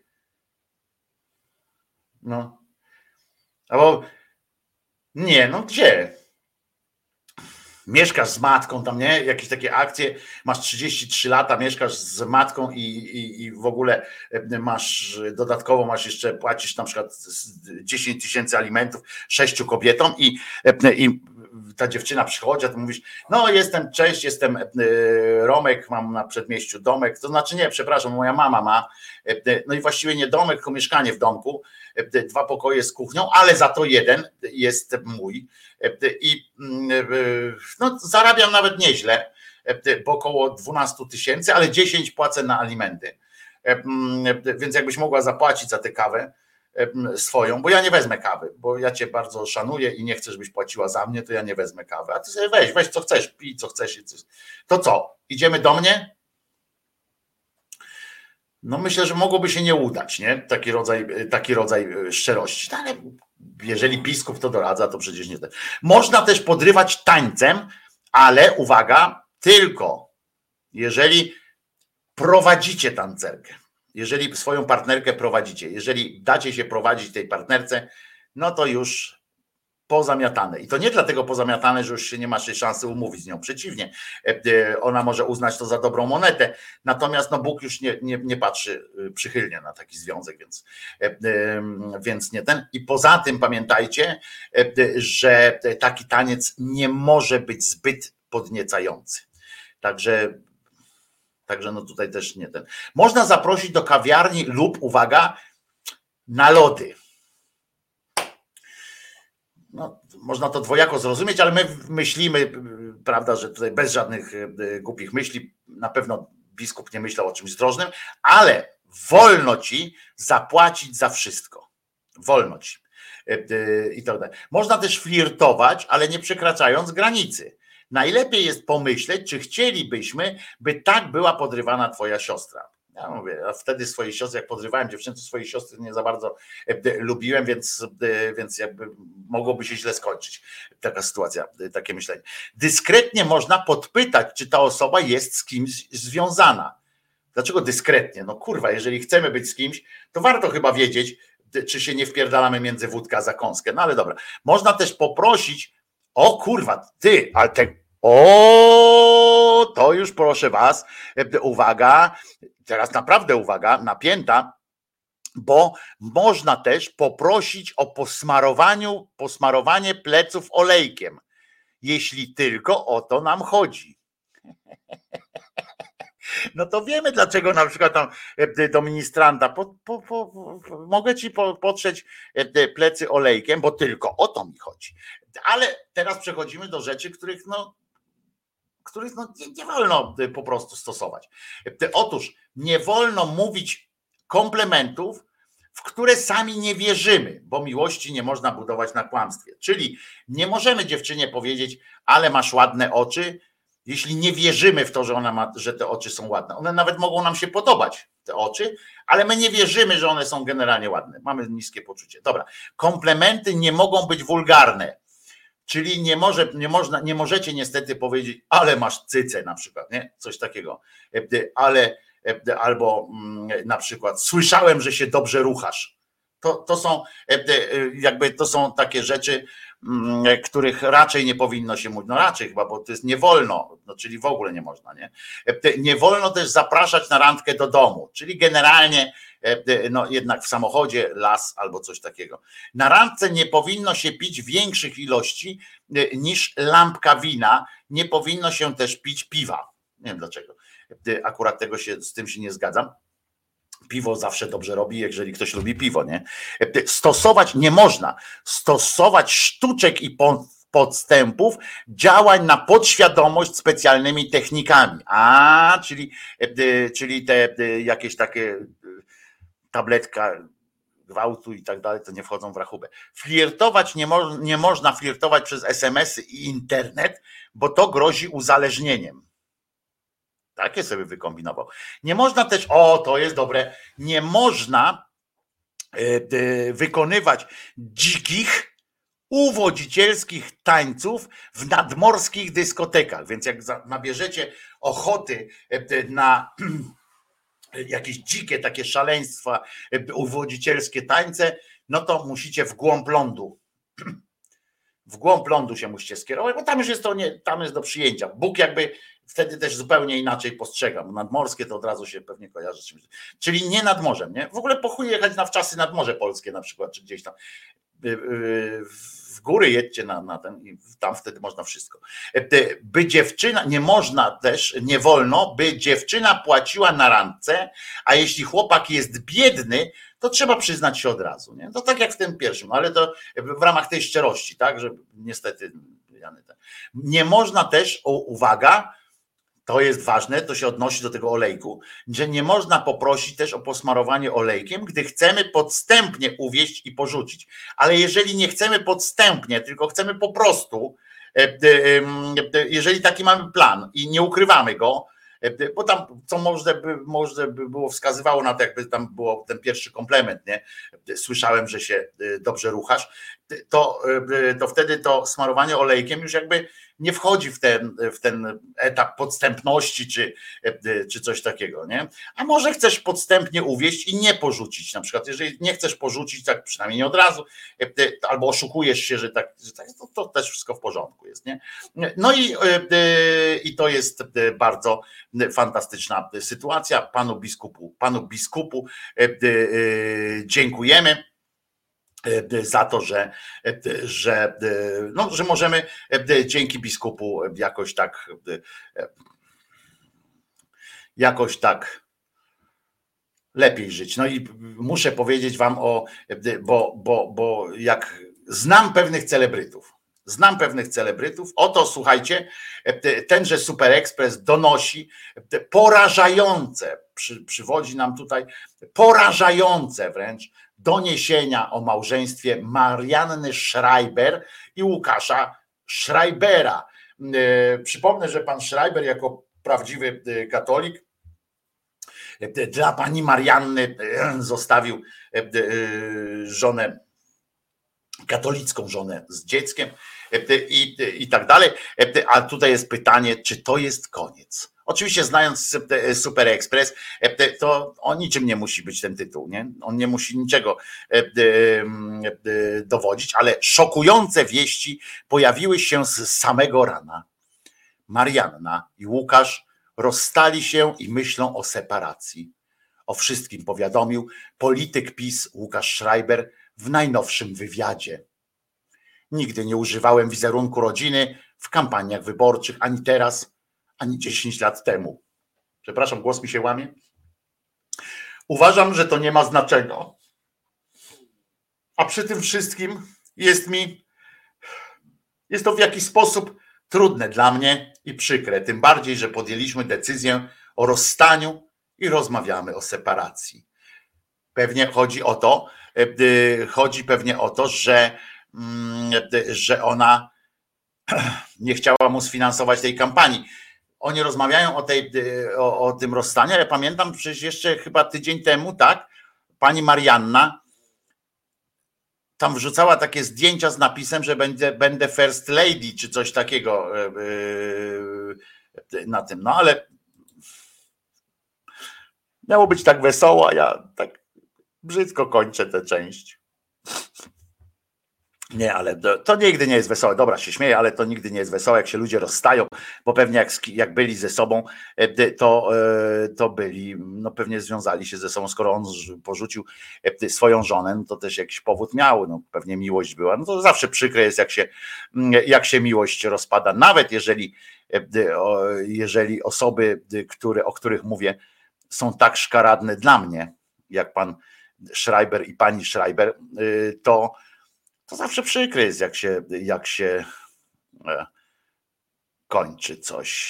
No. Albo nie, no gdzie? Mieszkasz z matką tam, nie? Jakieś takie akcje, masz trzydzieści trzy lata, mieszkasz z matką i, i, i w ogóle masz dodatkowo, masz jeszcze, płacisz na przykład dziesięć tysięcy alimentów sześciu kobietom i, i ta dziewczyna przychodzi, a ty mówisz, no jestem, cześć, jestem Romek, mam na przedmieściu domek, to znaczy nie, przepraszam, moja mama ma, no i właściwie nie domek, tylko mieszkanie w domku, dwa pokoje z kuchnią, ale za to jeden jest mój i no, zarabiam nawet nieźle, bo około dwanaście tysięcy, ale dziesięć płacę na alimenty, więc jakbyś mogła zapłacić za tę kawę swoją, bo ja nie wezmę kawy, bo ja cię bardzo szanuję i nie chcę, żebyś płaciła za mnie, to ja nie wezmę kawy, a ty sobie weź, weź co chcesz, pij co chcesz. To co, idziemy do mnie? No myślę, że mogłoby się nie udać, nie? Taki rodzaj, taki rodzaj szczerości, ale jeżeli biskup to doradza, to przecież nie. Można też podrywać tańcem, ale uwaga, tylko jeżeli prowadzicie tancerkę. Jeżeli swoją partnerkę prowadzicie, jeżeli dacie się prowadzić tej partnerce, no to już pozamiatane. I to nie dlatego pozamiatane, że już się nie masz szansy umówić z nią. Przeciwnie, ona może uznać to za dobrą monetę, natomiast no Bóg już nie, nie, nie patrzy przychylnie na taki związek, więc, więc nie ten. I poza tym pamiętajcie, że taki taniec nie może być zbyt podniecający. Także Także no tutaj też nie ten. Można zaprosić do kawiarni lub, uwaga, na lody. No, można to dwojako zrozumieć, ale my myślimy, prawda, że tutaj bez żadnych głupich myśli, na pewno biskup nie myślał o czymś zdrożnym, ale wolno ci zapłacić za wszystko. Wolno ci. I tak dalej. Można też flirtować, ale nie przekraczając granicy. Najlepiej jest pomyśleć, czy chcielibyśmy, by tak była podrywana twoja siostra. Ja mówię, a wtedy swojej siostry, jak podrywałem dziewczynę, to swojej siostry nie za bardzo lubiłem, więc, więc jakby mogłoby się źle skończyć taka sytuacja, takie myślenie. Dyskretnie można podpytać, czy ta osoba jest z kimś związana. Dlaczego dyskretnie? No kurwa, jeżeli chcemy być z kimś, to warto chyba wiedzieć, czy się nie wpierdalamy między wódkę a zakąskę. No ale dobra. Można też poprosić, o kurwa, ty, ale te, o, to już proszę was, uwaga, teraz naprawdę uwaga, napięta, bo można też poprosić o posmarowaniu, posmarowanie pleców olejkiem, jeśli tylko o to nam chodzi. No to wiemy, dlaczego na przykład tam do ministranta po, po, po, mogę ci potrzeć plecy olejkiem, bo tylko o to mi chodzi. Ale teraz przechodzimy do rzeczy, których no, których no nie, nie wolno po prostu stosować. Otóż nie wolno mówić komplementów, w które sami nie wierzymy, bo miłości nie można budować na kłamstwie. Czyli nie możemy dziewczynie powiedzieć, ale masz ładne oczy, jeśli nie wierzymy w to, że ona ma, że te oczy są ładne. One nawet mogą nam się podobać, te oczy, ale my nie wierzymy, że one są generalnie ładne. Mamy niskie poczucie. Dobra. Komplementy nie mogą być wulgarne. Czyli nie może, nie można, nie możecie niestety powiedzieć, ale masz cycę na przykład, nie? Coś takiego. Ale albo na przykład słyszałem, że się dobrze ruchasz. To, to są jakby to są takie rzeczy, których raczej nie powinno się mówić. No raczej chyba, bo to jest nie wolno, no czyli w ogóle nie można, nie? Nie wolno też zapraszać na randkę do domu, czyli generalnie no jednak w samochodzie, las albo coś takiego. Na randce nie powinno się pić większych ilości niż lampka wina, nie powinno się też pić piwa. Nie wiem dlaczego. Akurat tego się, z tym się nie zgadzam. Piwo zawsze dobrze robi, jeżeli ktoś lubi piwo, nie? Stosować nie można. Stosować sztuczek i podstępów, działań na podświadomość specjalnymi technikami. A, czyli, czyli te jakieś takie tabletka gwałtu i tak dalej, to nie wchodzą w rachubę. Flirtować nie, mo- nie można flirtować przez es em esy i internet, bo to grozi uzależnieniem. Takie sobie wykombinował. Nie można też, o to jest dobre, nie można y, y, wykonywać dzikich, uwodzicielskich tańców w nadmorskich dyskotekach. Więc jak nabierzecie ochoty na jakieś dzikie takie szaleństwa, uwodzicielskie tańce, no to musicie w głąb lądu. W głąb lądu się musicie skierować, bo tam już jest to nie, tam jest do przyjęcia. Bóg jakby wtedy też zupełnie inaczej postrzega. Nadmorskie to od razu się pewnie kojarzy z czymś. Czyli nie nad morzem, nie? W ogóle po chuj jechać na wczasy nad Morze Polskie na przykład, czy gdzieś tam. W góry jedźcie na, na ten i tam wtedy można wszystko. By dziewczyna, nie można też, nie wolno, by dziewczyna płaciła na randce, a jeśli chłopak jest biedny, to trzeba przyznać się od razu. Nie? To tak jak w tym pierwszym, ale to w ramach tej szczerości, tak, że niestety nie można też, uwaga, to jest ważne, to się odnosi do tego olejku, że nie można poprosić też o posmarowanie olejkiem, gdy chcemy podstępnie uwieść i porzucić. Ale jeżeli nie chcemy podstępnie, tylko chcemy po prostu, jeżeli taki mamy plan i nie ukrywamy go, bo tam co może by, może by było wskazywało na to, jakby tam było ten pierwszy komplement, nie? Słyszałem, że się dobrze ruchasz, to, to wtedy to smarowanie olejkiem już jakby nie wchodzi w ten, w ten etap podstępności czy, czy coś takiego, nie? A może chcesz podstępnie uwieść i nie porzucić, na przykład jeżeli nie chcesz porzucić, tak przynajmniej nie od razu, albo oszukujesz się, że tak, że tak to, to też wszystko w porządku jest, nie? No i, i to jest bardzo fantastyczna sytuacja. Panu biskupu, panu biskupu dziękujemy za to, że, że, no, że możemy dzięki biskupu jakoś tak jakoś tak lepiej żyć. No i muszę powiedzieć wam o, bo, bo, bo jak znam pewnych celebrytów, znam pewnych celebrytów, oto słuchajcie, tenże Super Express donosi porażające, przy, przywodzi nam tutaj porażające wręcz doniesienia o małżeństwie Marianny Schreiber i Łukasza Schreibera. Przypomnę, że pan Schreiber jako prawdziwy katolik dla pani Marianny zostawił żonę, katolicką żonę z dzieckiem i, i tak dalej. A tutaj jest pytanie, czy to jest koniec? Oczywiście znając Super Express, to o niczym nie musi być ten tytuł, nie? On nie musi niczego dowodzić, ale szokujące wieści pojawiły się z samego rana. Marianna i Łukasz rozstali się i myślą o separacji. O wszystkim powiadomił polityk PiS Łukasz Schreiber w najnowszym wywiadzie. Nigdy nie używałem wizerunku rodziny w kampaniach wyborczych, ani teraz, ani dziesięć lat temu. Przepraszam, głos mi się łamie. Uważam, że to nie ma znaczenia. A przy tym wszystkim jest mi, jest to w jakiś sposób trudne dla mnie i przykre. Tym bardziej, że podjęliśmy decyzję o rozstaniu i rozmawiamy o separacji. Pewnie chodzi o to, chodzi pewnie o to, że, że ona nie chciała mu sfinansować tej kampanii. Oni rozmawiają o, tej, o, o tym rozstaniu. Ja pamiętam przecież jeszcze chyba tydzień temu, tak, pani Marianna tam wrzucała takie zdjęcia z napisem, że będę, będę first lady, czy coś takiego yy, na tym. No ale miało być tak wesoło, a ja tak brzydko kończę tę część. Nie, ale to, to nigdy nie jest wesołe. Dobra, się śmieję, ale to nigdy nie jest wesołe, jak się ludzie rozstają, bo pewnie jak, jak byli ze sobą, to, to byli, no pewnie związali się ze sobą, skoro on porzucił swoją żonę, no to też jakiś powód miał, no pewnie miłość była. No to zawsze przykre jest, jak się, jak się miłość rozpada, nawet jeżeli, jeżeli osoby, które, o których mówię, są tak szkaradne dla mnie, jak pan Schreiber i pani Schreiber, to To zawsze przykre jest, jak się, jak się e, kończy coś.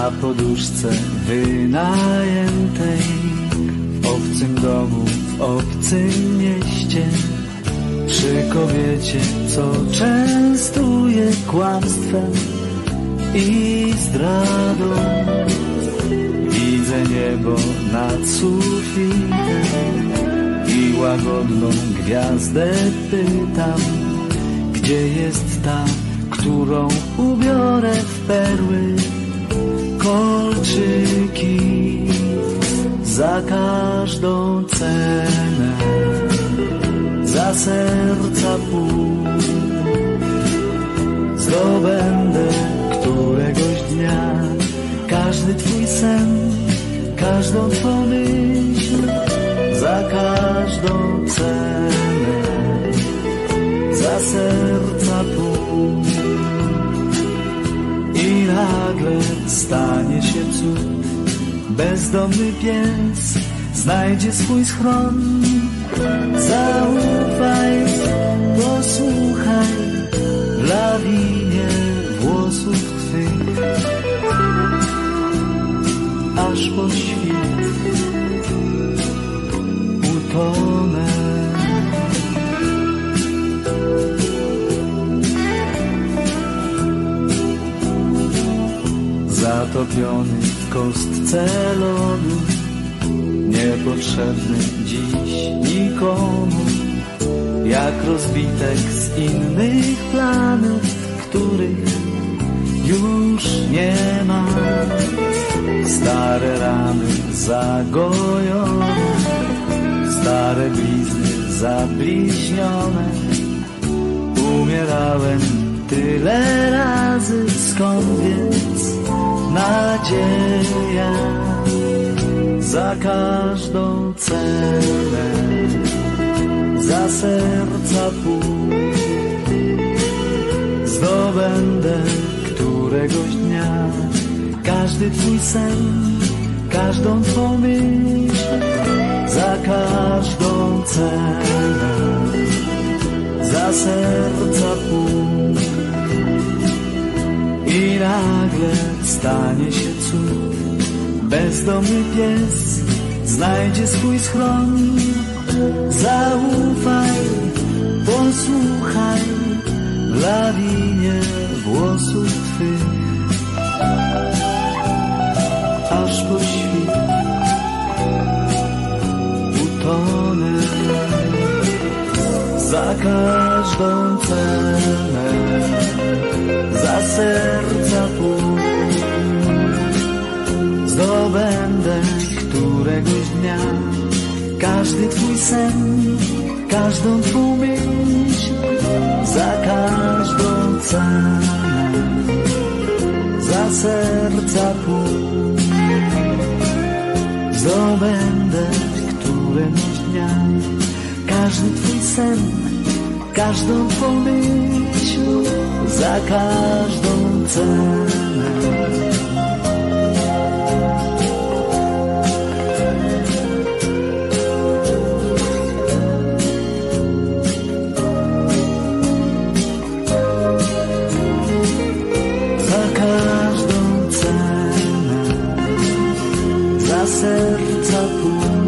na poduszce wynajętej, w obcym domu, w obcym mieście, przy kobiecie, co częstuje kłamstwem i zdradą. Widzę niebo nad sufitem i łagodną gwiazdę pytam, gdzie jest ta, którą ubiorę w perły kolczyki za każdą cenę, za serca pół. Zdobędę któregoś dnia każdy twój sen, każdą twą myśl, za każdą cenę, za serca pół. I nagle stanie się cud, bezdomny pies znajdzie swój schron. Zaufaj, posłuchaj w lawinie włosów twych, aż po świt utonę. Zatopiony w kostce lodu, niepotrzebny dziś nikomu, jak rozbitek z innych planet, których już nie ma. Stare rany zagojone, stare blizny zabliźnione. Umierałem tyle razy, skąd więc nadzieja? Za każdą cenę, za serca pół. Zdobędę któregoś dnia każdy twój sen, każdą twą myśl, za każdą cenę, za serca pół. I nagle stanie się cud, bezdomny pies znajdzie swój schron. Zaufaj, posłuchaj w lawinie włosów twych, aż po świt utonę. Za każdą cenę, za serca pół. Zdobędę któregoś dnia każdy twój sen, każdą twą myśl, za każdą cenę, za serca pół. Zdobędę któregoś dnia każdy twój sen, każdą twą myśl, za każdą cenę. Serca pół.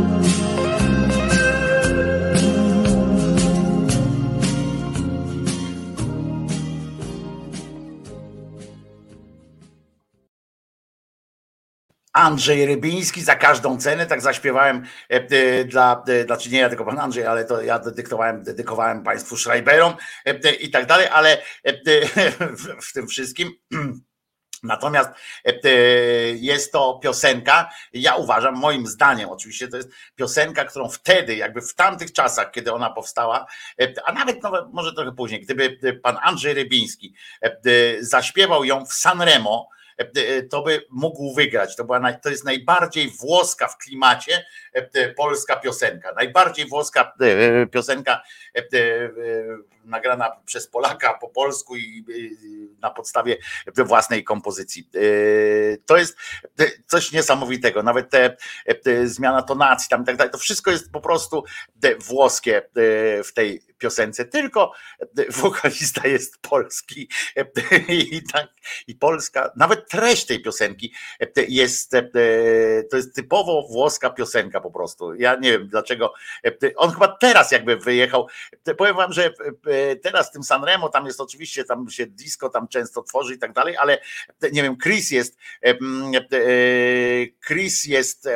Andrzej Rybiński, za każdą cenę, tak zaśpiewałem e, dla, e, znaczy nie ja tylko pan Andrzej, ale to ja dedykowałem, dedykowałem państwu Schreiberom e, i tak dalej, ale e, w, w tym wszystkim natomiast jest to piosenka, ja uważam, moim zdaniem oczywiście to jest piosenka, którą wtedy, jakby w tamtych czasach, kiedy ona powstała, a nawet no, może trochę później, gdyby pan Andrzej Rybiński zaśpiewał ją w Sanremo, to by mógł wygrać. To, była, to jest najbardziej włoska w klimacie polska piosenka. Najbardziej włoska piosenka nagrana przez Polaka po polsku i na podstawie własnej kompozycji. To jest coś niesamowitego, nawet te, te zmiana tonacji tam i tak dalej, to wszystko jest po prostu włoskie w tej piosence, tylko wokalista jest polski i, tak, i polska, nawet treść tej piosenki jest, to jest typowo włoska piosenka po prostu. Ja nie wiem dlaczego, on chyba teraz jakby wyjechał, powiem wam, że teraz w tym Sanremo tam jest oczywiście, tam się disco tam często tworzy i tak dalej, ale nie wiem, Chris jest Chris jest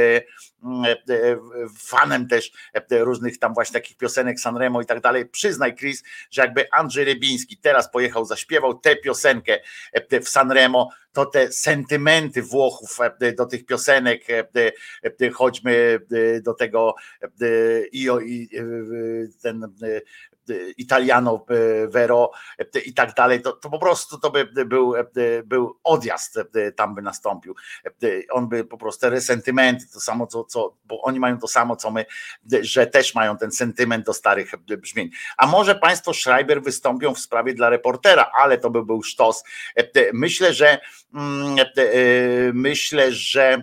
fanem też różnych tam właśnie takich piosenek Sanremo i tak dalej. Przyznaj, Chris, że jakby Andrzej Rybiński teraz pojechał, zaśpiewał tę piosenkę w Sanremo, to te sentymenty Włochów do tych piosenek, choćby do tego i ten Italiano Vero i tak dalej, to, to po prostu to by był, był odjazd, tam by nastąpił. On by po prostu resentymenty, to samo co, co, bo oni mają to samo co my, że też mają ten sentyment do starych brzmień. A może państwo Schreiber wystąpią w sprawie dla Reportera, ale to by był sztos. Myślę, że myślę, że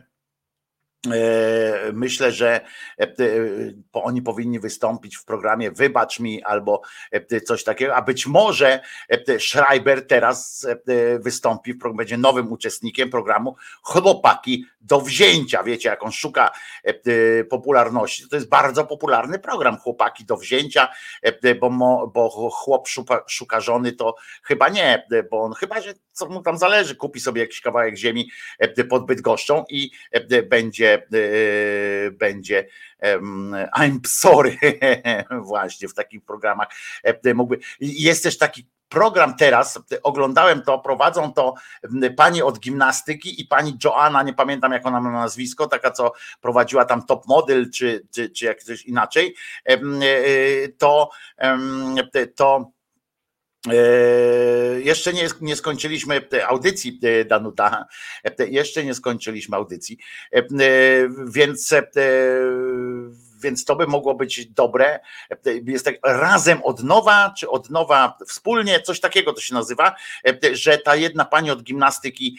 Myślę, że oni powinni wystąpić w programie Wybacz mi albo coś takiego, a być może Schreiber teraz wystąpi, będzie nowym uczestnikiem programu Chłopaki do wzięcia. Wiecie, jak on szuka popularności. To jest bardzo popularny program Chłopaki do wzięcia, bo, mo, bo chłop szuka, szuka żony, to chyba nie, bo on chyba, że co mu tam zależy, kupi sobie jakiś kawałek ziemi pod Bydgoszczą i będzie będzie I'm sorry właśnie w takich programach mógłby. Jest też taki program teraz, oglądałem to, prowadzą to pani od gimnastyki i pani Joanna, nie pamiętam jak ona ma nazwisko, taka co prowadziła tam Top Model czy, czy, czy jak coś inaczej, to to Jeszcze nie, nie skończyliśmy audycji, Danuta, jeszcze nie skończyliśmy audycji, więc, więc to by mogło być dobre. Jest tak razem od nowa, czy od nowa wspólnie, coś takiego to się nazywa, że ta jedna pani od gimnastyki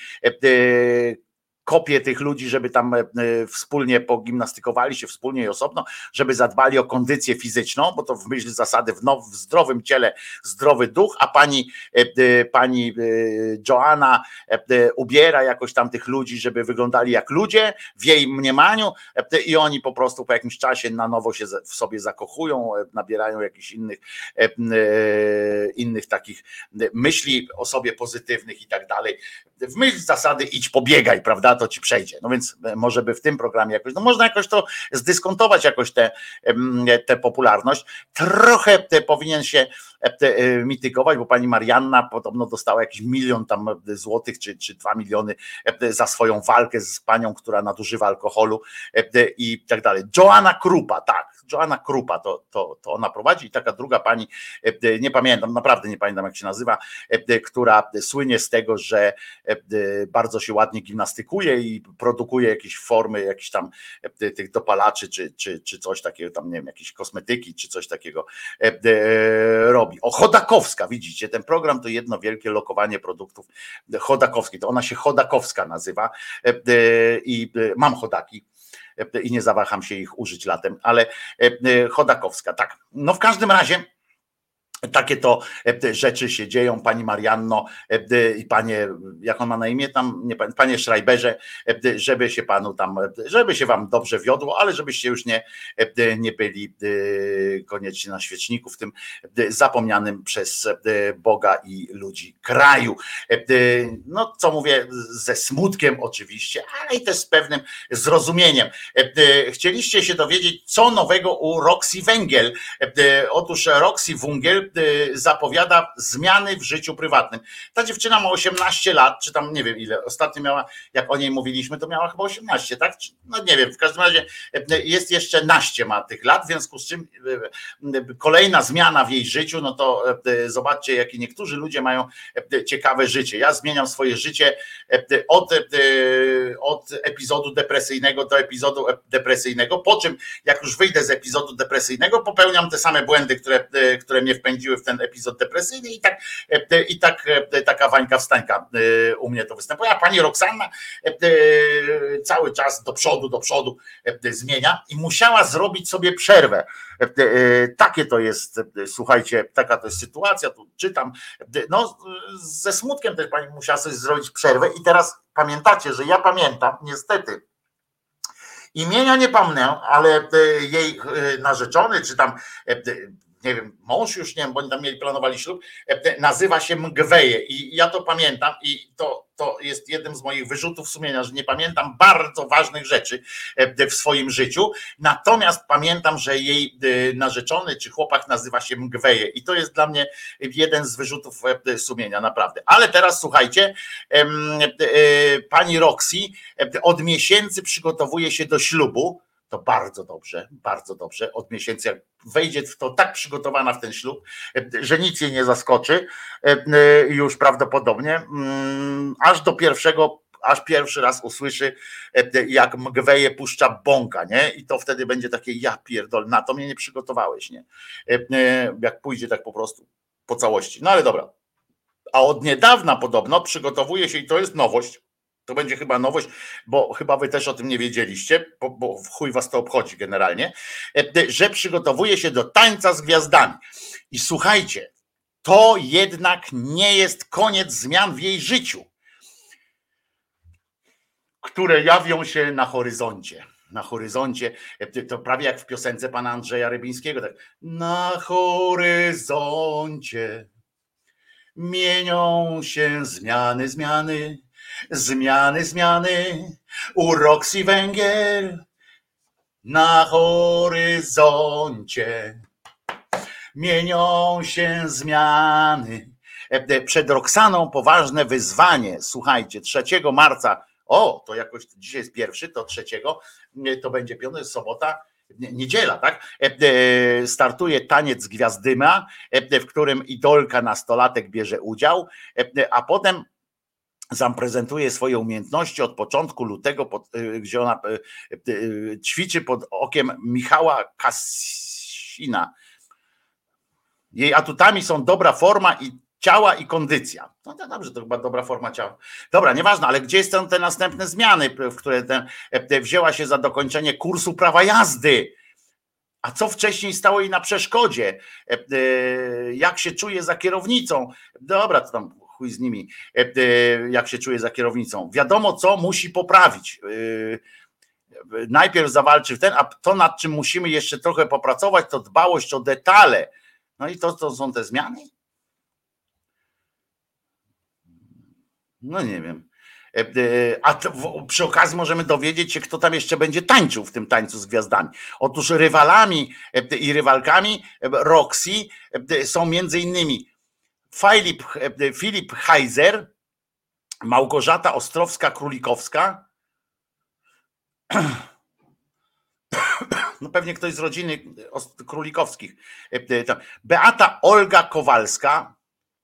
kopie tych ludzi, żeby tam wspólnie pogimnastykowali się wspólnie i osobno, żeby zadbali o kondycję fizyczną, bo to w myśl zasady w, now, w zdrowym ciele zdrowy duch, a pani pani Joanna ubiera jakoś tam tych ludzi, żeby wyglądali jak ludzie w jej mniemaniu i oni po prostu po jakimś czasie na nowo się w sobie zakochują, nabierają jakichś innych innych takich myśli o sobie pozytywnych i tak dalej. W myśl zasady idź pobiegaj, prawda? To ci przejdzie. No więc może by w tym programie jakoś, no można jakoś to zdyskontować, jakoś tę te popularność. Trochę te powinien się te mitygować, bo pani Marianna podobno dostała jakiś milion tam złotych, czy, czy dwa miliony za swoją walkę z panią, która nadużywa alkoholu i tak dalej. Joanna Krupa, tak. Joanna Krupa to, to, to ona prowadzi i taka druga pani, nie pamiętam, naprawdę nie pamiętam jak się nazywa, która słynie z tego, że bardzo się ładnie gimnastykuje i produkuje jakieś formy, jakieś tam tych dopalaczy, czy, czy, czy coś takiego, tam nie wiem, jakieś kosmetyki, czy coś takiego robi. O, Chodakowska, widzicie, ten program to jedno wielkie lokowanie produktów Chodakowskiej, to ona się Chodakowska nazywa i mam chodaki i nie zawaham się ich użyć latem, ale Chodakowska, tak. No w każdym razie takie to rzeczy się dzieją, pani Marianno i panie, jak on ma na imię tam, nie, panie Schreiberze, żeby się panu tam, żeby się wam dobrze wiodło, ale żebyście już nie, nie byli koniecznie na świeczniku w tym zapomnianym przez Boga i ludzi kraju. No co mówię, ze smutkiem oczywiście, ale i też z pewnym zrozumieniem. Chcieliście się dowiedzieć, co nowego u Roxy Węgiel. Otóż Roxy Węgiel zapowiada zmiany w życiu prywatnym. Ta dziewczyna ma osiemnaście lat, czy tam nie wiem ile, ostatnio miała, jak o niej mówiliśmy, to miała chyba osiemnaście, tak? No nie wiem, w każdym razie jest jeszcze naście ma tych lat, w związku z czym kolejna zmiana w jej życiu, no to zobaczcie, jakie niektórzy ludzie mają ciekawe życie. Ja zmieniam swoje życie od, od epizodu depresyjnego do epizodu depresyjnego, po czym jak już wyjdę z epizodu depresyjnego, popełniam te same błędy, które, które mnie wpędziły wpędziły w ten epizod depresyjny i tak, i tak taka wańka wstańka u mnie to występuje. A pani Roxanna cały czas do przodu, do przodu zmienia i musiała zrobić sobie przerwę. Takie to jest, słuchajcie, taka to jest sytuacja, tu czytam, no ze smutkiem też pani musiała sobie zrobić przerwę i teraz pamiętacie, że ja pamiętam, niestety, imienia nie pamiętam, ale jej narzeczony, czy tam, nie wiem, mąż już, nie wiem, bo oni tam mieli, planowali ślub, nazywa się Mgweje i ja to pamiętam i to, to jest jednym z moich wyrzutów sumienia, że nie pamiętam bardzo ważnych rzeczy w swoim życiu, natomiast pamiętam, że jej narzeczony czy chłopak nazywa się Mgweje i to jest dla mnie jeden z wyrzutów sumienia, naprawdę. Ale teraz słuchajcie, pani Roxy od miesięcy przygotowuje się do ślubu. To bardzo dobrze, bardzo dobrze. Od miesięcy, jak wejdzie w to tak przygotowana w ten ślub, że nic jej nie zaskoczy, już prawdopodobnie, aż do pierwszego, aż pierwszy raz usłyszy, jak Mgweje puszcza bąka, nie? I to wtedy będzie takie, ja pierdol, na to mnie nie przygotowałeś, nie? Jak pójdzie tak po prostu po całości. No ale dobra. A od niedawna podobno przygotowuje się, i to jest nowość, to będzie chyba nowość, bo chyba wy też o tym nie wiedzieliście, bo, bo w chuj was to obchodzi generalnie, że przygotowuje się do tańca z gwiazdami. I słuchajcie, to jednak nie jest koniec zmian w jej życiu, które jawią się na horyzoncie. Na horyzoncie, to prawie jak w piosence pana Andrzeja Rybińskiego, tak, na horyzoncie mienią się zmiany, zmiany, zmiany, zmiany, u Roxy Węgiel na horyzoncie mienią się zmiany. Przed Roxaną poważne wyzwanie, słuchajcie, trzeciego marca, o, to jakoś dzisiaj jest pierwszy, to trzeciego, to będzie piąty, sobota, niedziela, tak? Startuje taniec z gwiazdyma, w którym idolka nastolatek bierze udział, a potem zaprezentuje swoje umiejętności od początku lutego, pod, gdzie ona ćwiczy pod okiem Michała Kasina. Jej atutami są dobra forma i ciała i kondycja. No to dobrze, to chyba dobra forma ciała. Dobra, nieważne, ale gdzie są te następne zmiany, w które ten, wzięła się za dokończenie kursu prawa jazdy? A co wcześniej stało jej na przeszkodzie? Jak się czuje za kierownicą? Dobra, to tam chuj z nimi, jak się czuje za kierownicą. Wiadomo, co musi poprawić. Najpierw zawalczy w ten, a to, nad czym musimy jeszcze trochę popracować, to dbałość o detale. No i to, to są te zmiany? No nie wiem. A przy okazji możemy dowiedzieć się, kto tam jeszcze będzie tańczył w tym tańcu z gwiazdami. Otóż rywalami i rywalkami Roxy są między innymi Filip, Filip Heiser, Małgorzata Ostrowska-Królikowska, no pewnie ktoś z rodziny Królikowskich, Beata Olga Kowalska.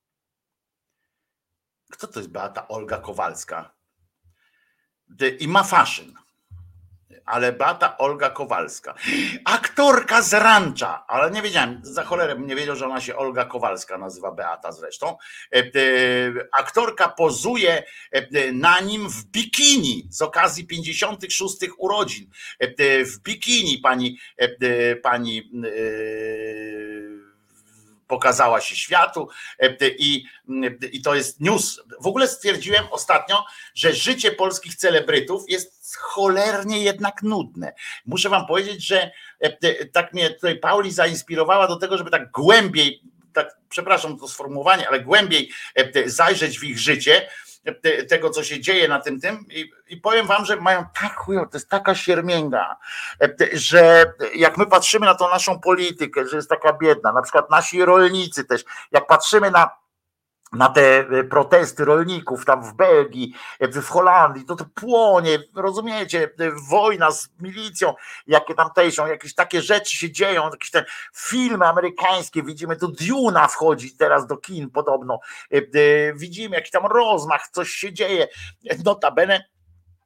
Kto to jest Beata Olga Kowalska? I ma faszyn. Ale Beata Olga Kowalska. Aktorka z Rancza, ale nie wiedziałem, za cholerę bym nie wiedział, że ona się Olga Kowalska nazywa, Beata zresztą. Aktorka pozuje na nim w bikini z okazji pięćdziesiątych szóstych urodzin. W bikini pani pani pokazała się światu i, i to jest news. W ogóle stwierdziłem ostatnio, że życie polskich celebrytów jest cholernie jednak nudne. Muszę wam powiedzieć, że tak mnie tutaj Pauli zainspirowała do tego, żeby tak głębiej, tak, przepraszam to sformułowanie, ale głębiej zajrzeć w ich życie, tego, co się dzieje na tym tym i, i powiem wam, że mają tak chujowo, to jest taka siermięga, że jak my patrzymy na tą naszą politykę, że jest taka biedna, na przykład nasi rolnicy też, jak patrzymy na na te protesty rolników tam w Belgii, w Holandii, to to płonie, rozumiecie, wojna z milicją, jakie tamtejszą, jakieś takie rzeczy się dzieją, jakieś te filmy amerykańskie, widzimy, tu Duna wchodzi teraz do kin podobno, widzimy jakiś tam rozmach, coś się dzieje, notabene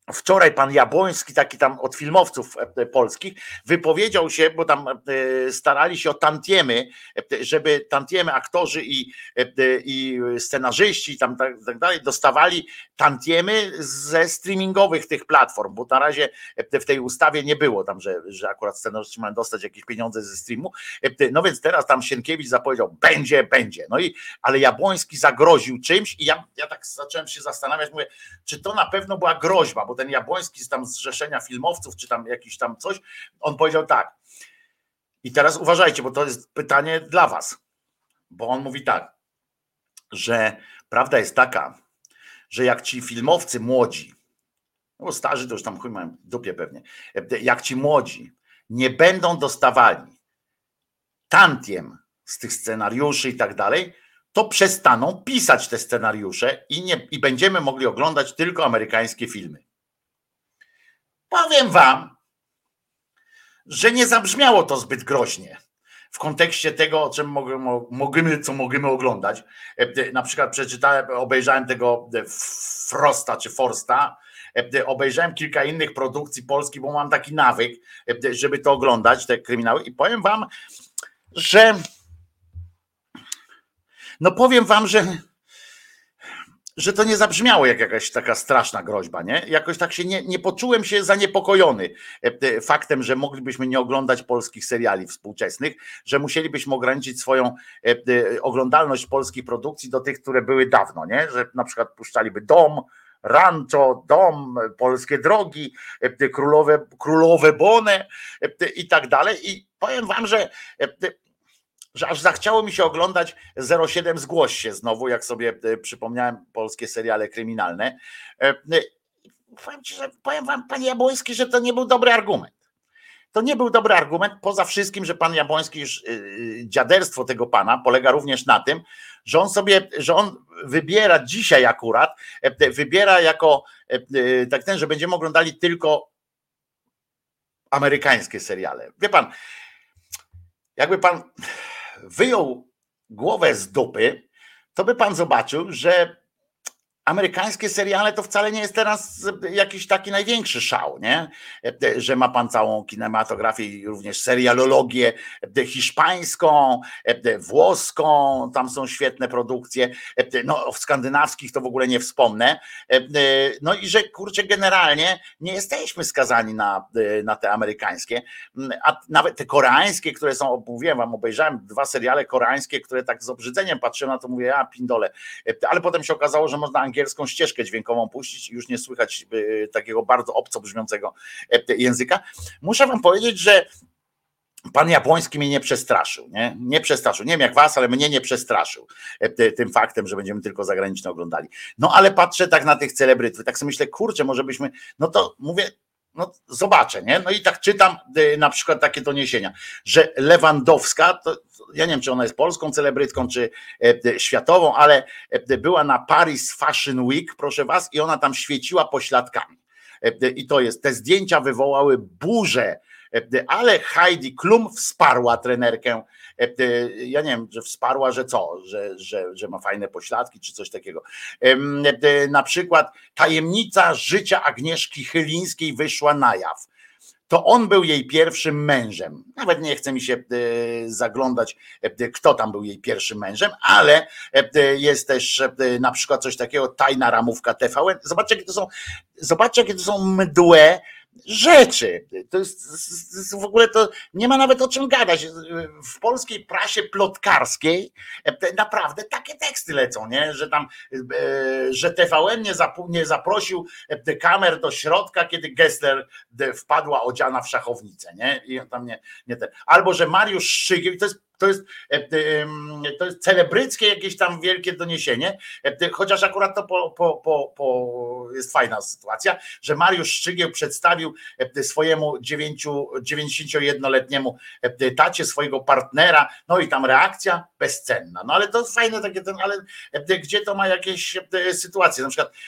wczoraj pan Jabłoński, taki tam od filmowców polskich, wypowiedział się, bo tam starali się o tantiemy, żeby tantiemy aktorzy i, i scenarzyści i tam tak, tak dalej dostawali tantiemy ze streamingowych tych platform, bo na razie w tej ustawie nie było tam, że, że akurat scenarzyści mają dostać jakieś pieniądze ze streamu. No więc teraz tam Sienkiewicz zapowiedział, będzie, będzie. No i ale Jabłoński zagroził czymś i ja, ja tak zacząłem się zastanawiać, mówię, czy to na pewno była groźba, bo ten Jabłoński z tam zrzeszenia filmowców, czy tam jakiś tam coś, on powiedział tak. I teraz uważajcie, bo to jest pytanie dla was, bo on mówi tak, że prawda jest taka, że jak ci filmowcy młodzi, no bo starzy to już tam chuj mają w dupie pewnie, jak ci młodzi nie będą dostawali tantiem z tych scenariuszy i tak dalej, to przestaną pisać te scenariusze i, nie, i będziemy mogli oglądać tylko amerykańskie filmy. Powiem wam, że nie zabrzmiało to zbyt groźnie w kontekście tego, o czym możemy, co możemy oglądać. Na przykład przeczytałem, obejrzałem tego Frosta czy Forsta, obejrzałem kilka innych produkcji polskich, bo mam taki nawyk, żeby to oglądać, te kryminały, i powiem wam, że no powiem wam, że że to nie zabrzmiało jak jakaś taka straszna groźba, nie? Jakoś tak się nie, nie poczułem się zaniepokojony faktem, że moglibyśmy nie oglądać polskich seriali współczesnych, że musielibyśmy ograniczyć swoją oglądalność polskich produkcji do tych, które były dawno, nie? Że na przykład puszczaliby Dom, Rancho, Dom, Polskie Drogi, Królowe, Królowe Bone i tak dalej. I powiem wam, że że aż zachciało mi się oglądać zero siedem Zgłoś się znowu, jak sobie przypomniałem polskie seriale kryminalne. Powiem ci, że powiem wam, panie Jabłoński, że to nie był dobry argument. To nie był dobry argument, poza wszystkim, że pan Jabłoński, już dziaderstwo tego pana polega również na tym, że on sobie, że on wybiera dzisiaj akurat, wybiera jako tak ten, że będziemy oglądali tylko amerykańskie seriale. Wie pan, jakby pan wyjął głowę z dupy, to by pan zobaczył, że amerykańskie seriale to wcale nie jest teraz jakiś taki największy szał, nie? Że ma pan całą kinematografię i również serialologię hiszpańską, włoską, tam są świetne produkcje, no w skandynawskich to w ogóle nie wspomnę, no i że kurczę generalnie nie jesteśmy skazani na, na te amerykańskie, a nawet te koreańskie, które są, mówiłem wam, obejrzałem dwa seriale koreańskie, które tak z obrzydzeniem patrzyłem na to, mówię, ja pindole, ale potem się okazało, że można angielską ścieżkę dźwiękową puścić i już nie słychać takiego bardzo obco brzmiącego języka. Muszę wam powiedzieć, że pan Jabłoński mnie nie przestraszył, nie? Nie przestraszył. Nie wiem jak was, ale mnie nie przestraszył tym faktem, że będziemy tylko zagraniczne oglądali. No ale patrzę tak na tych celebrytów, tak sobie myślę, kurczę, może byśmy, no to mówię, no zobaczę, nie? No i tak czytam na przykład takie doniesienia, że Lewandowska, to ja nie wiem, czy ona jest polską celebrytką, czy światową, ale była na Paris Fashion Week, proszę was, i ona tam świeciła pośladkami. I to jest, te zdjęcia wywołały burzę, ale Heidi Klum wsparła trenerkę. Ja nie wiem, że wsparła, że co, że, że, że ma fajne pośladki, czy coś takiego. Na przykład tajemnica życia Agnieszki Chylińskiej wyszła na jaw. To on był jej pierwszym mężem. Nawet nie chce mi się zaglądać, kto tam był jej pierwszym mężem, ale jest też na przykład coś takiego, tajna ramówka T V N. Zobaczcie, jakie to są, zobaczcie, jakie to są mdłe rzeczy. To jest w ogóle, to nie ma nawet o czym gadać. W polskiej prasie plotkarskiej naprawdę takie teksty lecą, nie? Że tam, że T V N nie, zapu- nie zaprosił kamer do środka, kiedy Gessler wpadła odziana w szachownicę, nie? I tam nie, nie ten. Albo że Mariusz Szczygieł, to jest To jest, to jest celebryckie jakieś tam wielkie doniesienie, chociaż akurat to po, po, po, po jest fajna sytuacja, że Mariusz Szczygieł przedstawił swojemu dziewięćdziesięciojednoletniemu tacie swojego partnera, no i tam reakcja bezcenna. No ale to jest fajne takie, ten, ale gdzie to ma jakieś sytuacje, na przykład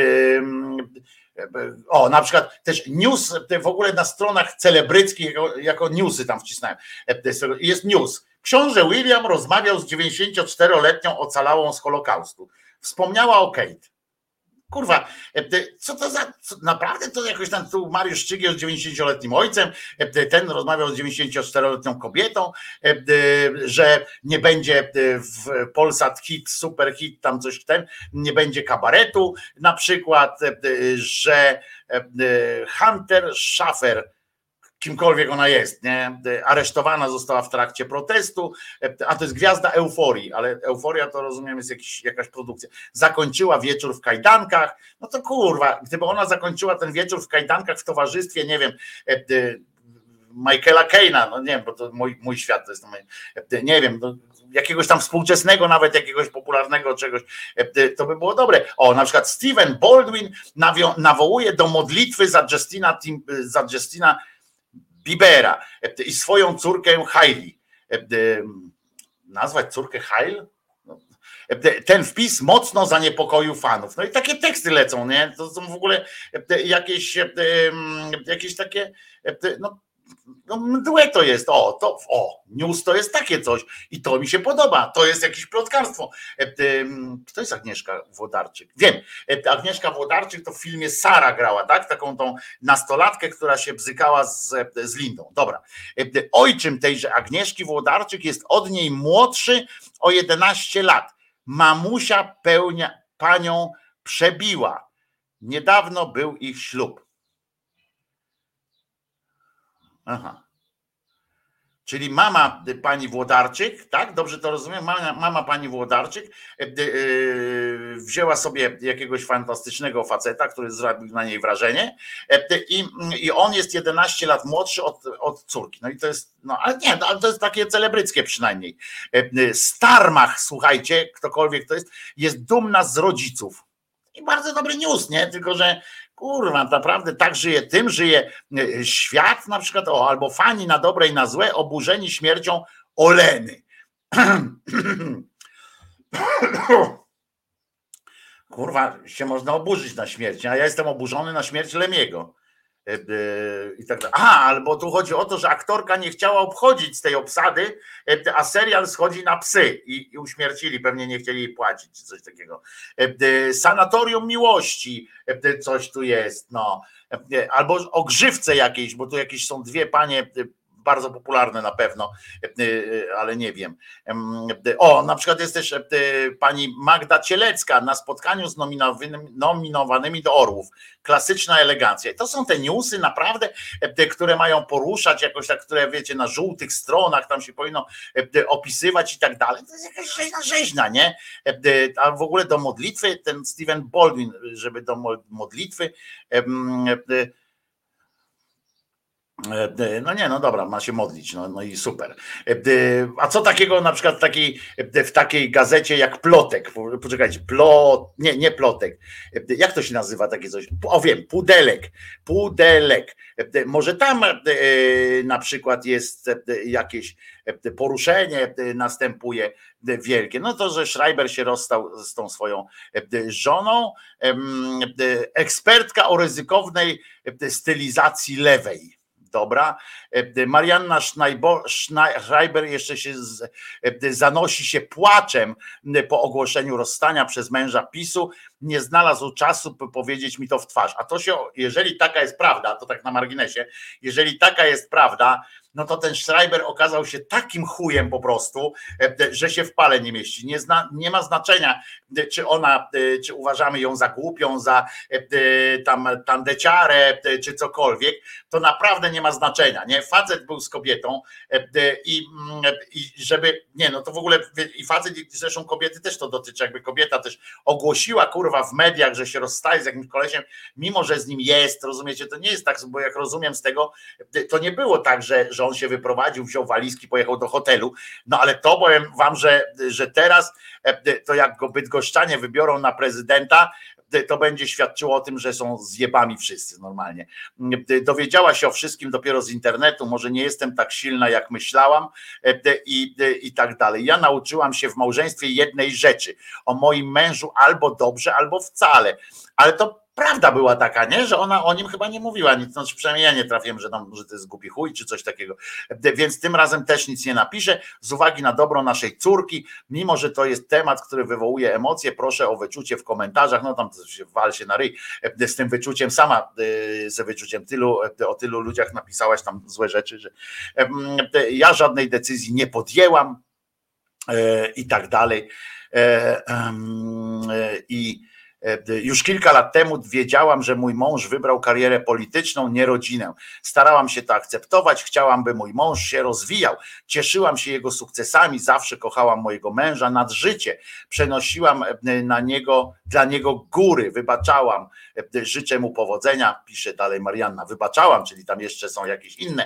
o, na przykład też news w ogóle na stronach celebryckich, jako, jako newsy tam wcisnąłem, jest news. Książę William rozmawiał z dziewięćdziesięcioczteroletnią ocalałą z Holokaustu. Wspomniała o Kate. Kurwa, co to za, co, naprawdę to jakoś tam tu Mariusz Szczygiel z dziewięćdziesięcioletnim ojcem, ten rozmawiał z dziewięćdziesięcioczteroletnią kobietą, że nie będzie w Polsat hit, super hit, tam coś ten, nie będzie kabaretu na przykład, że Hunter Schafer, kimkolwiek ona jest, nie? Aresztowana została w trakcie protestu, a to jest gwiazda Euforii, ale Euforia to rozumiem jest jakiś, jakaś produkcja. Zakończyła wieczór w kajdankach, no to kurwa, gdyby ona zakończyła ten wieczór w kajdankach w towarzystwie, nie wiem, Michaela Caina, no nie wiem, bo to mój, mój świat to jest, nie wiem, no, jakiegoś tam współczesnego, nawet jakiegoś popularnego czegoś, to by było dobre. O, na przykład Stephen Baldwin nawio- nawołuje do modlitwy za Justina, za Justina Biebera i swoją córkę Hailey. Nazwać córkę Hailey? Ten wpis mocno zaniepokoił fanów. No i takie teksty lecą, nie? To są w ogóle jakieś, jakieś takie, no, no mdłe to jest, o, to, o, news to jest takie coś i to mi się podoba, to jest jakieś plotkarstwo. Kto jest Agnieszka Włodarczyk? Wiem, Agnieszka Włodarczyk to w filmie Sara grała, tak? Taką tą nastolatkę, która się bzykała z, z Lindą. Dobra. Ojczym tejże Agnieszki Włodarczyk jest od niej młodszy o jedenaście lat. Mamusia pełnia, panią przebiła. Niedawno był ich ślub. Aha. Czyli mama pani Włodarczyk, tak? Dobrze to rozumiem? Mama, mama pani Włodarczyk yy, wzięła sobie jakiegoś fantastycznego faceta, który zrobił na niej wrażenie i, i on jest jedenaście lat młodszy od, od córki. No i to jest, no ale nie, no, to jest takie celebryckie przynajmniej. Starmach, słuchajcie, ktokolwiek to jest, jest dumna z rodziców. I bardzo dobry news, nie? Tylko że kurwa, naprawdę tak żyje, tym żyje świat na przykład, o, albo fani na dobre i na złe, oburzeni śmiercią Oleny. Kurwa, się można oburzyć na śmierć, a ja jestem oburzony na śmierć Lemiego. I tak dalej. A, albo tu chodzi o to, że aktorka nie chciała obchodzić z tej obsady, a serial schodzi na psy i, i uśmiercili, pewnie nie chcieli jej płacić, czy coś takiego. Sanatorium Miłości, coś tu jest, no. Albo o grzywce jakiejś, bo tu jakieś są dwie panie bardzo popularne na pewno, ale nie wiem. O, na przykład jest też pani Magda Cielecka na spotkaniu z nominowanymi do Orłów. Klasyczna elegancja. I to są te newsy naprawdę, które mają poruszać jakoś tak, które wiecie, na żółtych stronach tam się powinno opisywać i tak dalej. To jest jakaś rzeźna, rzeźna, nie? A w ogóle do modlitwy, ten Stephen Baldwin, żeby do modlitwy no nie, no dobra, ma się modlić, no, no i super. A co takiego na przykład w takiej, w takiej gazecie jak Plotek, poczekajcie, plot, nie, nie Plotek, jak to się nazywa takie coś? O wiem, Pudelek, Pudelek. Może tam na przykład jest jakieś poruszenie następuje wielkie. No to, że Schreiber się rozstał z tą swoją żoną, ekspertka o ryzykownej stylizacji lewej. Dobra. Marianna Schreiber jeszcze się z, zanosi się płaczem po ogłoszeniu rozstania przez męża PiSu. Nie znalazł czasu, by powiedzieć mi to w twarz. A to się, jeżeli taka jest prawda, to tak na marginesie, jeżeli taka jest prawda, no to ten Schreiber okazał się takim chujem po prostu, że się w pale nie mieści. Nie, zna, nie ma znaczenia, czy ona, czy uważamy ją za głupią, za tam tandeciarę, czy cokolwiek, to naprawdę nie ma znaczenia, nie? Facet był z kobietą i, i żeby, nie no to w ogóle i facet, i zresztą kobiety też to dotyczy, jakby kobieta też ogłosiła kurwa w mediach, że się rozstaje z jakimś kolesiem, mimo że z nim jest, rozumiecie, to nie jest tak, bo jak rozumiem z tego, to nie było tak, że, że on się wyprowadził, wziął walizki, pojechał do hotelu, no ale to powiem wam, że, że teraz to jak go bydgoszczanie wybiorą na prezydenta, to będzie świadczyło o tym, że są zjebami wszyscy normalnie. Dowiedziała się o wszystkim dopiero z internetu, może nie jestem tak silna jak myślałam i, i tak dalej. Ja nauczyłam się w małżeństwie jednej rzeczy, o moim mężu albo dobrze, albo wcale, ale to prawda była taka, nie? Że ona o nim chyba nie mówiła nic, znaczy przynajmniej ja nie trafiłem, że, tam, że to jest głupi chuj czy coś takiego, więc tym razem też nic nie napiszę, z uwagi na dobro naszej córki, mimo że to jest temat, który wywołuje emocje, proszę o wyczucie w komentarzach, no tam się wal się na ryj z tym wyczuciem, sama ze wyczuciem tylu, o tylu ludziach napisałaś tam złe rzeczy, że ja żadnej decyzji nie podjęłam i tak dalej i już kilka lat temu wiedziałam, że mój mąż wybrał karierę polityczną, nie rodzinę. Starałam się to akceptować, chciałam, by mój mąż się rozwijał. Cieszyłam się jego sukcesami, zawsze kochałam mojego męża nad życie. Przenosiłam na niego, dla niego góry, wybaczałam. Życzę mu powodzenia, pisze dalej Marianna. Wybaczałam, czyli tam jeszcze są jakieś inne,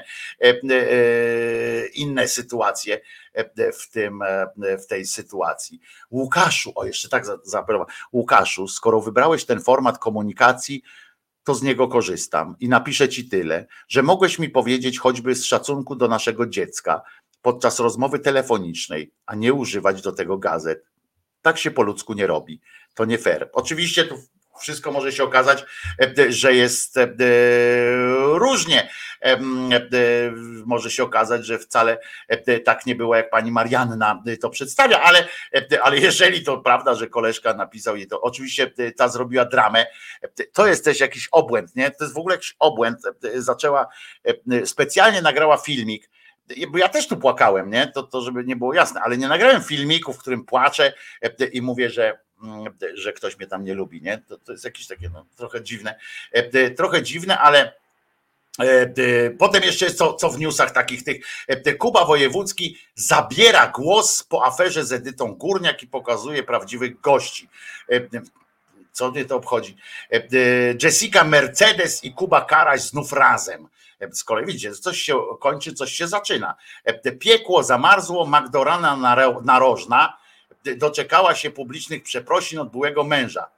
inne sytuacje w, tym, w tej sytuacji. Łukaszu, o jeszcze tak zaapelowałem, Łukaszu, skoro wybrałeś ten format komunikacji, to z niego korzystam i napiszę ci tyle, że mogłeś mi powiedzieć choćby z szacunku do naszego dziecka podczas rozmowy telefonicznej, a nie używać do tego gazet. Tak się po ludzku nie robi. To nie fair. Oczywiście tu wszystko może się okazać, że jest różnie. Może się okazać, że wcale tak nie było, jak pani Marianna to przedstawia, ale, ale jeżeli to prawda, że koleżka napisał jej to, oczywiście ta zrobiła dramę, to jest też jakiś obłęd, nie? To jest w ogóle jakiś obłęd. Zaczęła, specjalnie nagrała filmik, bo ja też tu płakałem, nie? To, to żeby nie było jasne, ale nie nagrałem filmiku, w którym płaczę i mówię, że że ktoś mnie tam nie lubi, nie? To, to jest jakieś takie no, trochę dziwne, trochę dziwne, ale potem jeszcze jest co, co w newsach takich tych, Kuba Wojewódzki zabiera głos po aferze z Edytą Górniak i pokazuje prawdziwych gości. Co mnie to obchodzi? Jessica Mercedes i Kuba Karaś znów razem. Z kolei widzicie, coś się kończy, coś się zaczyna. Piekło zamarzło, Magdalena Narożna doczekała się publicznych przeprosin od byłego męża.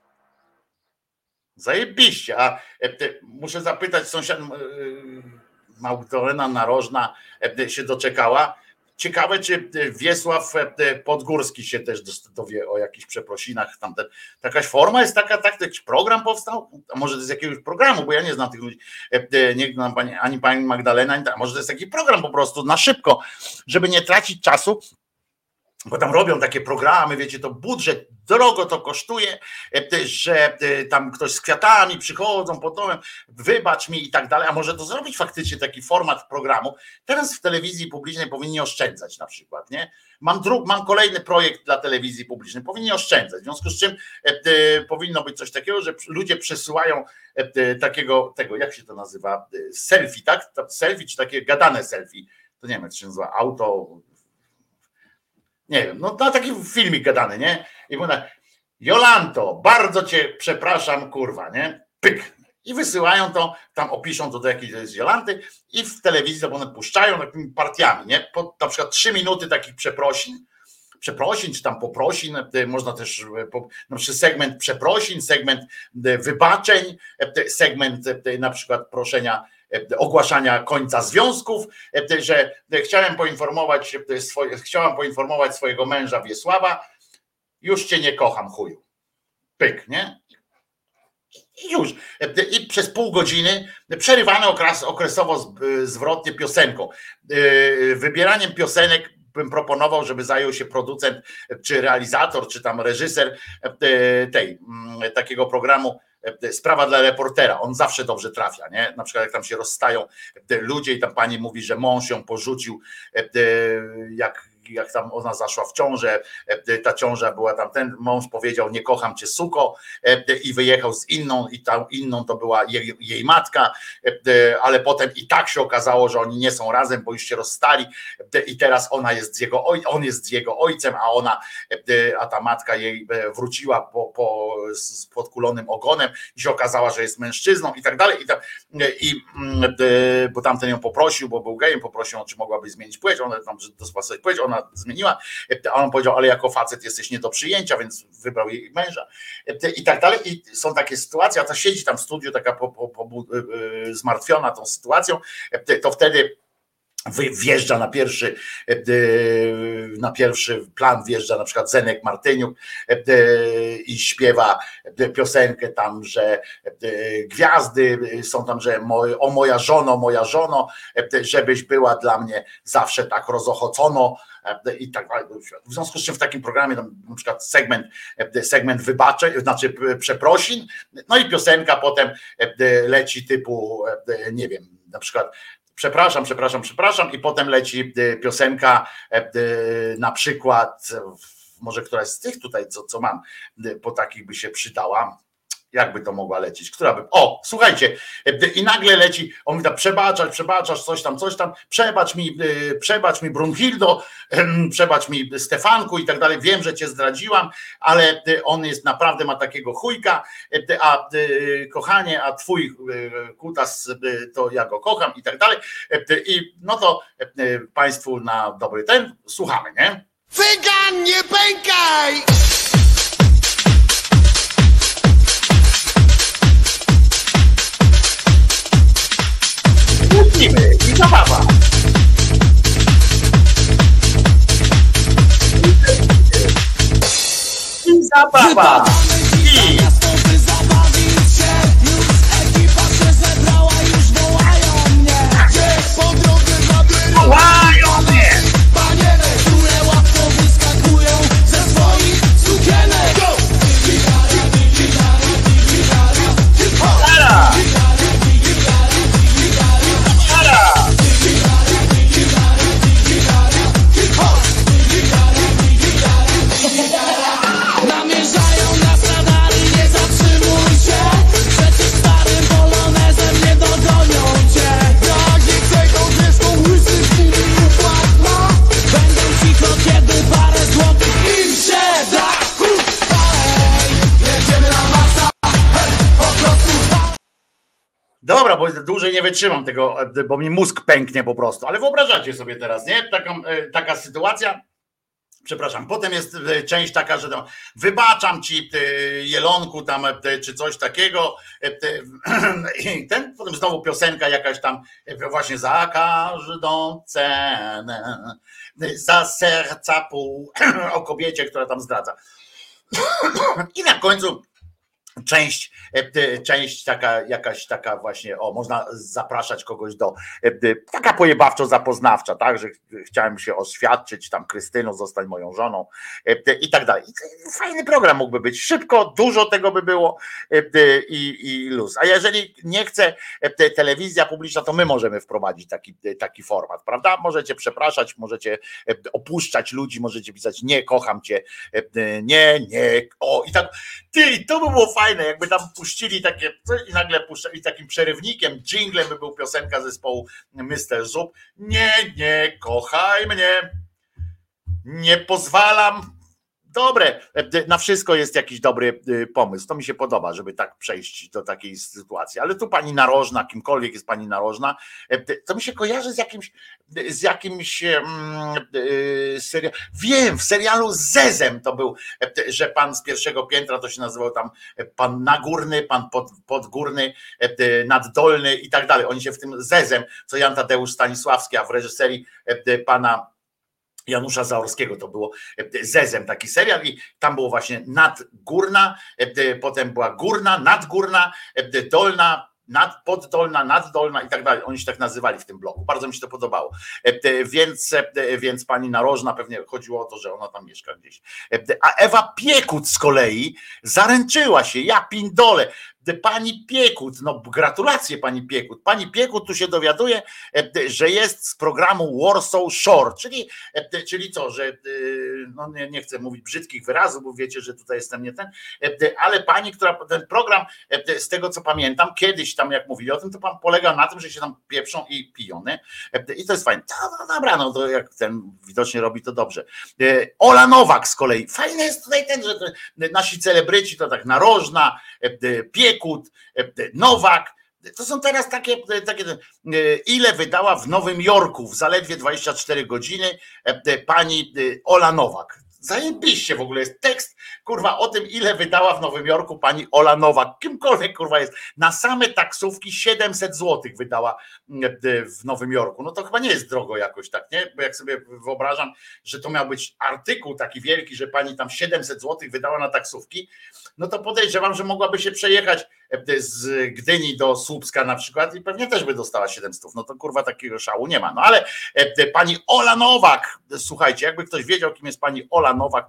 Zajebiście, a muszę zapytać sąsiad, Magdalena Narożna się doczekała. Ciekawe, czy Wiesław Podgórski się też dowie o jakichś przeprosinach. Tamten. Jakaś forma jest taka, tak, jakiś program powstał? A może to jest jakiegoś programu, bo ja nie znam tych ludzi. Nie znam pani, ani pani Magdalena, ani, a może to jest taki program po prostu na szybko, żeby nie tracić czasu. Bo tam robią takie programy, wiecie, to budżet, drogo to kosztuje, że tam ktoś z kwiatami przychodzą potem, wybacz mi i tak dalej, a może to zrobić faktycznie taki format programu. Teraz w telewizji publicznej powinni oszczędzać na przykład, nie? Mam, dru- mam kolejny projekt dla telewizji publicznej, powinni oszczędzać, w związku z czym powinno być coś takiego, że ludzie przesyłają takiego, tego, jak się to nazywa, selfie, tak? Selfie czy takie gadane selfie, to nie wiem, jak to się nazywa, auto... Nie wiem, no na taki filmik gadany, nie? I mówi, Jolanto, bardzo cię przepraszam, kurwa, nie? Pyk. I wysyłają to, tam opiszą to do jakiejś jest Jolanty i w telewizji to one puszczają takimi partiami, nie? Po na przykład trzy minuty takich przeprosin, przeprosin, czy tam poprosin, można też, na przykład segment przeprosin, segment wybaczeń, segment na przykład proszenia, ogłaszania końca związków, że chciałem poinformować swoje, chciałam poinformować swojego męża Wiesława, już cię nie kocham, chuju. Pyk, nie? I już. I przez pół godziny przerywane okres, okresowo zwrotnie piosenką. Wybieraniem piosenek bym proponował, żeby zajął się producent, czy realizator, czy tam reżyser tej, takiego programu Sprawa dla reportera. On zawsze dobrze trafia, nie? Na przykład jak tam się rozstają ludzie i tam pani mówi, że mąż ją porzucił, jak jak tam ona zaszła w ciążę, ta ciąża była tam, ten mąż powiedział, nie kocham cię, suko, i wyjechał z inną i tą inną to była jej, jej matka, ale potem i tak się okazało, że oni nie są razem, bo już się rozstali i teraz ona jest z jego oj, on jest z jego ojcem, a ona, a ta matka jej wróciła po, po, z podkulonym ogonem i się okazała, że jest mężczyzną i tak dalej i, tam, i bo tamten ją poprosił, bo był gejem, poprosił, czy mogłaby zmienić płeć, ona tam dostosować płeć, ona zmieniła, a on powiedział, ale jako facet jesteś nie do przyjęcia, więc wybrał jej męża i tak dalej. I są takie sytuacje, a ta siedzi tam w studiu taka po, po, po, zmartwiona tą sytuacją, to wtedy wjeżdża na pierwszy, na pierwszy plan wjeżdża na przykład Zenek Martyniuk i śpiewa piosenkę tam, że gwiazdy są tam, że o moja żono, moja żono, żebyś była dla mnie zawsze tak rozochocono i tak dalej. W związku z czym w takim programie tam na przykład segment, segment wybaczeń, znaczy przeprosin, no i piosenka potem leci typu, nie wiem, na przykład przepraszam, przepraszam, przepraszam i potem leci piosenka na przykład, może któraś z tych tutaj, co, co mam, po takich by się przydała. Jakby to mogła lecieć? Która by... O, słuchajcie, i nagle leci, on mówi tak, przebaczasz, przebaczasz, coś tam, coś tam, przebacz mi, przebacz mi Brunhildo, przebacz mi Stefanku i tak dalej, wiem, że cię zdradziłam, ale on jest naprawdę, ma takiego chujka, a kochanie, a twój kutas, to ja go kocham i tak dalej. I no to państwu na dobry ten, słuchamy, nie? Cygan, nie pękaj! I zabawa. I zabawa. I wołają mnie. Które łatwo wyskakują ze swoich sukienek. Namierzają nas radary, nie zatrzymuj się. Przecież starym polonezem nie dogonią cię. Jak nie czekał zresztą łysy z nimi upłatna. Będą cicho, kiedy parę złotych im się da. Hej, jedziemy na masa. Hej, po prostu. Dobra, bo dłużej nie wytrzymam tego, bo mi mózg pęknie po prostu. Ale wyobrażacie sobie teraz, nie? Taką, taka sytuacja. Przepraszam, potem jest część taka, że tam, wybaczam ci ty, Jelonku tam, ty, czy coś takiego. Ty, i ten, potem znowu piosenka jakaś tam właśnie za każdą cenę, za serca pół, o kobiecie, która tam zdradza. I na końcu część, część taka, jakaś taka właśnie, o, można zapraszać kogoś do, taka pojebawczo zapoznawcza, tak, że chciałem się oświadczyć, tam Krystyno, zostań moją żoną i tak dalej. Fajny program mógłby być, szybko, dużo tego by było i, i luz. A jeżeli nie chce telewizja publiczna, to my możemy wprowadzić taki, taki format, prawda? Możecie przepraszać, możecie opuszczać ludzi, możecie pisać nie, kocham cię, nie, nie, o i tak, ty, to by było fajne, jakby tam puścili takie coś i nagle puszczali takim przerywnikiem, dżinglem by był piosenka zespołu mister Zup. Nie, nie, kochaj mnie, nie pozwalam. Dobre, na wszystko jest jakiś dobry pomysł. To mi się podoba, żeby tak przejść do takiej sytuacji. Ale tu pani narożna, kimkolwiek jest pani narożna, to mi się kojarzy z jakimś, z jakimś serial. Wiem, w serialu Zezem to był, że pan z pierwszego piętra to się nazywał tam pan nagórny, pan pod, podgórny, naddolny i tak dalej. Oni się w tym Zezem, co Jan Tadeusz Stanisławski, a w reżyserii pana Janusza Zaorskiego to było Zezem, taki serial i tam było właśnie nadgórna, potem była górna, nadgórna, dolna, nad, poddolna, naddolna i tak dalej. Oni się tak nazywali w tym bloku. Bardzo mi się to podobało. Więc, więc pani narożna pewnie chodziło o to, że ona tam mieszka gdzieś. A Ewa Piekut z kolei zaręczyła się, ja pindole. Pani Piekut, no gratulacje pani Piekut. Pani Piekut tu się dowiaduje, że jest z programu Warsaw Shore, czyli, czyli co, że no nie, nie chcę mówić brzydkich wyrazów, bo wiecie, że tutaj jestem nie ten, ale pani, która ten program, z tego co pamiętam, kiedyś tam jak mówili o tym, to pan polegał na tym, że się tam pieprzą i piją, nie? I to jest fajne. No, no dobra, no to jak ten widocznie robi to dobrze. Ola Nowak z kolei, fajny jest tutaj ten, że nasi celebryci to tak narożna, Piekut, Nowak, to są teraz takie, takie, ile wydała w Nowym Jorku w zaledwie dwadzieścia cztery godziny pani Ola Nowak. zajebiście w ogóle jest tekst, kurwa, o tym, ile wydała w Nowym Jorku pani Ola Nowak, kimkolwiek, kurwa, jest, na same taksówki siedemset złotych wydała w Nowym Jorku. No to chyba nie jest drogo jakoś, tak, nie? Bo jak sobie wyobrażam, że to miał być artykuł taki wielki, że pani tam siedemset złotych wydała na taksówki, no to podejrzewam, że mogłaby się przejechać z Gdyni do Słupska na przykład i pewnie też by dostała siedemset. No to kurwa takiego szału nie ma. No ale pani Ola Nowak, słuchajcie, jakby ktoś wiedział, kim jest pani Ola Nowak,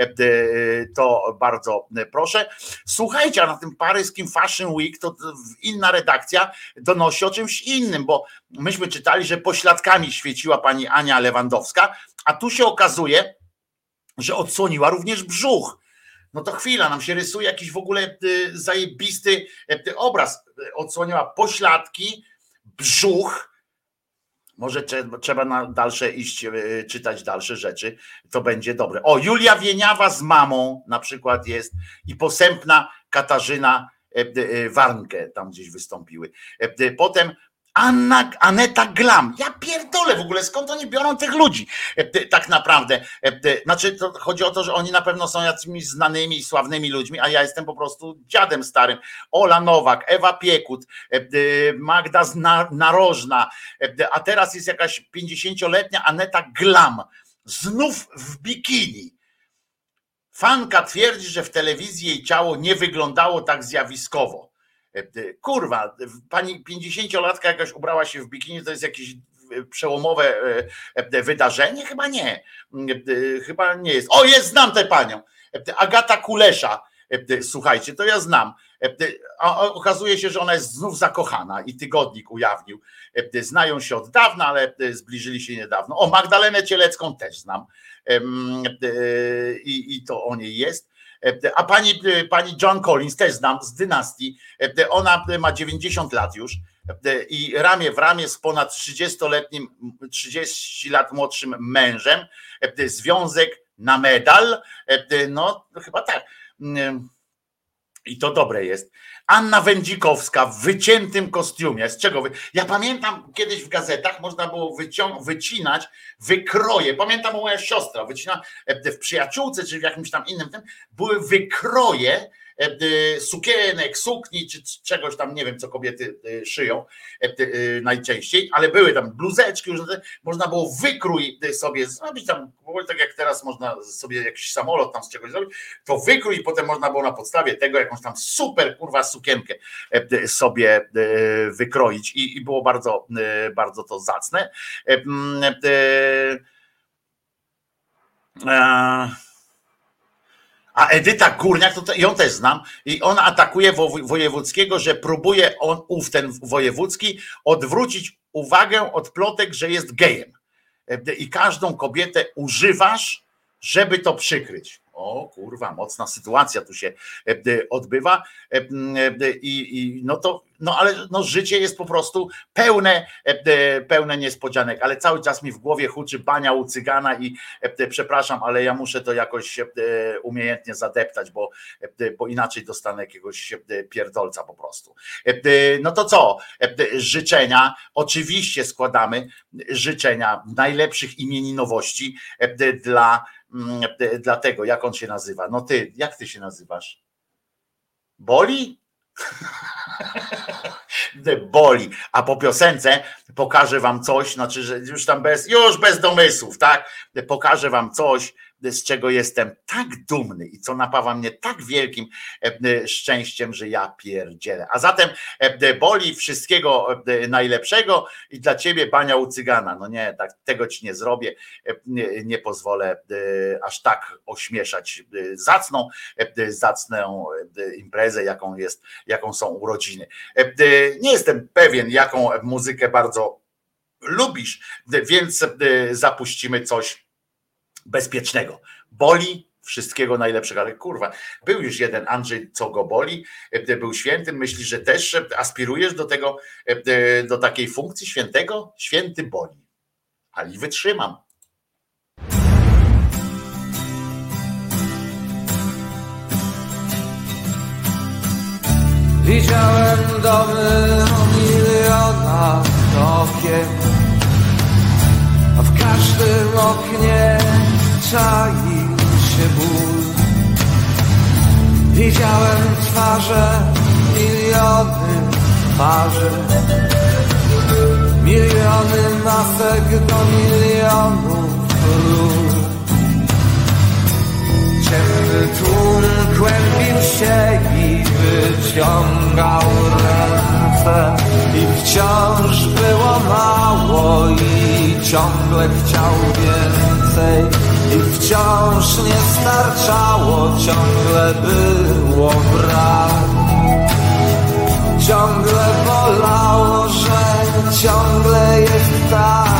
to bardzo proszę. Słuchajcie, a na tym paryskim Fashion Week to inna redakcja donosi o czymś innym, bo myśmy czytali, że pośladkami świeciła pani Ania Lewandowska, a tu się okazuje, że odsłoniła również brzuch. No to chwila, nam się rysuje jakiś w ogóle zajebisty obraz. Odsłoniła pośladki, brzuch. Może trzeba na dalsze iść, czytać dalsze rzeczy. To będzie dobre. O, Julia Wieniawa z mamą na przykład jest i posępna Katarzyna Warnke tam gdzieś wystąpiły. Potem Anna, Aneta Glam. Ja pierdolę w ogóle, skąd oni biorą tych ludzi tak naprawdę. Znaczy to chodzi o to, że oni na pewno są jakimiś znanymi i sławnymi ludźmi, a ja jestem po prostu dziadem starym. Ola Nowak, Ewa Piekut, Magda Narożna, a teraz jest jakaś pięćdziesięcioletnia Aneta Glam. Znów w bikini. Fanka twierdzi, że w telewizji jej ciało nie wyglądało tak zjawiskowo. Kurwa, pani pięćdziesięciolatka jakaś ubrała się w bikini, to jest jakieś przełomowe wydarzenie? Chyba nie. Chyba nie jest. O, jest, znam tę panią. Agata Kulesza. Słuchajcie, to ja znam. A okazuje się, że ona jest znów zakochana i tygodnik ujawnił. Znają się od dawna, ale zbliżyli się niedawno. O, Magdalenę Cielecką też znam. I, i to o niej jest. A pani, pani Joan Collins też znam z Dynastii. Ona ma dziewięćdziesiąt lat już i ramię w ramię z ponad trzydziestoletnim, trzydzieści lat młodszym mężem. Związek na medal. No chyba tak. I to dobre jest. Anna Wędzikowska w wyciętym kostiumie. Z czego wy... Ja pamiętam kiedyś w gazetach można było wycią... wycinać wykroje. Pamiętam, moja siostra wycina w Przyjaciółce czy w jakimś tam innym tym były wykroje sukienek, sukni czy czegoś tam, nie wiem co kobiety szyją najczęściej, ale były tam bluzeczki, już można było wykrój sobie zrobić tam, tak jak teraz można sobie jakiś samolot tam z czegoś zrobić, to wykrój i potem można było na podstawie tego jakąś tam super kurwa sukienkę sobie wykroić i, i było bardzo, bardzo to zacne. A Edyta Górniak, to ją też znam, i ona atakuje Wojewódzkiego, że próbuje on, ów ten Wojewódzki, odwrócić uwagę od plotek, że jest gejem. I każdą kobietę używasz, żeby to przykryć. O kurwa, mocna sytuacja tu się odbywa. I, i no to, no ale no życie jest po prostu pełne, pełne niespodzianek, ale cały czas mi w głowie huczy Bania u Cygana i przepraszam, ale ja muszę to jakoś umiejętnie zadeptać, bo, bo inaczej dostanę jakiegoś pierdolca po prostu. No to co? Życzenia, oczywiście składamy życzenia najlepszych imieninowości dla Dlatego, jak on się nazywa? No ty, jak ty się nazywasz? Boli? Boli. A po piosence pokażę wam coś, znaczy, że już tam bez, już bez domysłów, tak? Pokażę wam coś, z czego jestem tak dumny i co napawa mnie tak wielkim szczęściem, że ja pierdzielę. A zatem Boli, wszystkiego najlepszego i dla ciebie Bania u Cygana. No nie, tak, tego ci nie zrobię, nie, nie pozwolę aż tak ośmieszać zacną, zacną imprezę, jaką jest, jaką są urodziny. Nie jestem pewien, jaką muzykę bardzo lubisz, więc zapuścimy coś bezpiecznego. Boli, wszystkiego najlepszego, ale kurwa, był już jeden Andrzej, co go boli, był świętym, myślisz, że też aspirujesz do tego, do takiej funkcji świętego? Święty boli, ale i wytrzymam. Widziałem domy o milionach okien, a w każdym oknie czaił się ból. Widziałem twarze, miliony twarzy, miliony masek do milionów ról. Ciemny tłum kłębił się i wyciągał ręce i wciąż było mało i ciągle chciał więcej i wciąż nie starczało, ciągle było brak. Ciągle bolało, że ciągle jest tak.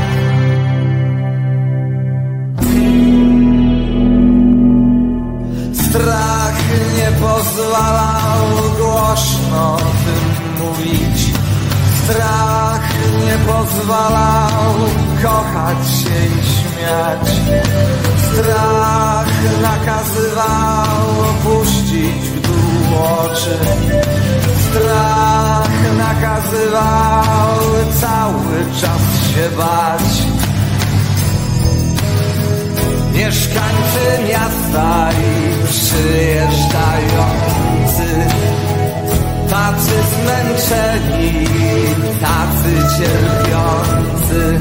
Strach nie pozwalał głośno o tym mówić. Strach nie pozwalał kochać się i śmiać. Strach nakazywał opuścić w dół oczy. Strach nakazywał cały czas się bać. Mieszkańcy miasta i przyjeżdżający, tacy zmęczeni, tacy cierpiący,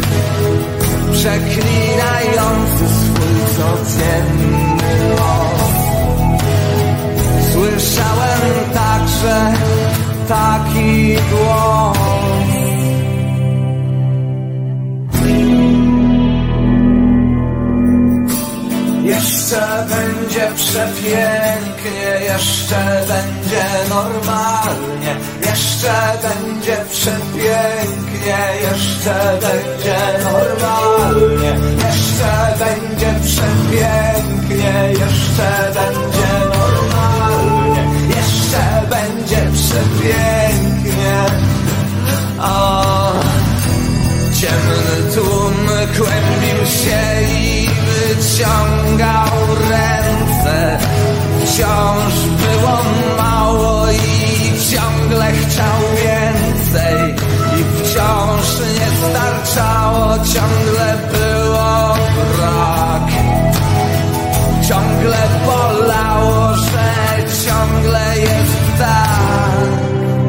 przeklinający swój codzienny los. Słyszałem także taki głos. Jeszcze będzie przepięknie, jeszcze będzie normalnie, jeszcze będzie przepięknie, jeszcze będzie normalnie, jeszcze będzie przepięknie, jeszcze będzie normalnie, jeszcze będzie przepięknie. O, ciemny tłum kłębił się i wyciągał ręce. Wciąż było mało i ciągle chciał więcej i wciąż nie starczało, ciągle było brak. Ciągle bolało, że ciągle jest tak.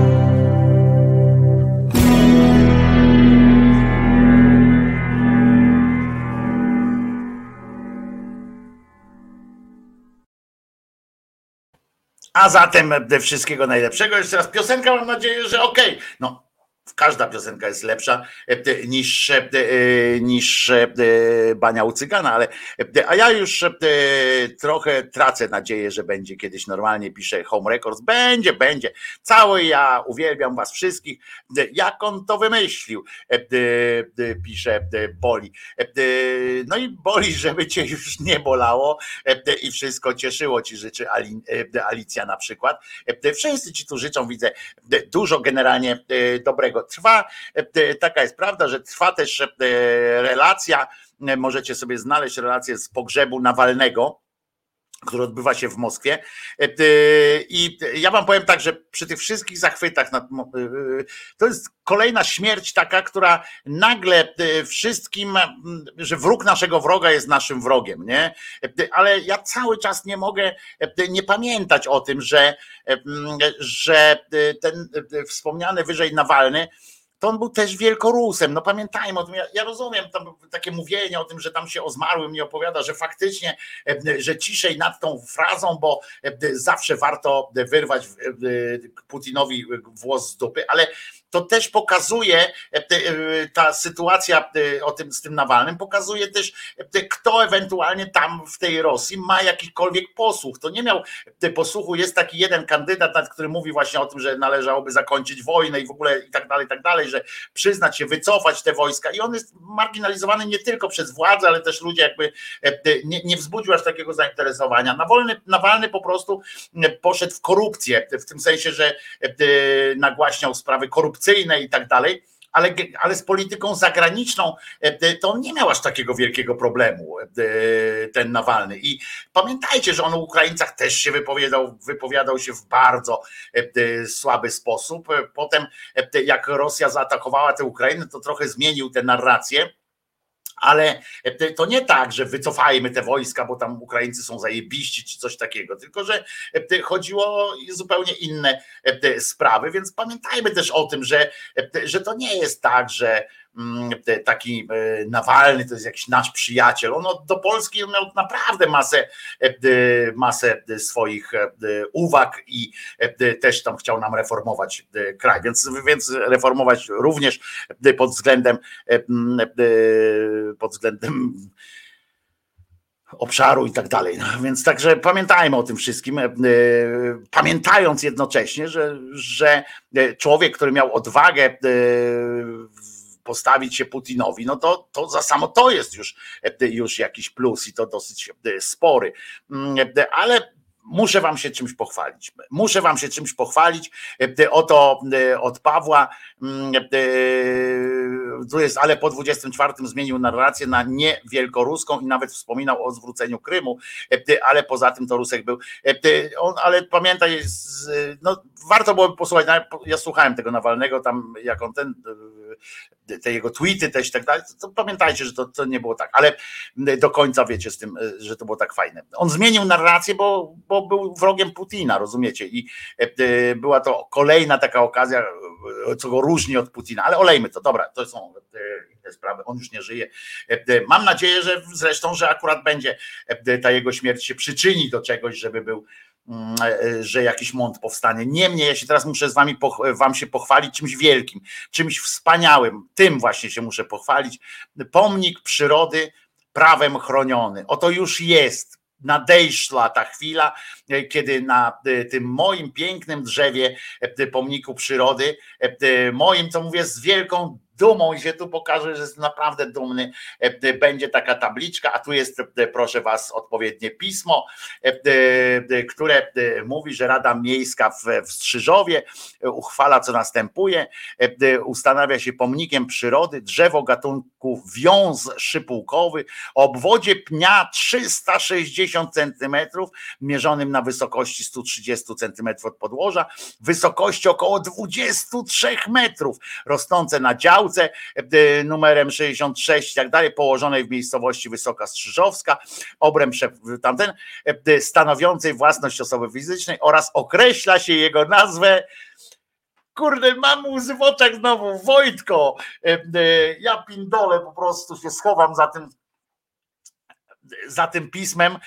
A zatem wszystkiego najlepszego. Jeszcze raz piosenka, mam nadzieję, że okej. Okay. No, każda piosenka jest lepsza niż, niż Bania u Cygana, ale a ja już trochę tracę nadzieję, że będzie kiedyś normalnie, pisze Home Records. Będzie, będzie. Cały ja uwielbiam was wszystkich. Jak on to wymyślił? Pisze Boli. No i boli, żeby cię już nie bolało i wszystko cieszyło ci życzy Alicja na przykład. Wszyscy ci tu życzą, widzę, dużo generalnie dobrego. Trwa, taka jest prawda, że trwa też relacja, możecie sobie znaleźć relację z pogrzebu Nawalnego, który odbywa się w Moskwie. I ja wam powiem tak, że przy tych wszystkich zachwytach to jest kolejna śmierć taka, która nagle wszystkim, że wróg naszego wroga jest naszym wrogiem, nie? Ale ja cały czas nie mogę nie pamiętać o tym, że, że ten wspomniany wyżej Nawalny, to on był też wielkorusem, no pamiętajmy o tym, ja, ja rozumiem tam takie mówienie o tym, że tam się o zmarłym nie opowiada, że faktycznie, że ciszej nad tą frazą, bo zawsze warto wyrwać Putinowi włos z dupy, ale to też pokazuje, ta sytuacja o tym, z tym Nawalnym pokazuje też, kto ewentualnie tam w tej Rosji ma jakikolwiek posłuch. To nie miał posłuchu, jest taki jeden kandydat, który mówi właśnie o tym, że należałoby zakończyć wojnę i w ogóle i tak dalej, i tak dalej, że przyznać się, wycofać te wojska i on jest marginalizowany nie tylko przez władzę, ale też ludzie jakby nie, nie wzbudził aż takiego zainteresowania. Nawalny, Nawalny po prostu poszedł w korupcję, w tym sensie, że nagłaśniał sprawy korupcyjne i tak dalej, ale, ale z polityką zagraniczną to on nie miał aż takiego wielkiego problemu, ten Nawalny. I pamiętajcie, że on o Ukraińcach też się wypowiadał, wypowiadał się w bardzo słaby sposób. Potem jak Rosja zaatakowała tę Ukrainę, to trochę zmienił tę narrację, Ale to nie tak, że wycofajmy te wojska, bo tam Ukraińcy są zajebiści czy coś takiego, tylko że chodziło o zupełnie inne sprawy, więc pamiętajmy też o tym, że, że to nie jest tak, że taki Nawalny to jest jakiś nasz przyjaciel. On do Polski miał naprawdę masę, masę swoich uwag i też tam chciał nam reformować kraj, więc, więc reformować również pod względem pod względem obszaru i tak dalej. No, więc także pamiętajmy o tym wszystkim, pamiętając jednocześnie, że, że człowiek, który miał odwagę postawić się Putinowi, no to, to za samo to jest już, już jakiś plus i to dosyć spory. Ale muszę wam się czymś pochwalić. Muszę wam się czymś pochwalić. Oto od Pawła, tu jest, ale po dwudziestym czwartym zmienił narrację na niewielkoruską i nawet wspominał o zwróceniu Krymu, ale poza tym to Rusek był. On, ale pamiętaj, no, warto byłoby posłuchać, ja słuchałem tego Nawalnego, tam jak on ten, te jego tweety też i tak dalej, to pamiętajcie, że to, to nie było tak, ale do końca wiecie z tym, że to było tak fajne. On zmienił narrację, bo, bo był wrogiem Putina, rozumiecie? I była to kolejna taka okazja, co go różni od Putina, ale olejmy to, dobra, to są te sprawy, on już nie żyje. Mam nadzieję, że zresztą, że akurat będzie ta jego śmierć się przyczyni do czegoś, żeby był, że jakiś mąd powstanie. Niemniej ja się teraz muszę z wami wam się pochwalić czymś wielkim, czymś wspaniałym. Tym właśnie się muszę pochwalić. Pomnik przyrody prawem chroniony. Oto już jest. Nadeszła ta chwila, kiedy na tym moim pięknym drzewie pomniku przyrody, moim, co mówię z wielką dumą i się tu pokażę, że jest naprawdę dumny, będzie taka tabliczka, a tu jest, proszę was, odpowiednie pismo, które mówi, że Rada Miejska w Strzyżowie uchwala, co następuje, ustanawia się pomnikiem przyrody drzewo gatunku wiąz szypułkowy o obwodzie pnia trzysta sześćdziesiąt centymetrów, mierzonym na wysokości sto trzydzieści centymetrów od podłoża, wysokości około dwadzieścia trzy metrów, rosnące na dział numerem sześćdziesiąt sześć i tak dalej, położonej w miejscowości Wysoka Strzyżowska, obręb tamten, stanowiącej własność osoby fizycznej oraz określa się jego nazwę. Kurde, mam łzy w oczach znowu, Wojtko, ja pindolę, po prostu się schowam za tym za tym pismem.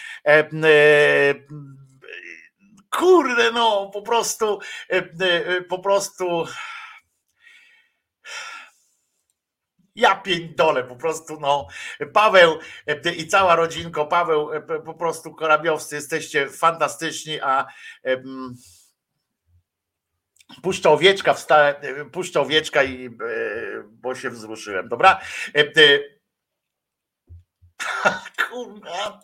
Kurde, no, po prostu po prostu ja piędolę, po prostu no, Paweł i cała rodzinko, Paweł, po prostu korabiowscy, jesteście fantastyczni, a um, puszcza owieczka, wsta, puszcza owieczka i bo się wzruszyłem, dobra? Kurwa.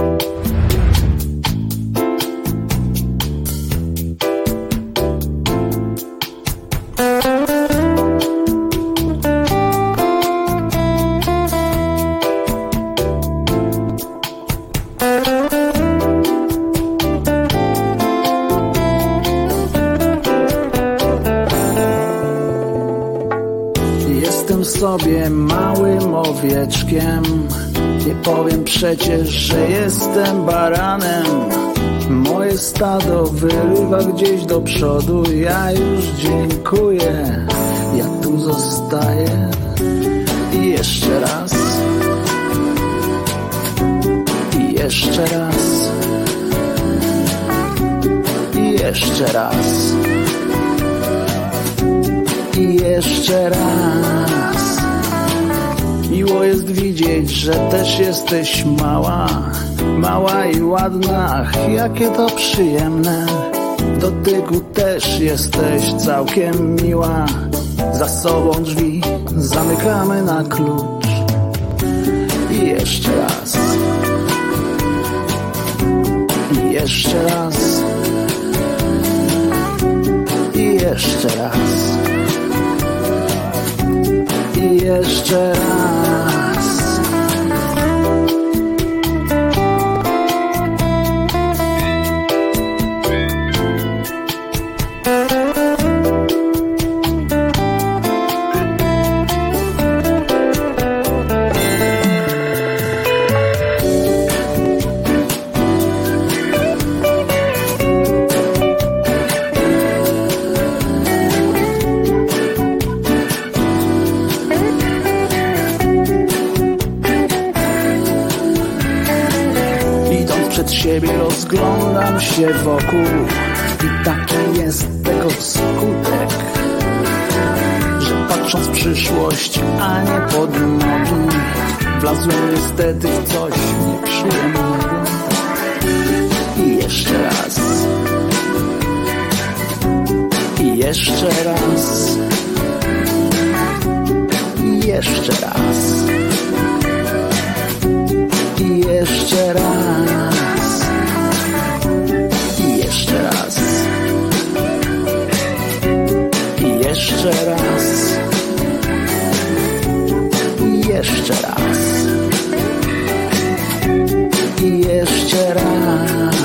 Sobie małym owieczkiem, nie powiem przecież, że jestem baranem. Moje stado wyrywa gdzieś do przodu, ja już dziękuję, ja tu zostaję. I jeszcze raz, i jeszcze raz, i jeszcze raz, i jeszcze raz. Miło jest widzieć, że też jesteś mała, mała i ładna, ach, jakie to przyjemne. W dotyku też jesteś całkiem miła. Za sobą drzwi zamykamy na klucz. I jeszcze raz, i jeszcze raz, i jeszcze raz. I jeszcze raz. Rozglądam się wokół i taki jest tego skutek, że patrząc w przyszłość, a nie pod nogi, wlazłem niestety w coś nieprzyjemnego. I jeszcze raz, i jeszcze raz, i jeszcze raz, i jeszcze raz, i jeszcze raz, i jeszcze raz, i jeszcze raz, i jeszcze raz.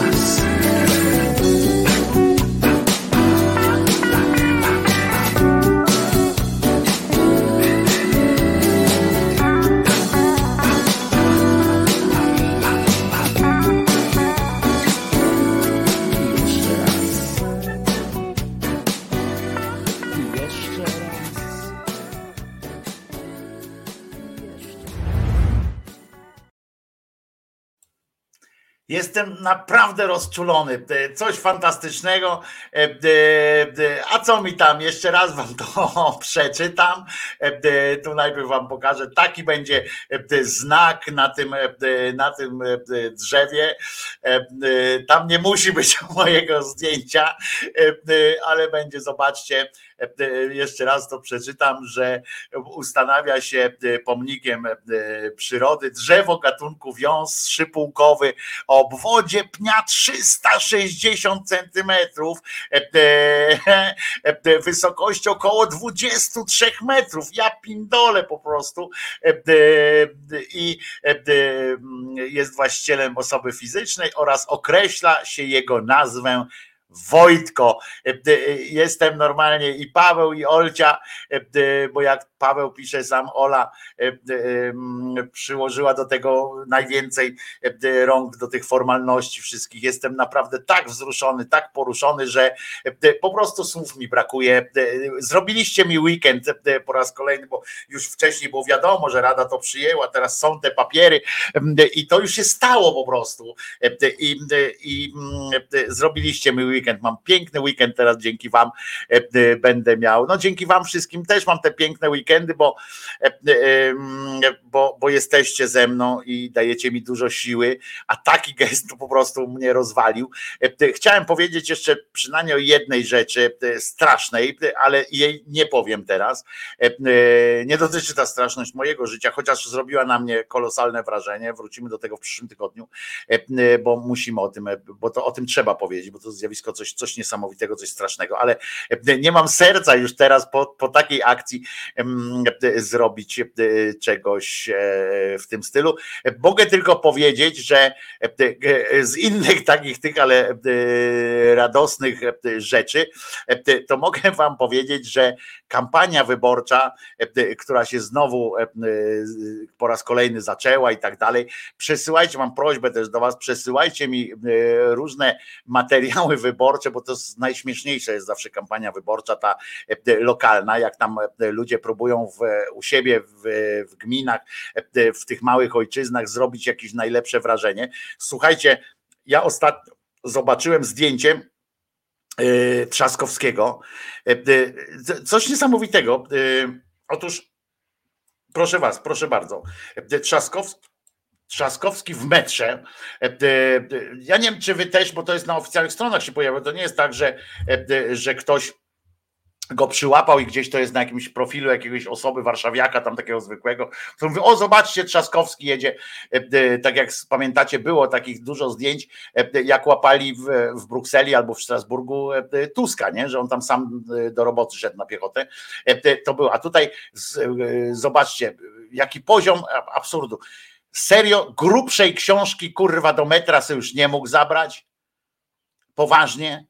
Jestem naprawdę rozczulony, coś fantastycznego, a co mi tam, jeszcze raz wam to przeczytam, tu najpierw wam pokażę, taki będzie znak na tym, na tym drzewie, tam nie musi być mojego zdjęcia, ale będzie, zobaczcie, jeszcze raz to przeczytam, że ustanawia się pomnikiem przyrody drzewo gatunku wiąz szypułkowy o obwodzie pnia trzysta sześćdziesiąt centymetrów, wysokości około dwadzieścia trzy metrów. Ja pindolę po prostu. I jest właścicielem osoby fizycznej oraz określa się jego nazwę Wojtko. Jestem normalnie i Paweł, i Olcia, bo jak Paweł pisze, sam Ola przyłożyła do tego najwięcej rąk, do tych formalności wszystkich. Jestem naprawdę tak wzruszony, tak poruszony, że po prostu słów mi brakuje. Zrobiliście mi weekend po raz kolejny, bo już wcześniej było wiadomo, że Rada to przyjęła, teraz są te papiery i to już się stało po prostu. I, i zrobiliście mi weekend. Mam piękny weekend teraz, dzięki wam będę miał. No dzięki wam wszystkim też mam te piękne weekendy, bo, bo, bo jesteście ze mną i dajecie mi dużo siły, a taki gest to po prostu mnie rozwalił. Chciałem powiedzieć jeszcze przynajmniej o jednej rzeczy strasznej, ale jej nie powiem teraz. Nie dotyczy ta straszność mojego życia, chociaż zrobiła na mnie kolosalne wrażenie. Wrócimy do tego w przyszłym tygodniu, bo musimy o tym, bo to o tym trzeba powiedzieć, bo to zjawisko coś, coś niesamowitego, coś strasznego, ale nie mam serca już teraz po, po takiej akcji zrobić czegoś w tym stylu. Mogę tylko powiedzieć, że z innych takich tych, ale radosnych rzeczy, to mogę wam powiedzieć, że kampania wyborcza, która się znowu po raz kolejny zaczęła i tak dalej, przesyłajcie, mam prośbę też do was, przesyłajcie mi różne materiały wyborcze, bo to jest najśmieszniejsze, jest zawsze kampania wyborcza, ta lokalna, jak tam ludzie próbują w, u siebie w, w gminach, w tych małych ojczyznach zrobić jakieś najlepsze wrażenie. Słuchajcie, ja ostatnio zobaczyłem zdjęcie Trzaskowskiego, coś niesamowitego. Otóż proszę was, proszę bardzo, Trzaskowski Trzaskowski w metrze. Ja nie wiem, czy wy też, bo to jest na oficjalnych stronach się pojawia, to nie jest tak, że, że ktoś go przyłapał i gdzieś to jest na jakimś profilu jakiegoś osoby warszawiaka, tam takiego zwykłego, to mówi, o zobaczcie, Trzaskowski jedzie, tak jak pamiętacie, było takich dużo zdjęć, jak łapali w, w Brukseli albo w Strasburgu Tuska, nie? Że on tam sam do roboty szedł na piechotę, to było, a tutaj zobaczcie, jaki poziom absurdu. Serio, grubszej książki kurwa do metra sobie już nie mógł zabrać? Poważnie?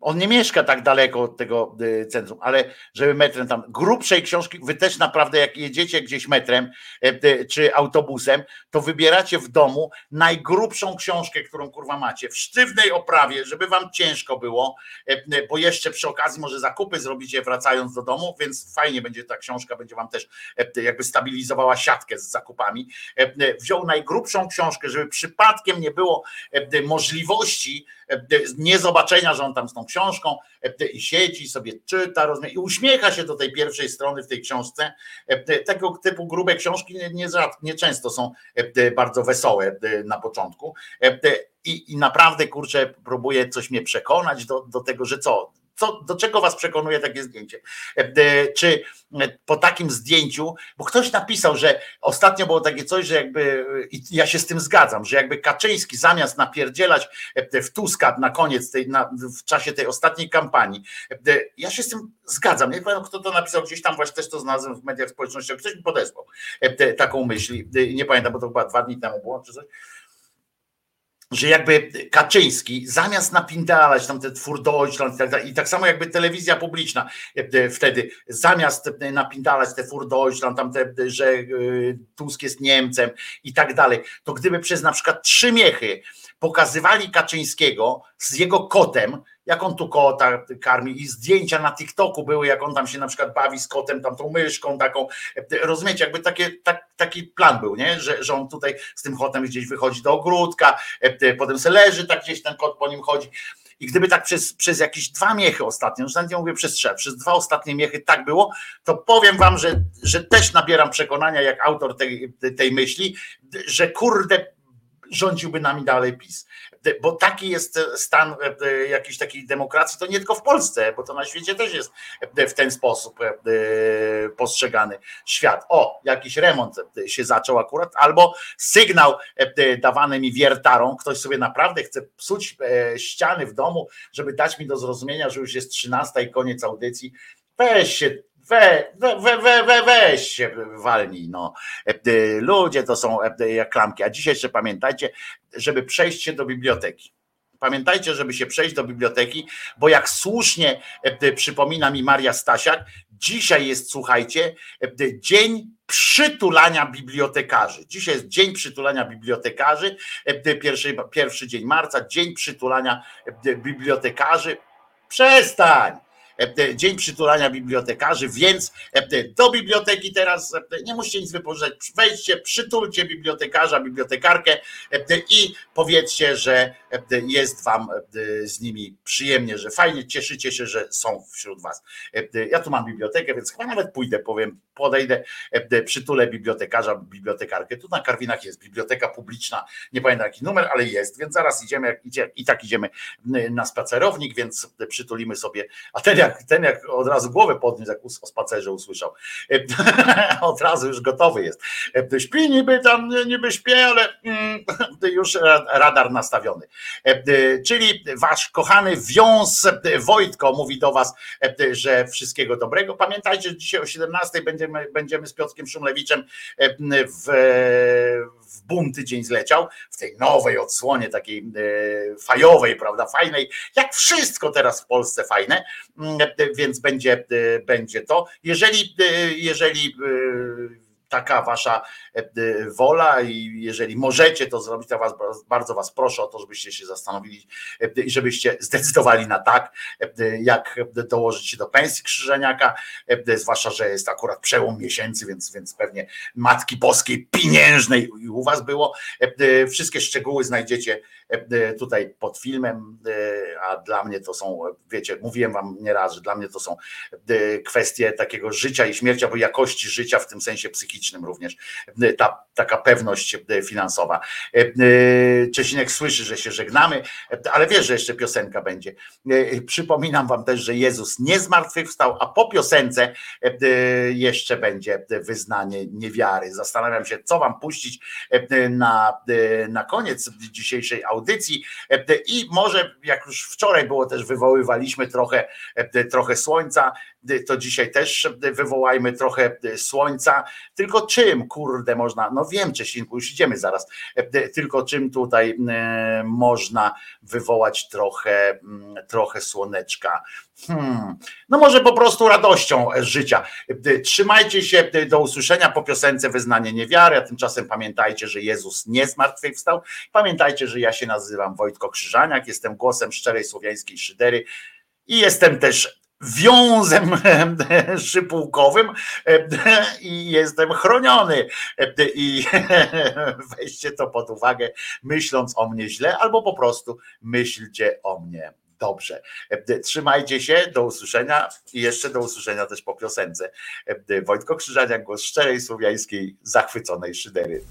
On nie mieszka tak daleko od tego centrum, ale żeby metrem tam, grubszej książki, wy też naprawdę jak jedziecie gdzieś metrem czy autobusem, to wybieracie w domu najgrubszą książkę, którą kurwa macie, w sztywnej oprawie, żeby wam ciężko było, bo jeszcze przy okazji może zakupy zrobicie wracając do domu, więc fajnie będzie ta książka, będzie wam też jakby stabilizowała siatkę z zakupami. Wziął najgrubszą książkę, żeby przypadkiem nie było możliwości niezobaczenia, że on tam z tą książką i siedzi, sobie czyta, rozumie, i uśmiecha się do tej pierwszej strony w tej książce. Tego typu grube książki nie, nie, nie często są bardzo wesołe na początku. I, i naprawdę, kurczę, próbuje coś mnie przekonać do, do tego, że co? Co, do czego was przekonuje takie zdjęcie? Czy po takim zdjęciu, bo ktoś napisał, że ostatnio było takie coś, że jakby, i ja się z tym zgadzam, że jakby Kaczyński zamiast napierdzielać w Tuska na koniec tej, na, w czasie tej ostatniej kampanii, ja się z tym zgadzam. Nie pamiętam, kto to napisał, gdzieś tam właśnie też to znalazłem w mediach społecznościowych, ktoś mi podesłał taką myśl, nie pamiętam, bo to chyba dwa dni temu było, czy coś, że jakby Kaczyński zamiast napindalać tam ten Twór Deutschland i tak dalej, i tak samo jakby telewizja publiczna wtedy zamiast napindalać te Twór Deutschland, tam te, że Tusk jest Niemcem i tak dalej, to gdyby przez na przykład trzy miechy pokazywali Kaczyńskiego z jego kotem, jak on tu kota karmi, i zdjęcia na TikToku były, jak on tam się na przykład bawi z kotem, tam tą myszką taką, rozumiecie, jakby takie, tak, taki plan był, nie? Że, że on tutaj z tym kotem gdzieś wychodzi do ogródka, potem se leży, tak gdzieś ten kot po nim chodzi. I gdyby tak przez, przez jakieś dwa miechy ostatnio, już nawet nie mówię przez trzy, przez dwa ostatnie miechy tak było, to powiem wam, że, że też nabieram przekonania, jak autor tej, tej myśli, że kurde, rządziłby nami dalej PiS. Bo taki jest stan jakiejś takiej demokracji, to nie tylko w Polsce, bo to na świecie też jest w ten sposób postrzegany świat. O, jakiś remont się zaczął akurat, albo sygnał dawany mi wiertarą, ktoś sobie naprawdę chce psuć ściany w domu, żeby dać mi do zrozumienia, że już jest trzynasta i koniec audycji. Weź się, We, we, we, we, weź się walnij, no. Ludzie to są jak klamki. A dzisiaj jeszcze pamiętajcie, żeby przejść się do biblioteki. Pamiętajcie, żeby się przejść do biblioteki, bo jak słusznie przypomina mi Maria Stasiak, dzisiaj jest, słuchajcie, dzień przytulania bibliotekarzy. Dzisiaj jest dzień przytulania bibliotekarzy, pierwszy, pierwszy dzień marca, dzień przytulania bibliotekarzy. Przestań! Dzień przytulania bibliotekarzy, więc do biblioteki teraz nie musicie nic wypożyczać, wejdźcie, przytulcie bibliotekarza, bibliotekarkę i powiedzcie, że jest wam z nimi przyjemnie, że fajnie, cieszycie się, że są wśród was. Ja tu mam bibliotekę, więc chyba nawet pójdę, powiem, podejdę, przytulę bibliotekarza, bibliotekarkę. Tu na Karwinach jest biblioteka publiczna, nie pamiętam jaki numer, ale jest, więc zaraz idziemy, jak idzie, i tak idziemy na spacerownik, więc przytulimy sobie, a ten jak, ten jak od razu głowę podniósł, jak o spacerze usłyszał, od razu już gotowy jest. Śpi niby tam, niby śpię, ale już radar nastawiony. Czyli wasz kochany wiąz Wojtko mówi do was, że wszystkiego dobrego. Pamiętajcie, że dzisiaj o siedemnastej będziemy, będziemy z Piotrkiem Szumlewiczem w, w Bum tydzień zleciał, w tej nowej odsłonie takiej fajowej, prawda, fajnej, jak wszystko teraz w Polsce fajne, więc będzie, będzie to. Jeżeli, jeżeli taka wasza wola i jeżeli możecie to zrobić, to was, bardzo was proszę o to, żebyście się zastanowili i żebyście zdecydowali na tak, jak dołożyć się do pensji Krzyżeniaka, zwłaszcza, że jest akurat przełom miesięcy, więc, więc pewnie Matki Boskiej Pieniężnej i u was było. Wszystkie szczegóły znajdziecie tutaj pod filmem, a dla mnie to są, wiecie, mówiłem wam nieraz, że dla mnie to są kwestie takiego życia i śmierci, albo jakości życia w tym sensie psychicznym również, ta taka pewność finansowa. Czesinek słyszy, że się żegnamy, ale wiesz, że jeszcze piosenka będzie. Przypominam wam też, że Jezus nie zmartwychwstał, a po piosence jeszcze będzie wyznanie niewiary. Zastanawiam się, co wam puścić na, na koniec dzisiejszej audycji, audycji i może jak już wczoraj było też wywoływaliśmy trochę, trochę słońca, to dzisiaj też wywołajmy trochę słońca, tylko czym kurde można, no wiem Czesinku, już idziemy zaraz, tylko czym tutaj można wywołać trochę, trochę słoneczka. Hmm. No może po prostu radością życia. Trzymajcie się, do usłyszenia po piosence Wyznanie Niewiary, a tymczasem pamiętajcie, że Jezus nie zmartwychwstał. Pamiętajcie, że ja się nazywam Wojtko Krzyżaniak, jestem głosem szczerej słowiańskiej szydery i jestem też wiązem szypułkowym i jestem chroniony i weźcie to pod uwagę, myśląc o mnie źle, albo po prostu myślcie o mnie dobrze. Trzymajcie się, do usłyszenia i jeszcze do usłyszenia też po piosence. Wojtko Krzyżaniak, głos szczerej słowiańskiej zachwyconej szydery.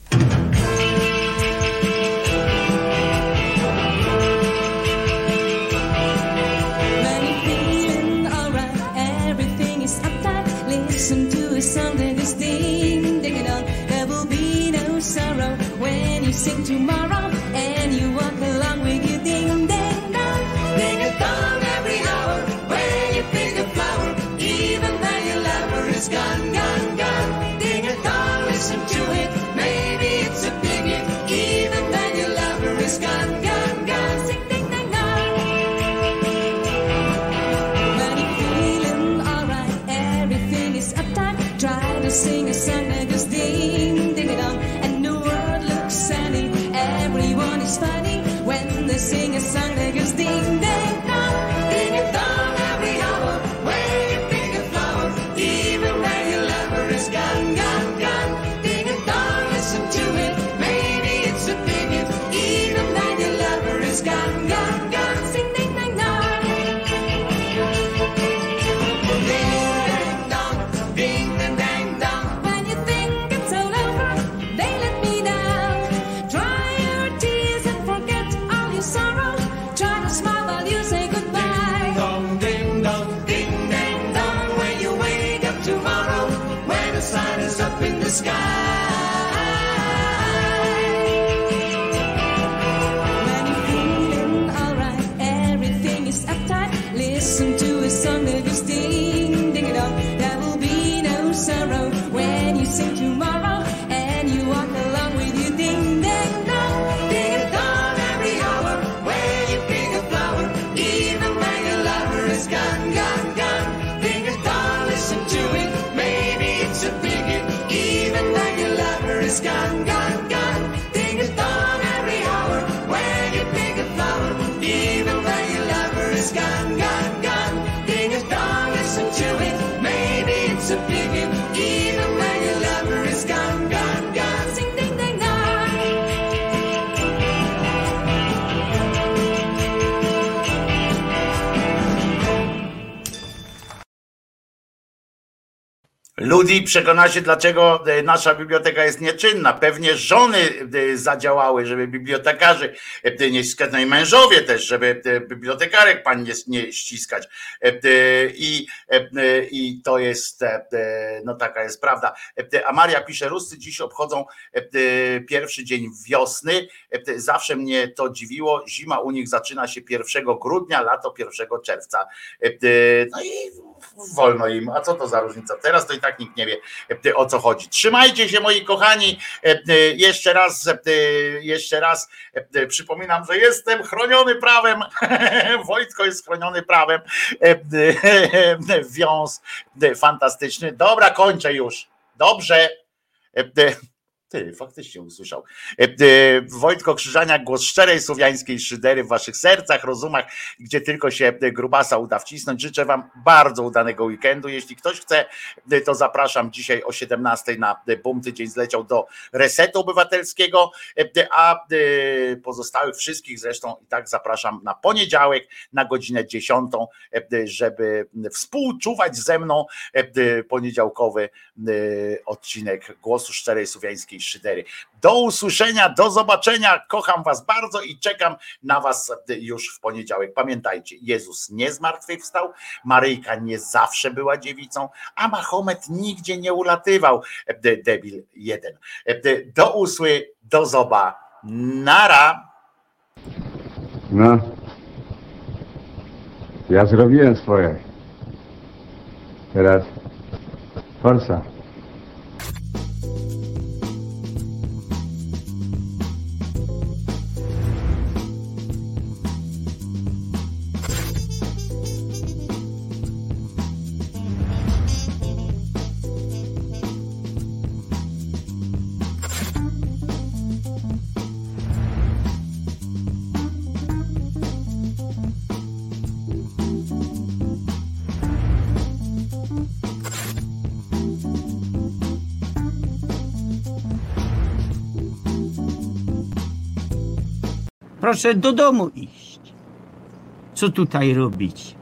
Listen to a song that is ding, ding it on. There will be no sorrow when you sing tomorrow and you walk along with your ding, ding, dong. Ding a dong every hour when you pick a flower, even when your lover is gone, gone, gone. Ding a dong, listen to it, maybe it's a big hit, even when your lover is gone, gone, gone. Sing ding, ding, dong. When you're feeling alright, everything is uptight. Try to sing a song that goes ding, ding it on, and the world looks sunny. Everyone is funny when they sing a song that goes ding, ding, dong, ding it dong every hour. When you pick a flower, even when your lover is gone, gone, gone. Ding it dong, listen to it, maybe it's a big hit, even when your lover is gone, gone, gone. Sing ding, ding, dong. Up in the sky. When you're feeling alright, everything is uptight. Listen to a song that goes ding, ding it on. There will be no sorrow when you sing tomorrow and you walk along with your ding, ding, dong. Ding it dong every hour when you pick a flower, even when your lover is gone, gone, gone. Ding it dong, listen to it, maybe it's a big hit, even when your lover is gone, gone, gone. Ding it dong every hour when you pick a flower, even when your lover is gone, gone, gone. Ding it dong, listen to it, maybe it's a big hit, even when your lover is gone, gone, gone. Sing ding ding dong. Ludzi przekona się, dlaczego nasza biblioteka jest nieczynna. Pewnie żony zadziałały, żeby bibliotekarzy nie ściskać, no i mężowie też, żeby bibliotekarek pan nie, nie ściskać. I, I to jest, no taka jest prawda. A Maria pisze, Ruscy dziś obchodzą pierwszy dzień wiosny. Zawsze mnie to dziwiło. Zima u nich zaczyna się pierwszego grudnia, lato pierwszego czerwca. No i wolno im. A co to za różnica? Teraz to i tak nikt nie wie, o co chodzi. Trzymajcie się, moi kochani. Jeszcze raz, jeszcze raz przypominam, że jestem chroniony prawem. Wojtko jest chroniony prawem. Wiąz fantastyczny. Dobra, kończę już. Dobrze. Ty, faktycznie usłyszał. Wojtko Krzyżaniak, głos szczerej słowiańskiej szydery w waszych sercach, rozumach, gdzie tylko się grubasa uda wcisnąć. Życzę wam bardzo udanego weekendu. Jeśli ktoś chce, to zapraszam dzisiaj o siedemnastej na Bum Tydzień zleciał do Resetu Obywatelskiego, a pozostałych wszystkich zresztą i tak zapraszam na poniedziałek na godzinę dziesiątą, żeby współczuwać ze mną poniedziałkowy odcinek Głosu Szczerej Słowiańskiej Szydery. Do usłyszenia, do zobaczenia, kocham was bardzo i czekam na was już w poniedziałek. Pamiętajcie, Jezus nie zmartwychwstał, Maryjka nie zawsze była dziewicą, a Mahomet nigdzie nie ulatywał, debil jeden. Do usły, do zoba, nara. No. Ja zrobiłem swoje. Teraz forsa. Proszę do domu iść. Co tutaj robić?